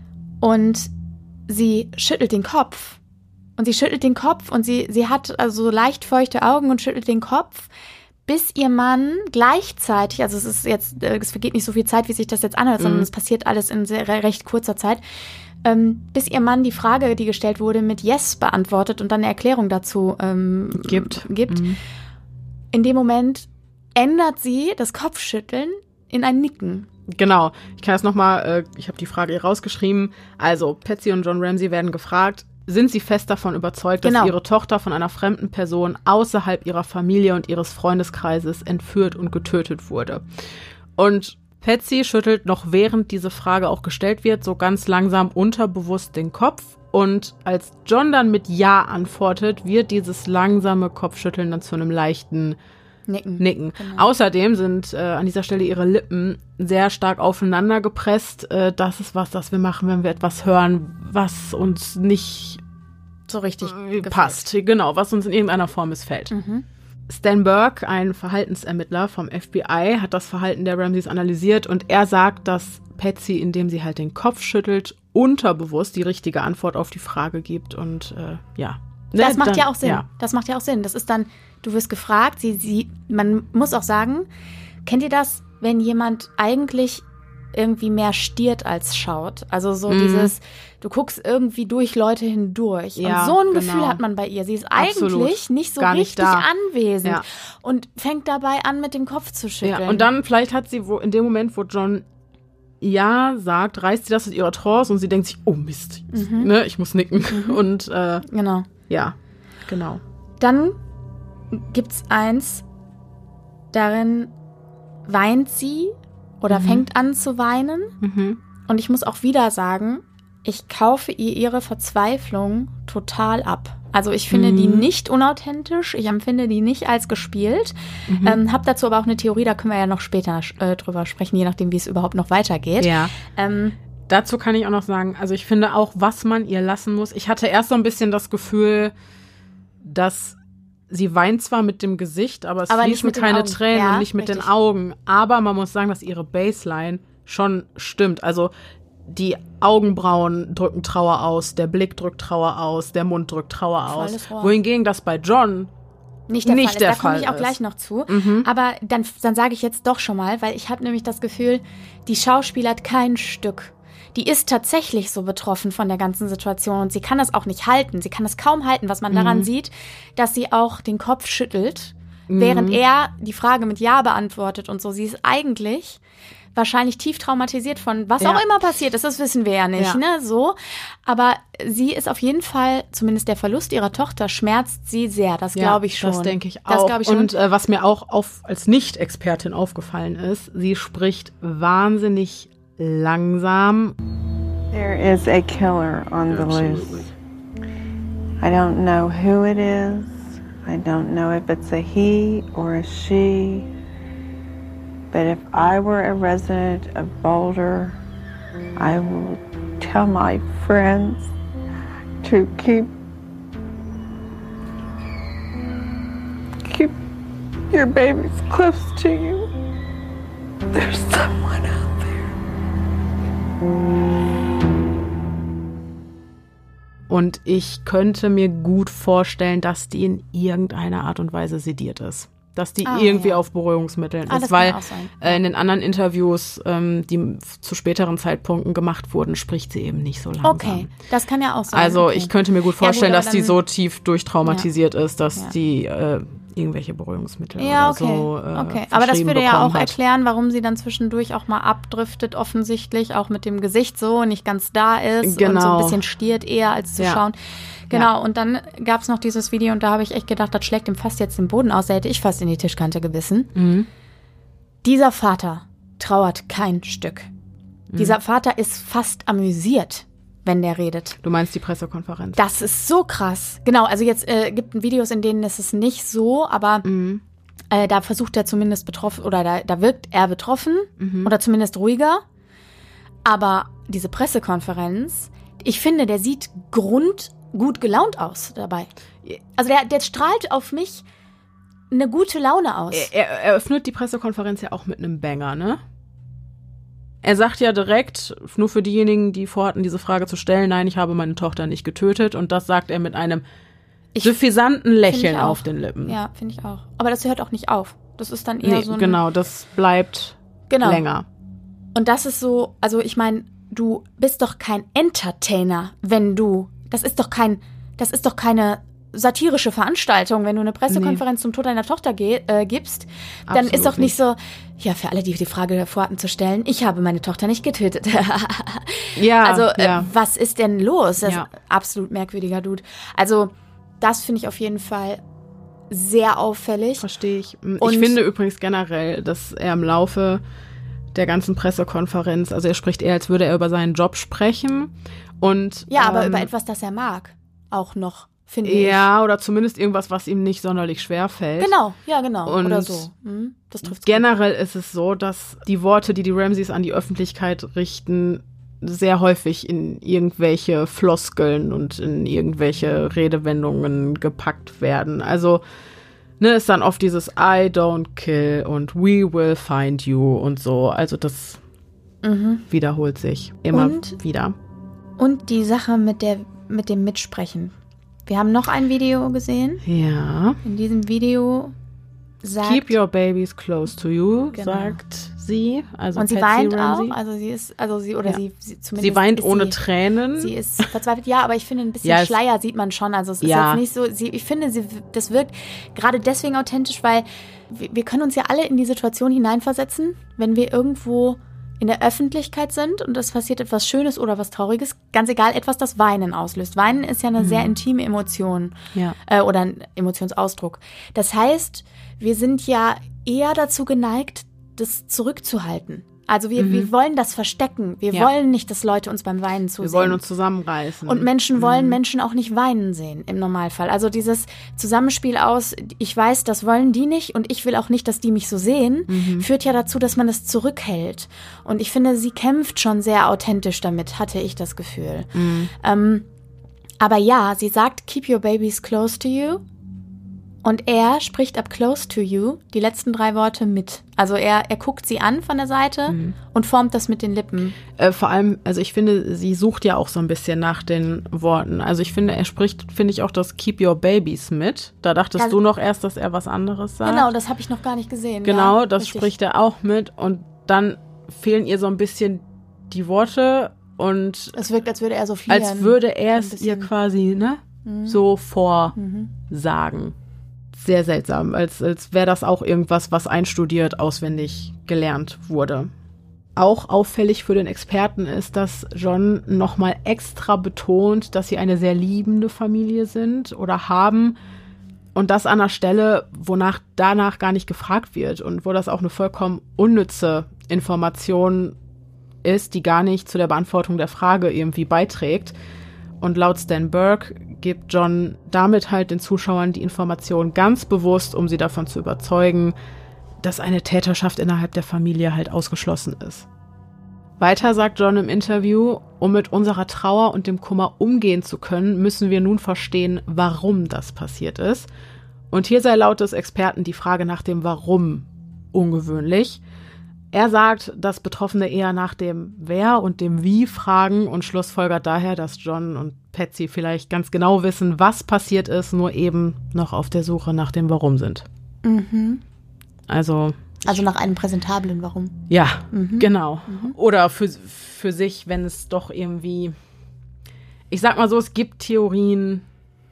Und sie schüttelt den Kopf. Und sie schüttelt den Kopf und sie, sie hat also so leicht feuchte Augen und schüttelt den Kopf, bis ihr Mann gleichzeitig, also es ist jetzt, äh, es vergeht nicht so viel Zeit, wie sich das jetzt anhört, Mhm. sondern es passiert alles in sehr, recht kurzer Zeit, ähm, bis ihr Mann die Frage, die gestellt wurde, mit Yes beantwortet und dann eine Erklärung dazu ähm, Gibt. gibt. Mhm. In dem Moment ändert sie das Kopfschütteln in ein Nicken. Genau. Ich kann jetzt nochmal, äh, ich habe die Frage hier rausgeschrieben. Also, Patsy und John Ramsey werden gefragt, sind sie fest davon überzeugt, Genau. dass ihre Tochter von einer fremden Person außerhalb ihrer Familie und ihres Freundeskreises entführt und getötet wurde? Und Patsy schüttelt noch während diese Frage auch gestellt wird, so ganz langsam unterbewusst den Kopf. Und als John dann mit Ja antwortet, wird dieses langsame Kopfschütteln dann zu einem leichten Nicken. Nicken. Genau. Außerdem sind äh, an dieser Stelle ihre Lippen sehr stark aufeinander gepresst. Äh, das ist was, das wir machen, wenn wir etwas hören, was uns nicht So richtig äh, gefällt. passt. Genau, was uns in irgendeiner Form missfällt. Mhm. Stan Burke, ein Verhaltensermittler vom F B I, hat das Verhalten der Ramseys analysiert und er sagt, dass Patsy, indem sie halt den Kopf schüttelt, unterbewusst die richtige Antwort auf die Frage gibt und äh, ja. Das Ne, macht dann- ja auch Sinn. Ja. Das macht ja auch Sinn. Das ist dann, du wirst gefragt, sie, sie, man muss auch sagen, kennt ihr das, wenn jemand eigentlich irgendwie mehr stiert als schaut? Also so Mhm. dieses, du guckst irgendwie durch Leute hindurch. Ja, und so ein Gefühl genau. hat man bei ihr. Sie ist Absolut. eigentlich nicht so Gar nicht richtig da. anwesend Ja. und fängt dabei an, mit dem Kopf zu schütteln. Ja, und dann vielleicht hat sie, wo in dem Moment, wo John Ja sagt, reißt sie das aus ihrer Trance und sie denkt sich, oh Mist, Mhm. ne, ich muss nicken. Und äh, Genau. ja, genau. Dann gibt's eins, darin weint sie oder Mhm. fängt an zu weinen. Mhm. Und ich muss auch wieder sagen, ich kaufe ihr ihre Verzweiflung total ab. Also ich finde mhm. die nicht unauthentisch, ich empfinde die nicht als gespielt. Mhm. Ähm, hab dazu aber auch eine Theorie, da können wir ja noch später äh, drüber sprechen, je nachdem, wie es überhaupt noch weitergeht. Ja. Ähm, Dazu kann ich auch noch sagen, also ich finde auch, was man ihr lassen muss. Ich hatte erst so ein bisschen das Gefühl, dass sie weint zwar mit dem Gesicht, aber es aber fließen keine Tränen ja, und nicht mit richtig. den Augen. Aber man muss sagen, dass ihre Baseline schon stimmt. Also die Augenbrauen drücken Trauer aus, der Blick drückt Trauer aus, der Mund drückt Trauer aus. Wohingegen das bei John nicht der nicht Fall ist. Der da komme ich auch ist. gleich noch zu. Mhm. Aber dann, dann sage ich jetzt doch schon mal, weil ich habe nämlich das Gefühl, die schauspielert kein Stück. Die ist tatsächlich so betroffen von der ganzen Situation und sie kann das auch nicht halten. Sie kann das kaum halten, was man daran mhm. sieht, dass sie auch den Kopf schüttelt, mhm. während er die Frage mit Ja beantwortet und so. Sie ist eigentlich wahrscheinlich tief traumatisiert von was ja. auch immer passiert ist, das wissen wir ja nicht, ja. ne, so. Aber sie ist auf jeden Fall, zumindest der Verlust ihrer Tochter schmerzt sie sehr, das ja, glaube ich schon. Das denke ich auch. Das glaub ich schon. Und äh, was mir auch auf, als Nicht-Expertin aufgefallen ist, sie spricht wahnsinnig langsam. There is a killer on the loose. I don't know who it is. I don't know if it's a he or a she. But if I were a resident of Boulder, I will tell my friends to keep keep your babies close to you. There's someone out there. Und ich könnte mir gut vorstellen, dass die in irgendeiner Art und Weise sediert ist. Dass die ah, irgendwie ja. auf Beruhigungsmitteln ah, ist, das weil kann auch sein. äh, in den anderen Interviews, ähm, die zu späteren Zeitpunkten gemacht wurden, spricht sie eben nicht so langsam. Okay, das kann ja auch sein. Also okay. ich könnte mir gut vorstellen, ja, gut, dass die so tief durchtraumatisiert ja. ist, dass ja. die äh, irgendwelche Beruhigungsmittel ja, oder okay. so äh, okay. Aber das würde ja auch hat. erklären, warum sie dann zwischendurch auch mal abdriftet, offensichtlich, auch mit dem Gesicht so nicht ganz da ist genau. und so ein bisschen stiert eher, als zu ja. schauen. Genau, ja. und dann gab es noch dieses Video und da habe ich echt gedacht, das schlägt ihm fast jetzt den Boden aus, da hätte ich fast in die Tischkante gebissen. Mhm. Dieser Vater trauert kein Stück. Mhm. Dieser Vater ist fast amüsiert, wenn der redet. Du meinst die Pressekonferenz? Das ist so krass. Genau, also jetzt äh, gibt es Videos, in denen ist es nicht so, aber mhm. äh, da versucht er zumindest betroffen, oder da, da wirkt er betroffen mhm. oder zumindest ruhiger. Aber diese Pressekonferenz, ich finde, der sieht grund gut gelaunt aus dabei. Also der, der strahlt auf mich eine gute Laune aus. Er, er eröffnet die Pressekonferenz ja auch mit einem Banger, ne? Er sagt ja direkt, nur für diejenigen, die vorhatten, diese Frage zu stellen, nein, ich habe meine Tochter nicht getötet. Und das sagt er mit einem ich, suffisanten Lächeln auf den Lippen. Ja, finde ich auch. Aber das hört auch nicht auf. Das ist dann eher nee, so ein... genau, das bleibt genau. länger. Und das ist so, also ich meine, du bist doch kein Entertainer, wenn du... Das ist doch kein, das ist doch keine satirische Veranstaltung, wenn du eine Pressekonferenz nee. zum Tod deiner Tochter ge- äh, gibst. Dann Absolut ist doch nicht nicht so, ja, für alle, die die Frage davor hatten zu stellen, ich habe meine Tochter nicht getötet. ja, also, äh, ja. was ist denn los? Das ja. ist ein absolut merkwürdiger Dude. Also, das finde ich auf jeden Fall sehr auffällig. Verstehe ich. Und ich finde übrigens generell, dass er im Laufe der ganzen Pressekonferenz, also er spricht eher, als würde er über seinen Job sprechen. Und, ja, aber ähm, über etwas, das er mag, auch noch, finde ich. Ja, oder zumindest irgendwas, was ihm nicht sonderlich schwer fällt. Genau, ja, genau. Und oder so. Hm, das trifft's generell gut. Ist es so, dass die Worte, die die Ramseys an die Öffentlichkeit richten, sehr häufig in irgendwelche Floskeln und in irgendwelche Redewendungen gepackt werden. Also, ne, ist dann oft dieses I don't kill und we will find you und so. Also das mhm. wiederholt sich immer und, wieder. Und die Sache mit der mit dem Mitsprechen. Wir haben noch ein Video gesehen. Ja. In diesem Video sagt... Keep your babies close to you, genau. sagt sie. Also und sie Patsy weint Ramsey. auch. Also sie ist, also sie, oder ja. sie, sie zumindest... Sie weint ist ohne sie, Tränen. Sie ist verzweifelt, ja, aber ich finde, ein bisschen ja, Schleier sieht man schon. Also es ist ja. jetzt nicht so... Sie, ich finde, sie, das wirkt gerade deswegen authentisch, weil wir, wir können uns ja alle in die Situation hineinversetzen, wenn wir irgendwo in der Öffentlichkeit sind und es passiert etwas Schönes oder was Trauriges, ganz egal, etwas, das Weinen auslöst. Weinen ist ja eine mhm. sehr intime Emotion ja. äh, oder ein Emotionsausdruck. Das heißt, wir sind ja eher dazu geneigt, das zurückzuhalten. Also wir, Mhm. wir wollen das verstecken. Wir Ja. wollen nicht, dass Leute uns beim Weinen zusehen. Wir wollen uns zusammenreißen. Und Menschen wollen Menschen auch nicht weinen sehen, im Normalfall. Also dieses Zusammenspiel aus, ich weiß, das wollen die nicht und ich will auch nicht, dass die mich so sehen, Mhm. führt ja dazu, dass man das zurückhält. Und ich finde, sie kämpft schon sehr authentisch damit, hatte ich das Gefühl. Mhm. Ähm, aber ja, sie sagt, keep your babies close to you. Und er spricht ab close to you die letzten drei Worte mit. Also er, er guckt sie an von der Seite Mhm. und formt das mit den Lippen. Äh, vor allem, also ich finde, sie sucht ja auch so ein bisschen nach den Worten. Also ich finde, er spricht, finde ich, auch das Keep Your Babies mit. Da dachtest Ja, du noch erst, dass er was anderes sagt. Genau, das habe ich noch gar nicht gesehen. Genau, ja, das richtig. spricht er auch mit. Und dann fehlen ihr so ein bisschen die Worte und Es wirkt, als würde er so fliehen. als würde er Ein es bisschen. ihr quasi, ne, so vorsagen. Sehr seltsam, als, als wäre das auch irgendwas, was einstudiert, auswendig gelernt wurde. Auch auffällig für den Experten ist, dass John nochmal extra betont, dass sie eine sehr liebende Familie sind oder haben und das an einer Stelle, wonach danach gar nicht gefragt wird und wo das auch eine vollkommen unnütze Information ist, die gar nicht zu der Beantwortung der Frage irgendwie beiträgt. Und laut Stan Burke gibt John damit halt den Zuschauern die Information ganz bewusst, um sie davon zu überzeugen, dass eine Täterschaft innerhalb der Familie halt ausgeschlossen ist. Weiter sagt John im Interview, um mit unserer Trauer und dem Kummer umgehen zu können, müssen wir nun verstehen, warum das passiert ist. Und hier sei laut des Experten die Frage nach dem Warum ungewöhnlich. Er sagt, dass Betroffene eher nach dem Wer und dem Wie fragen und schlussfolgert daher, dass John und Patsy vielleicht ganz genau wissen, was passiert ist, nur eben noch auf der Suche nach dem Warum sind. Mhm. Also, Also nach einem präsentablen Warum. ja, genau. Oder für, für sich, wenn es doch irgendwie, ich sag mal so, es gibt Theorien,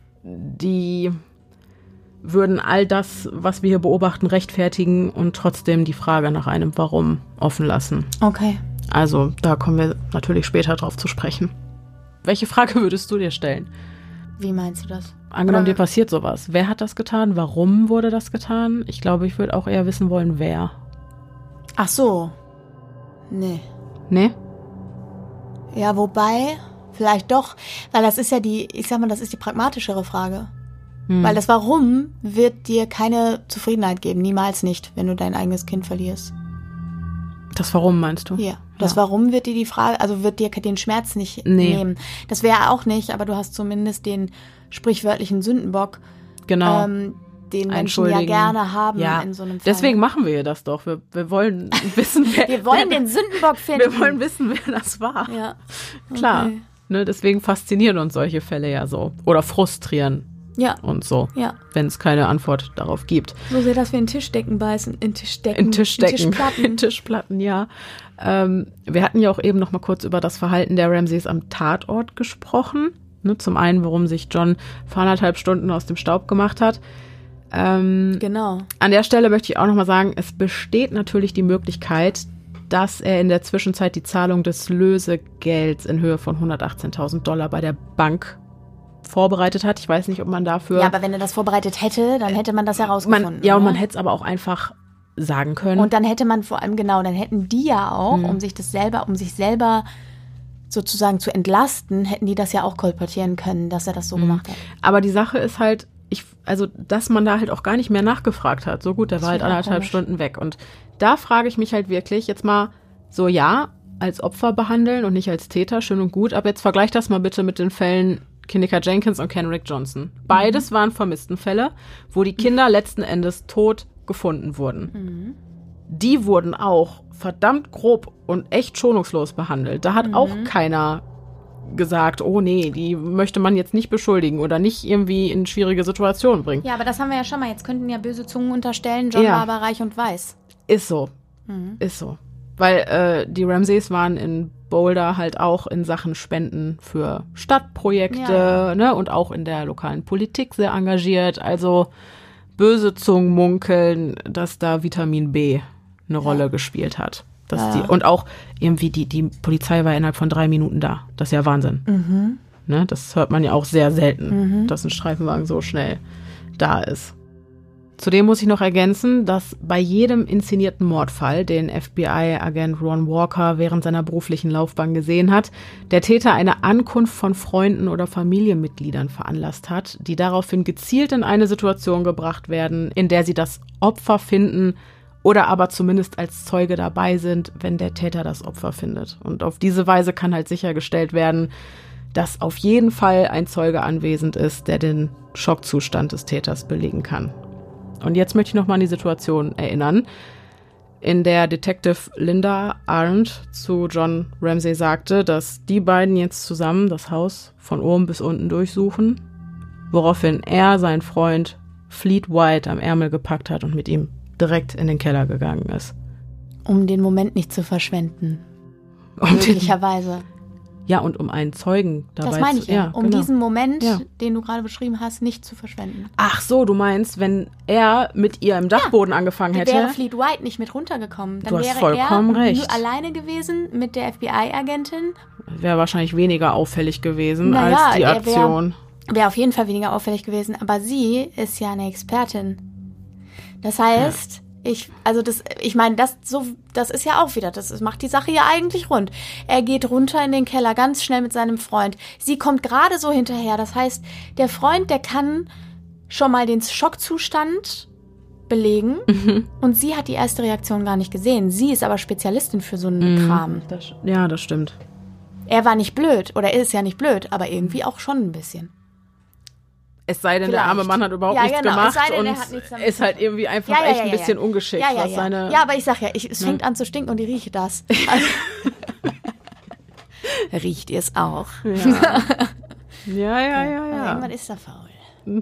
die würden all das, was wir hier beobachten, rechtfertigen und trotzdem die Frage nach einem Warum offen lassen. Okay. Also da kommen wir natürlich später drauf zu sprechen. Welche Frage würdest du dir stellen? Wie meinst du das? Angenommen, Oder- dir passiert sowas. Wer hat das getan? Warum wurde das getan? Ich glaube, ich würde auch eher wissen wollen, wer. Ach so. Nee. Ne? Ja, wobei, vielleicht doch, weil das ist ja die, ich sag mal, das ist die pragmatischere Frage. Hm. Weil das Warum wird dir keine Zufriedenheit geben, niemals nicht, wenn du dein eigenes Kind verlierst. Das Warum meinst du? Ja. Das Ja. Warum wird dir die Frage, also wird dir den Schmerz nicht Nee. nehmen. Das wäre auch nicht, aber du hast zumindest den sprichwörtlichen Sündenbock, Genau. ähm, den Menschen ja Einschuldigen. gerne haben Ja, in so einem Fall. deswegen machen wir das doch. Wir, wir wollen wissen, wer. Wir wollen wer, den Sündenbock finden. Wir wollen wissen, wer das war. Ja. Klar. Okay. Ne, deswegen faszinieren uns solche Fälle ja so. Oder frustrieren Ja. und so, Ja. wenn es keine Antwort darauf gibt. So sehr, dass wir in Tischdecken beißen. In Tischdecken. In Tischdecken. In Tischplatten. In Tischplatten, ja. Ähm, wir hatten ja auch eben noch mal kurz über das Verhalten der Ramseys am Tatort gesprochen. Ne, zum einen, warum sich John vor anderthalb Stunden aus dem Staub gemacht hat. Ähm, Genau. An der Stelle möchte ich auch noch mal sagen, es besteht natürlich die Möglichkeit, dass er in der Zwischenzeit die Zahlung des Lösegelds in Höhe von hundertachtzehntausend Dollar bei der Bank vorbereitet hat. Ich weiß nicht, ob man dafür... Ja, aber wenn er das vorbereitet hätte, dann hätte man das herausgefunden. man, ja, und man oder? hätte es aber auch einfach sagen können. Und dann hätte man vor allem, genau, dann hätten die ja auch, Mhm. um sich das selber, um sich selber sozusagen zu entlasten, hätten die das ja auch kolportieren können, dass er das so Mhm. gemacht hat. Aber die Sache ist halt, ich, also, dass man da halt auch gar nicht mehr nachgefragt hat. So gut, der Das war halt wäre auch anderthalb komisch. Stunden weg. Und da frage ich mich halt wirklich jetzt mal so, ja, als Opfer behandeln und nicht als Täter, schön und gut. Aber jetzt vergleich das mal bitte mit den Fällen Kenneka Jenkins und Kenrick Johnson. Beides waren Vermisstenfälle, wo die Kinder letzten Endes tot gefunden wurden. Die wurden auch verdammt grob und echt schonungslos behandelt. Da hat auch keiner gesagt, oh nee, die möchte man jetzt nicht beschuldigen oder nicht irgendwie in schwierige Situationen bringen. Ja, aber das haben wir ja schon mal. Jetzt könnten ja böse Zungen unterstellen, John Ja. war aber reich und weiß. Ist so. Ist so. Weil äh, die Ramseys waren in Boulder halt auch in Sachen Spenden für Stadtprojekte, Ja. ne, und auch in der lokalen Politik sehr engagiert. Also böse Zungen munkeln, dass da Vitamin B eine Rolle gespielt hat. Dass Ja. die, und auch irgendwie die, die Polizei war innerhalb von drei Minuten da. Das ist ja Wahnsinn. Mhm. Ne, das hört man ja auch sehr selten, dass ein Streifenwagen so schnell da ist. Zudem muss ich noch ergänzen, dass bei jedem inszenierten Mordfall, den F B I-Agent Ron Walker während seiner beruflichen Laufbahn gesehen hat, der Täter eine Ankunft von Freunden oder Familienmitgliedern veranlasst hat, die daraufhin gezielt in eine Situation gebracht werden, in der sie das Opfer finden oder aber zumindest als Zeuge dabei sind, wenn der Täter das Opfer findet. Und auf diese Weise kann halt sichergestellt werden, dass auf jeden Fall ein Zeuge anwesend ist, der den Schockzustand des Täters belegen kann. Und jetzt möchte ich noch mal an die Situation erinnern, in der Detective Linda Arndt zu John Ramsey sagte, dass die beiden jetzt zusammen das Haus von oben bis unten durchsuchen, woraufhin er seinen Freund Fleet White am Ärmel gepackt hat und mit ihm direkt in den Keller gegangen ist. Um den Moment nicht zu verschwenden. Um Möglicherweise. Ja, und um einen Zeugen dabei Das meine ich zu, ja, ja um genau. diesen Moment, Ja. den du gerade beschrieben hast, nicht zu verschwenden. Ach so, du meinst, wenn er mit ihr im Dachboden angefangen hätte? Wäre Fleet White nicht mit runtergekommen, dann Du hast wäre vollkommen er recht. nur alleine gewesen mit der F B I-Agentin. Wäre wahrscheinlich weniger auffällig gewesen Naja, als die er wär- Aktion. Wäre auf jeden Fall weniger auffällig gewesen, aber sie ist ja eine Expertin. Das heißt, ich, also das, ich meine, das so, das ist ja auch wieder, das ist, macht die Sache ja eigentlich rund. Er geht runter in den Keller ganz schnell mit seinem Freund. Sie kommt gerade so hinterher. Das heißt, der Freund, der kann schon mal den Schockzustand belegen Mhm. und sie hat die erste Reaktion gar nicht gesehen. Sie ist aber Spezialistin für so einen Kram. Das, ja, das stimmt. Er war nicht blöd oder er ist ja nicht blöd, aber irgendwie auch schon ein bisschen. Es sei denn, der Vielleicht. arme Mann hat überhaupt Ja, nichts genau. Es gemacht sei denn, er und hat nichts damit ist zu halt tun. irgendwie einfach Ja, ja, echt ja, ein ja. bisschen ungeschickt, Ja, ja, was ja. seine... ja, aber ich sag ja, ich, es fängt an zu stinken und ich rieche das. Also, riecht ihr es auch? Ja, ja, ja, ja. Also ja. irgendwann ist er faul.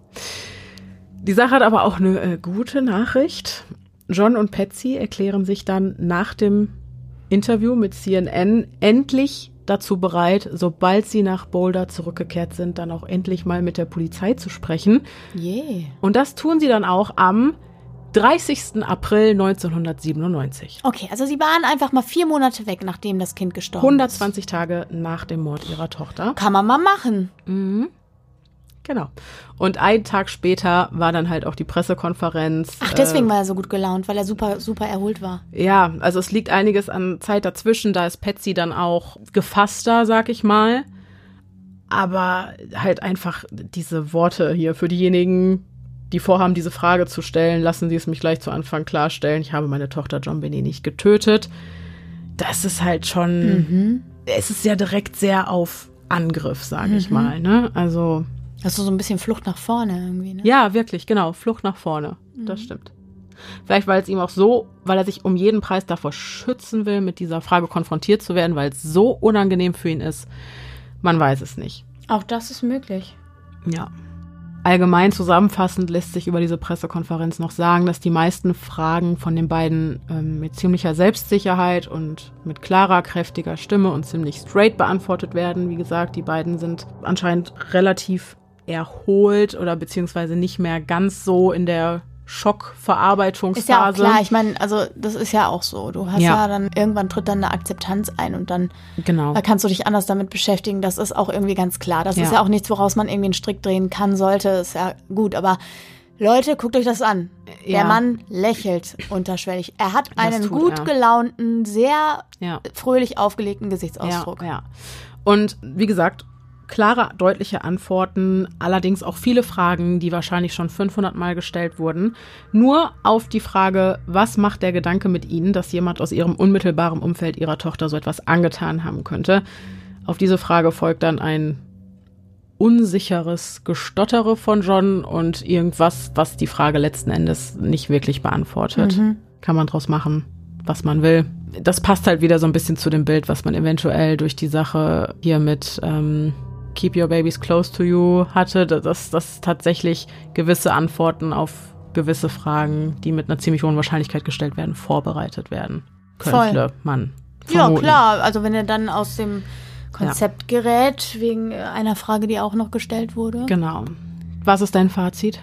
Die Sache hat aber auch eine äh, gute Nachricht. John und Patsy erklären sich dann nach dem Interview mit C N N endlich dazu bereit, sobald sie nach Boulder zurückgekehrt sind, dann auch endlich mal mit der Polizei zu sprechen. Yeah. Und das tun sie dann auch am dreißigsten April neunzehnhundertsiebenundneunzig. Okay, also sie waren einfach mal vier Monate weg, nachdem das Kind gestorben hundertzwanzig Tage nach dem Mord ihrer Tochter. ist. Kann man mal machen. Mhm. Genau. Und einen Tag später war dann halt auch die Pressekonferenz. Ach, deswegen äh, war er so gut gelaunt, weil er super, super erholt war. Ja, also es liegt einiges an Zeit dazwischen. Da ist Patsy dann auch gefasster, sag ich mal. Aber halt einfach diese Worte hier für diejenigen, die vorhaben, diese Frage zu stellen, lassen Sie es mich gleich zu Anfang klarstellen. Ich habe meine Tochter JonBenét nicht getötet. Das ist halt schon, Mhm. es ist ja direkt sehr auf Angriff, sage ich mal. Ne? Also Das ist so ein bisschen Flucht nach vorne irgendwie, ne? ja, wirklich, genau. Flucht nach vorne. Das stimmt. Vielleicht, weil es ihm auch so, weil er sich um jeden Preis davor schützen will, mit dieser Frage konfrontiert zu werden, weil es so unangenehm für ihn ist. Man weiß es nicht. Auch das ist möglich. Ja. Allgemein zusammenfassend lässt sich über diese Pressekonferenz noch sagen, dass die meisten Fragen von den beiden ähm, mit ziemlicher Selbstsicherheit und mit klarer, kräftiger Stimme und ziemlich straight beantwortet werden. Wie gesagt, die beiden sind anscheinend relativ erholt oder beziehungsweise nicht mehr ganz so in der Schockverarbeitungsphase. Ist ja auch klar, ich meine, also das ist ja auch so. Du hast ja. Ja. dann, irgendwann tritt dann eine Akzeptanz ein und dann Genau. da kannst du dich anders damit beschäftigen. Das ist auch irgendwie ganz klar. Das Ja. ist ja auch nichts, woraus man irgendwie einen Strick drehen kann, sollte. Ist ja gut, aber Leute, guckt euch das an. Der Ja. Mann lächelt unterschwellig. Er hat einen tut gut er. gelaunten, sehr Ja. fröhlich aufgelegten Gesichtsausdruck. Ja, ja. Und wie gesagt, klare, deutliche Antworten, allerdings auch viele Fragen, die wahrscheinlich schon fünfhundert Mal gestellt wurden. Nur auf die Frage, was macht der Gedanke mit Ihnen, dass jemand aus Ihrem unmittelbaren Umfeld Ihrer Tochter so etwas angetan haben könnte? Auf diese Frage folgt dann ein unsicheres Gestottere von John und irgendwas, was die Frage letzten Endes nicht wirklich beantwortet. Mhm. Kann man draus machen, was man will. Das passt halt wieder so ein bisschen zu dem Bild, was man eventuell durch die Sache hier mit ähm, Keep Your Babies Close to You hatte, dass, dass tatsächlich gewisse Antworten auf gewisse Fragen, die mit einer ziemlich hohen Wahrscheinlichkeit gestellt werden, vorbereitet werden. Könnte Voll. man Ja, vermuten. klar. Also wenn er dann aus dem Konzept gerät, wegen einer Frage, die auch noch gestellt wurde. Genau. Was ist dein Fazit?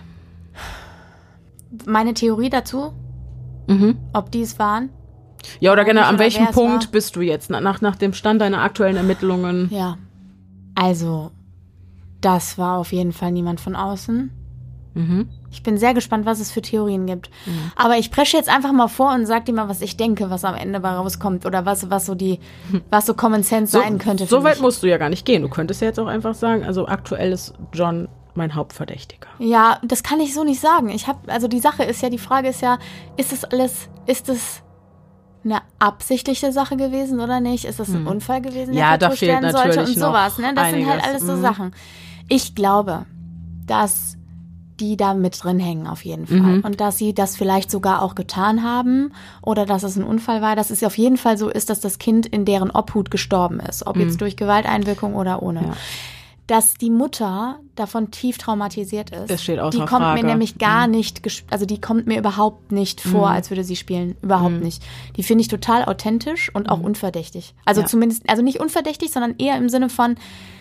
Meine Theorie dazu, Mhm. ob die es waren. Ja, oder gerne, Nicht an oder welchem wer es Punkt war. bist du jetzt? Nach, nach dem Stand deiner aktuellen Ermittlungen? Ja. Also, das war auf jeden Fall niemand von außen. Mhm. Ich bin sehr gespannt, was es für Theorien gibt. Mhm. Aber ich presche jetzt einfach mal vor und sag dir mal, was ich denke, was am Ende bei rauskommt oder was, was so die, was so Common Sense So, sein könnte. so für weit mich. musst du ja gar nicht gehen. Du könntest ja jetzt auch einfach sagen, also aktuell ist John mein Hauptverdächtiger. Ja, das kann ich so nicht sagen. Ich habe, also die Sache ist ja, die Frage ist ja, ist das alles, ist es eine absichtliche Sache gewesen oder nicht? Ist das ein Hm. Unfall gewesen, Ja, der da vertuscht fehlt werden sollte natürlich und noch sowas, ne? Das sind halt einiges. alles so Mhm. Sachen. Ich glaube, dass die da mit drin hängen auf jeden Fall. Mhm. Und dass sie das vielleicht sogar auch getan haben oder dass es ein Unfall war, dass es auf jeden Fall so ist, dass das Kind in deren Obhut gestorben ist. Ob Mhm. jetzt durch Gewalteinwirkung oder ohne. Ja. Dass die Mutter davon tief traumatisiert ist. Das steht außer Die kommt Frage. mir nämlich gar nicht, ges- also die kommt mir überhaupt nicht vor, Mhm. als würde sie spielen. Überhaupt Mhm. nicht. Die finde ich total authentisch und auch Mhm. unverdächtig. Also Ja. zumindest, also nicht unverdächtig, sondern eher im Sinne von,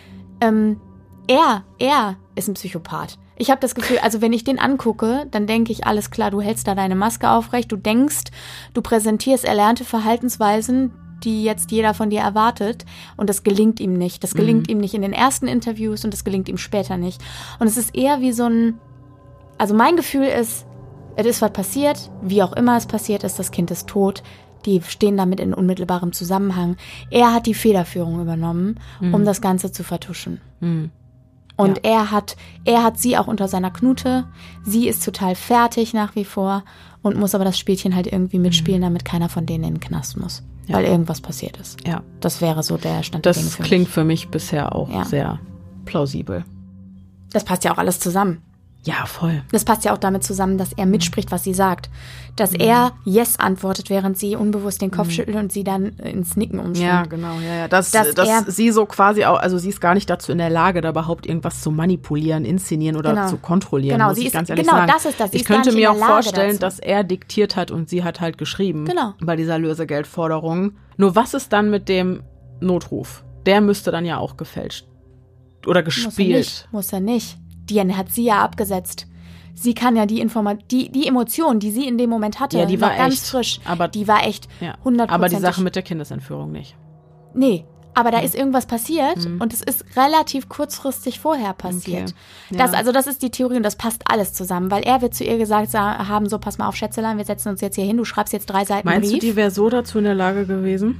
ähm, er, er ist ein Psychopath. Ich habe das Gefühl, also wenn ich den angucke, dann denke ich, alles klar, du hältst da deine Maske aufrecht, du denkst, du präsentierst erlernte Verhaltensweisen, die jetzt jeder von dir erwartet, und das gelingt ihm nicht. Das gelingt Mhm. ihm nicht in den ersten Interviews und das gelingt ihm später nicht. Und es ist eher wie so ein, also mein Gefühl ist, es ist was passiert, wie auch immer es passiert ist, das Kind ist tot, die stehen damit in unmittelbarem Zusammenhang. Er hat die Federführung übernommen, Mhm. um das Ganze zu vertuschen. Mhm. Und Ja. er hat, er hat sie auch unter seiner Knute. Sie ist total fertig nach wie vor und muss aber das Spielchen halt irgendwie mitspielen, damit keiner von denen in den Knast muss. Ja. Weil irgendwas passiert ist. Ja, Das wäre so der Stand der Dinge das für klingt für mich bisher auch Ja. sehr plausibel. mich. Das passt ja auch alles zusammen. Ja, voll. Das passt ja auch damit zusammen, dass er mitspricht, was sie sagt. Dass er Yes antwortet, während sie unbewusst den Kopf schüttelt und sie dann ins Nicken umschwingt. Ja, genau, ja, ja. Dass, Dass dass, er- sie so quasi auch, also sie ist gar nicht dazu in der Lage, da überhaupt irgendwas zu manipulieren, inszenieren oder Genau. zu kontrollieren, Genau, muss sie ich ist- ganz ehrlich genau, sagen. das ist das. Sie Ich ist gar könnte nicht mir in auch der Lage vorstellen, dazu. dass er diktiert hat und sie hat halt geschrieben. Genau. Bei dieser Lösegeldforderung. Nur was ist dann mit dem Notruf? Der müsste dann ja auch gefälscht oder Muss er gespielt. nicht. Muss er nicht. Die hat sie ja abgesetzt. Sie kann ja die Informat die, die Emotion, die sie in dem Moment hatte, Ja, die war noch ganz echt. frisch. Aber- die war echt Ja. hundertprozentig. Aber die Sache mit der Kindesentführung nicht. Nee, aber da ist irgendwas passiert Mhm. und es ist relativ kurzfristig vorher passiert. Okay. Das, Ja. also das ist die Theorie und das passt alles zusammen, weil er wird zu ihr gesagt sa- haben, so pass mal auf Schätzelein, wir setzen uns jetzt hier hin, du schreibst jetzt drei Seiten Meinst Brief. du, die wäre so dazu in der Lage gewesen?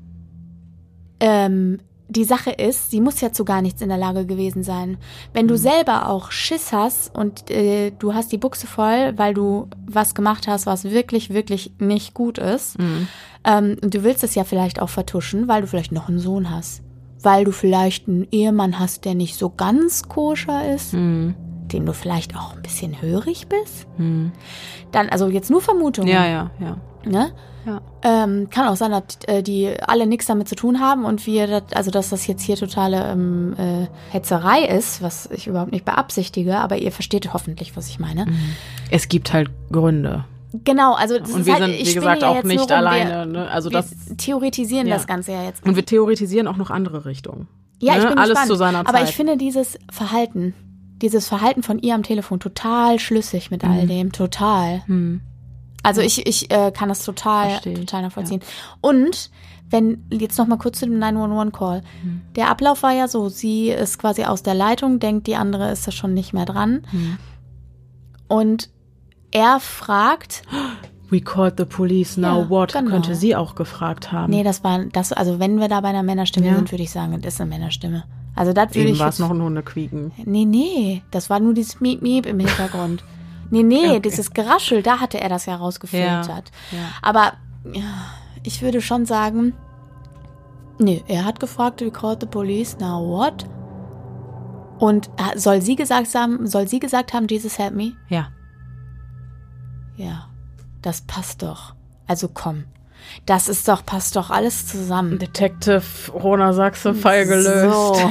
Ähm, die Sache ist, sie muss ja zu gar nichts in der Lage gewesen sein. Wenn du Mhm. selber auch Schiss hast und äh, du hast die Buchse voll, weil du was gemacht hast, was wirklich, wirklich nicht gut ist, Mhm. ähm, und du willst es ja vielleicht auch vertuschen, weil du vielleicht noch einen Sohn hast, weil du vielleicht einen Ehemann hast, der nicht so ganz koscher ist, Mhm. dem du vielleicht auch ein bisschen hörig bist, Mhm. dann, also jetzt nur Vermutungen, Ja, ja, ja. ne? Ja. Ähm, kann auch sein, dass äh, die alle nichts damit zu tun haben und wir, das, also dass das jetzt hier totale ähm, äh, Hetzerei ist, was ich überhaupt nicht beabsichtige, aber ihr versteht hoffentlich, was ich meine. Es gibt halt Gründe. Genau, also das Und ist wir halt, sind, ich wie spinne gesagt, ja auch jetzt nicht nur rum. alleine. Wir, Ne? Also wir das, theoretisieren ja. das Ganze ja jetzt. und wir theoretisieren auch noch andere Richtungen. Ja, ich ne? bin Alles gespannt. zu seiner Aber Zeit. ich finde dieses Verhalten, dieses Verhalten von ihr am Telefon total schlüssig mit all dem, total. Hm. Also ich, ich äh, kann das total, Versteh ich, total nachvollziehen. Und wenn, jetzt noch mal kurz zu dem neun eins eins Call. Hm. Der Ablauf war ja so, sie ist quasi aus der Leitung, denkt, die andere ist da schon nicht mehr dran. Hm. Und er fragt, We called the police, now Ja, what? genau. Könnte sie auch gefragt haben. nee, das war, das, also wenn wir da bei einer Männerstimme Ja. sind, würde ich sagen, das ist eine Männerstimme. Also das würde Eben ich war es jetzt- noch ein Hundequieken. Nee, nee, das war nur dieses Miep Miep im Hintergrund. Nee, nee, Okay. dieses Geraschel, da hatte er das ja rausgefiltert. Ja. Aber ja, ich würde schon sagen, nee, er hat gefragt, we called the police, now what? Und äh, soll sie gesagt haben, soll sie gesagt haben, Jesus help me? Ja. Ja, das passt doch. Also komm, das ist doch, passt doch alles zusammen. Detective Rona Sachse, Fall gelöst. So.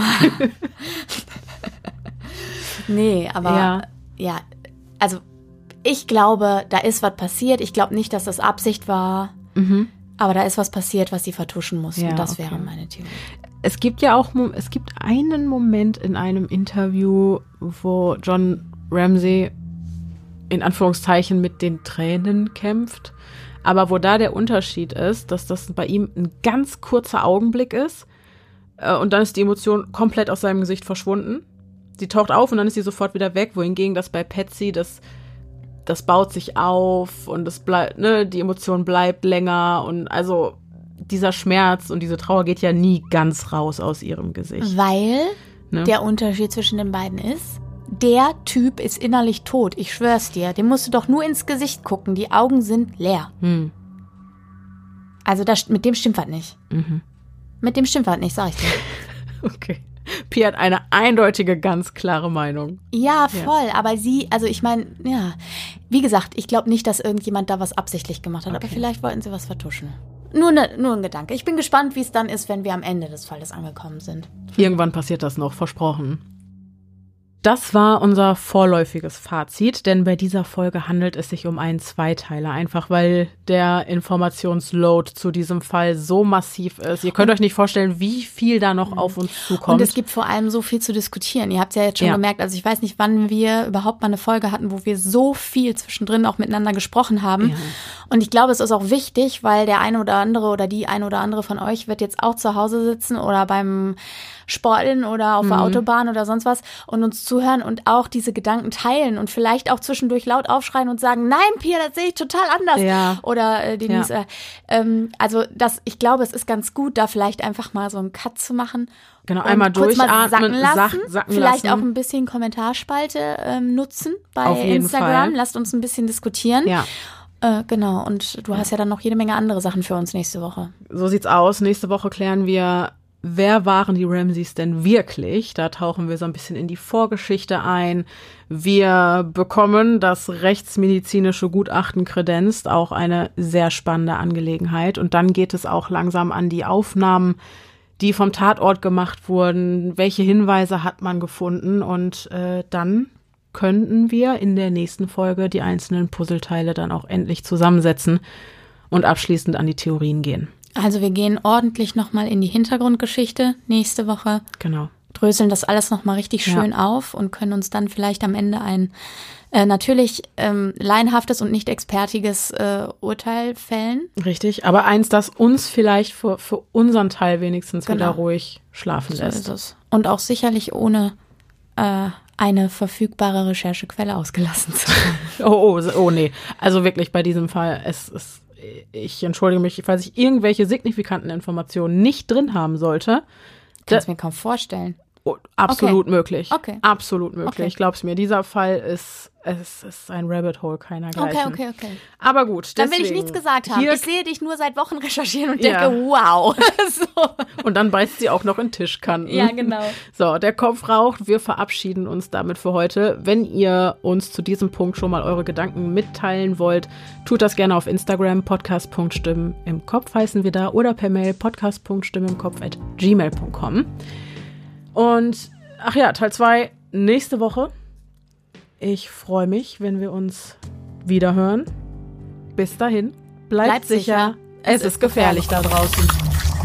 Nee, aber Ja. ja. also ich glaube, da ist was passiert. Ich glaube nicht, dass das Absicht war, Mhm. aber da ist was passiert, was sie vertuschen muss. Ja, Und das okay. wäre meine Theorie. Es gibt ja auch, Mo- es gibt einen Moment in einem Interview, wo John Ramsey in Anführungszeichen mit den Tränen kämpft, aber wo da der Unterschied ist, dass das bei ihm ein ganz kurzer Augenblick ist äh, und dann ist die Emotion komplett aus seinem Gesicht verschwunden. Sie taucht auf und dann ist sie sofort wieder weg, wohingegen das bei Patsy das das baut sich auf und es bleibt, ne, die Emotion bleibt länger und also dieser Schmerz und diese Trauer geht ja nie ganz raus aus ihrem Gesicht. Weil Ne? der Unterschied zwischen den beiden ist, der Typ ist innerlich tot, ich schwör's dir. Dem musst du doch nur ins Gesicht gucken, die Augen sind leer. Hm. Also das, mit dem stimmt was nicht. Mhm. Mit dem stimmt was nicht, sag ich dir. Okay. Pi hat eine eindeutige, ganz klare Meinung. Ja, voll, aber sie, also ich meine, ja, wie gesagt, ich glaube nicht, dass irgendjemand da was absichtlich gemacht hat, Okay. aber vielleicht wollten sie was vertuschen. Nur, ne, nur ein Gedanke. Ich bin gespannt, wie es dann ist, wenn wir am Ende des Falles angekommen sind. Irgendwann passiert das noch, versprochen. Das war unser vorläufiges Fazit, denn bei dieser Folge handelt es sich um einen Zweiteiler, einfach weil der Informationsload zu diesem Fall so massiv ist. Ihr könnt euch nicht vorstellen, wie viel da noch auf uns zukommt. Und es gibt vor allem so viel zu diskutieren. Ihr habt es ja jetzt schon Ja. gemerkt, also ich weiß nicht, wann wir überhaupt mal eine Folge hatten, wo wir so viel zwischendrin auch miteinander gesprochen haben. Ja. Und ich glaube, es ist auch wichtig, weil der eine oder andere oder die eine oder andere von euch wird jetzt auch zu Hause sitzen oder beim Sporteln oder auf der Autobahn oder sonst was und uns zuhören und auch diese Gedanken teilen und vielleicht auch zwischendurch laut aufschreien und sagen, nein, Pia, das sehe ich total anders. Ja. Oder äh, Denise. Ja. Äh, ähm, also das, ich glaube, es ist ganz gut, da vielleicht einfach mal so einen Cut zu machen. Genau, Und einmal kurz mal durchatmen, sacken lassen, sach- sacken vielleicht lassen. auch ein bisschen Kommentarspalte ähm, nutzen bei Auf jeden Instagram. Fall. Lasst uns ein bisschen diskutieren. Ja. Äh, genau, und du hast ja dann noch jede Menge andere Sachen für uns nächste Woche. So sieht's aus. Nächste Woche klären wir, wer waren die Ramseys denn wirklich? Da tauchen wir so ein bisschen in die Vorgeschichte ein. Wir bekommen das rechtsmedizinische Gutachten kredenzt, auch eine sehr spannende Angelegenheit. Und dann geht es auch langsam an die Aufnahmen, die vom Tatort gemacht wurden. Welche Hinweise hat man gefunden? Und äh, dann könnten wir in der nächsten Folge die einzelnen Puzzleteile dann auch endlich zusammensetzen und abschließend an die Theorien gehen. Also wir gehen ordentlich nochmal in die Hintergrundgeschichte nächste Woche, Genau. dröseln das alles nochmal richtig schön Ja. auf und können uns dann vielleicht am Ende ein äh, natürlich ähm, laienhaftes und nicht expertiges äh, Urteil fällen. Richtig, aber eins, das uns vielleicht für, für unseren Teil wenigstens Genau. wieder ruhig schlafen So lässt. ist es. Und auch sicherlich ohne äh, eine verfügbare Recherchequelle ausgelassen zu haben. Oh, oh, oh, nee. Also wirklich bei diesem Fall, es ist, ich entschuldige mich, falls ich irgendwelche signifikanten Informationen nicht drin haben sollte. Kannst mir kaum vorstellen. Oh, absolut Okay. möglich. Okay. Absolut möglich. Okay. Glaub's mir, dieser Fall ist, es ist ein Rabbit Hole keinergleichen. Okay, okay, okay. Aber gut, Dann will ich deswegen, nichts gesagt haben. Hier, Ich sehe dich nur seit Wochen recherchieren und Ja. denke, wow. so. und dann beißt sie auch noch in Tischkanten. Ja, genau. So, der Kopf raucht. Wir verabschieden uns damit für heute. Wenn ihr uns zu diesem Punkt schon mal eure Gedanken mitteilen wollt, tut das gerne auf Instagram, podcast.stimmen im Kopf heißen wir da, oder per Mail podcast.stimmen im Kopf at gmail punkt com. Und, ach ja, Teil zwei nächste Woche. Ich freue mich, wenn wir uns wiederhören. Bis dahin, bleibt, Bleibt sicher. sicher. Es, ist gefährlich da draußen.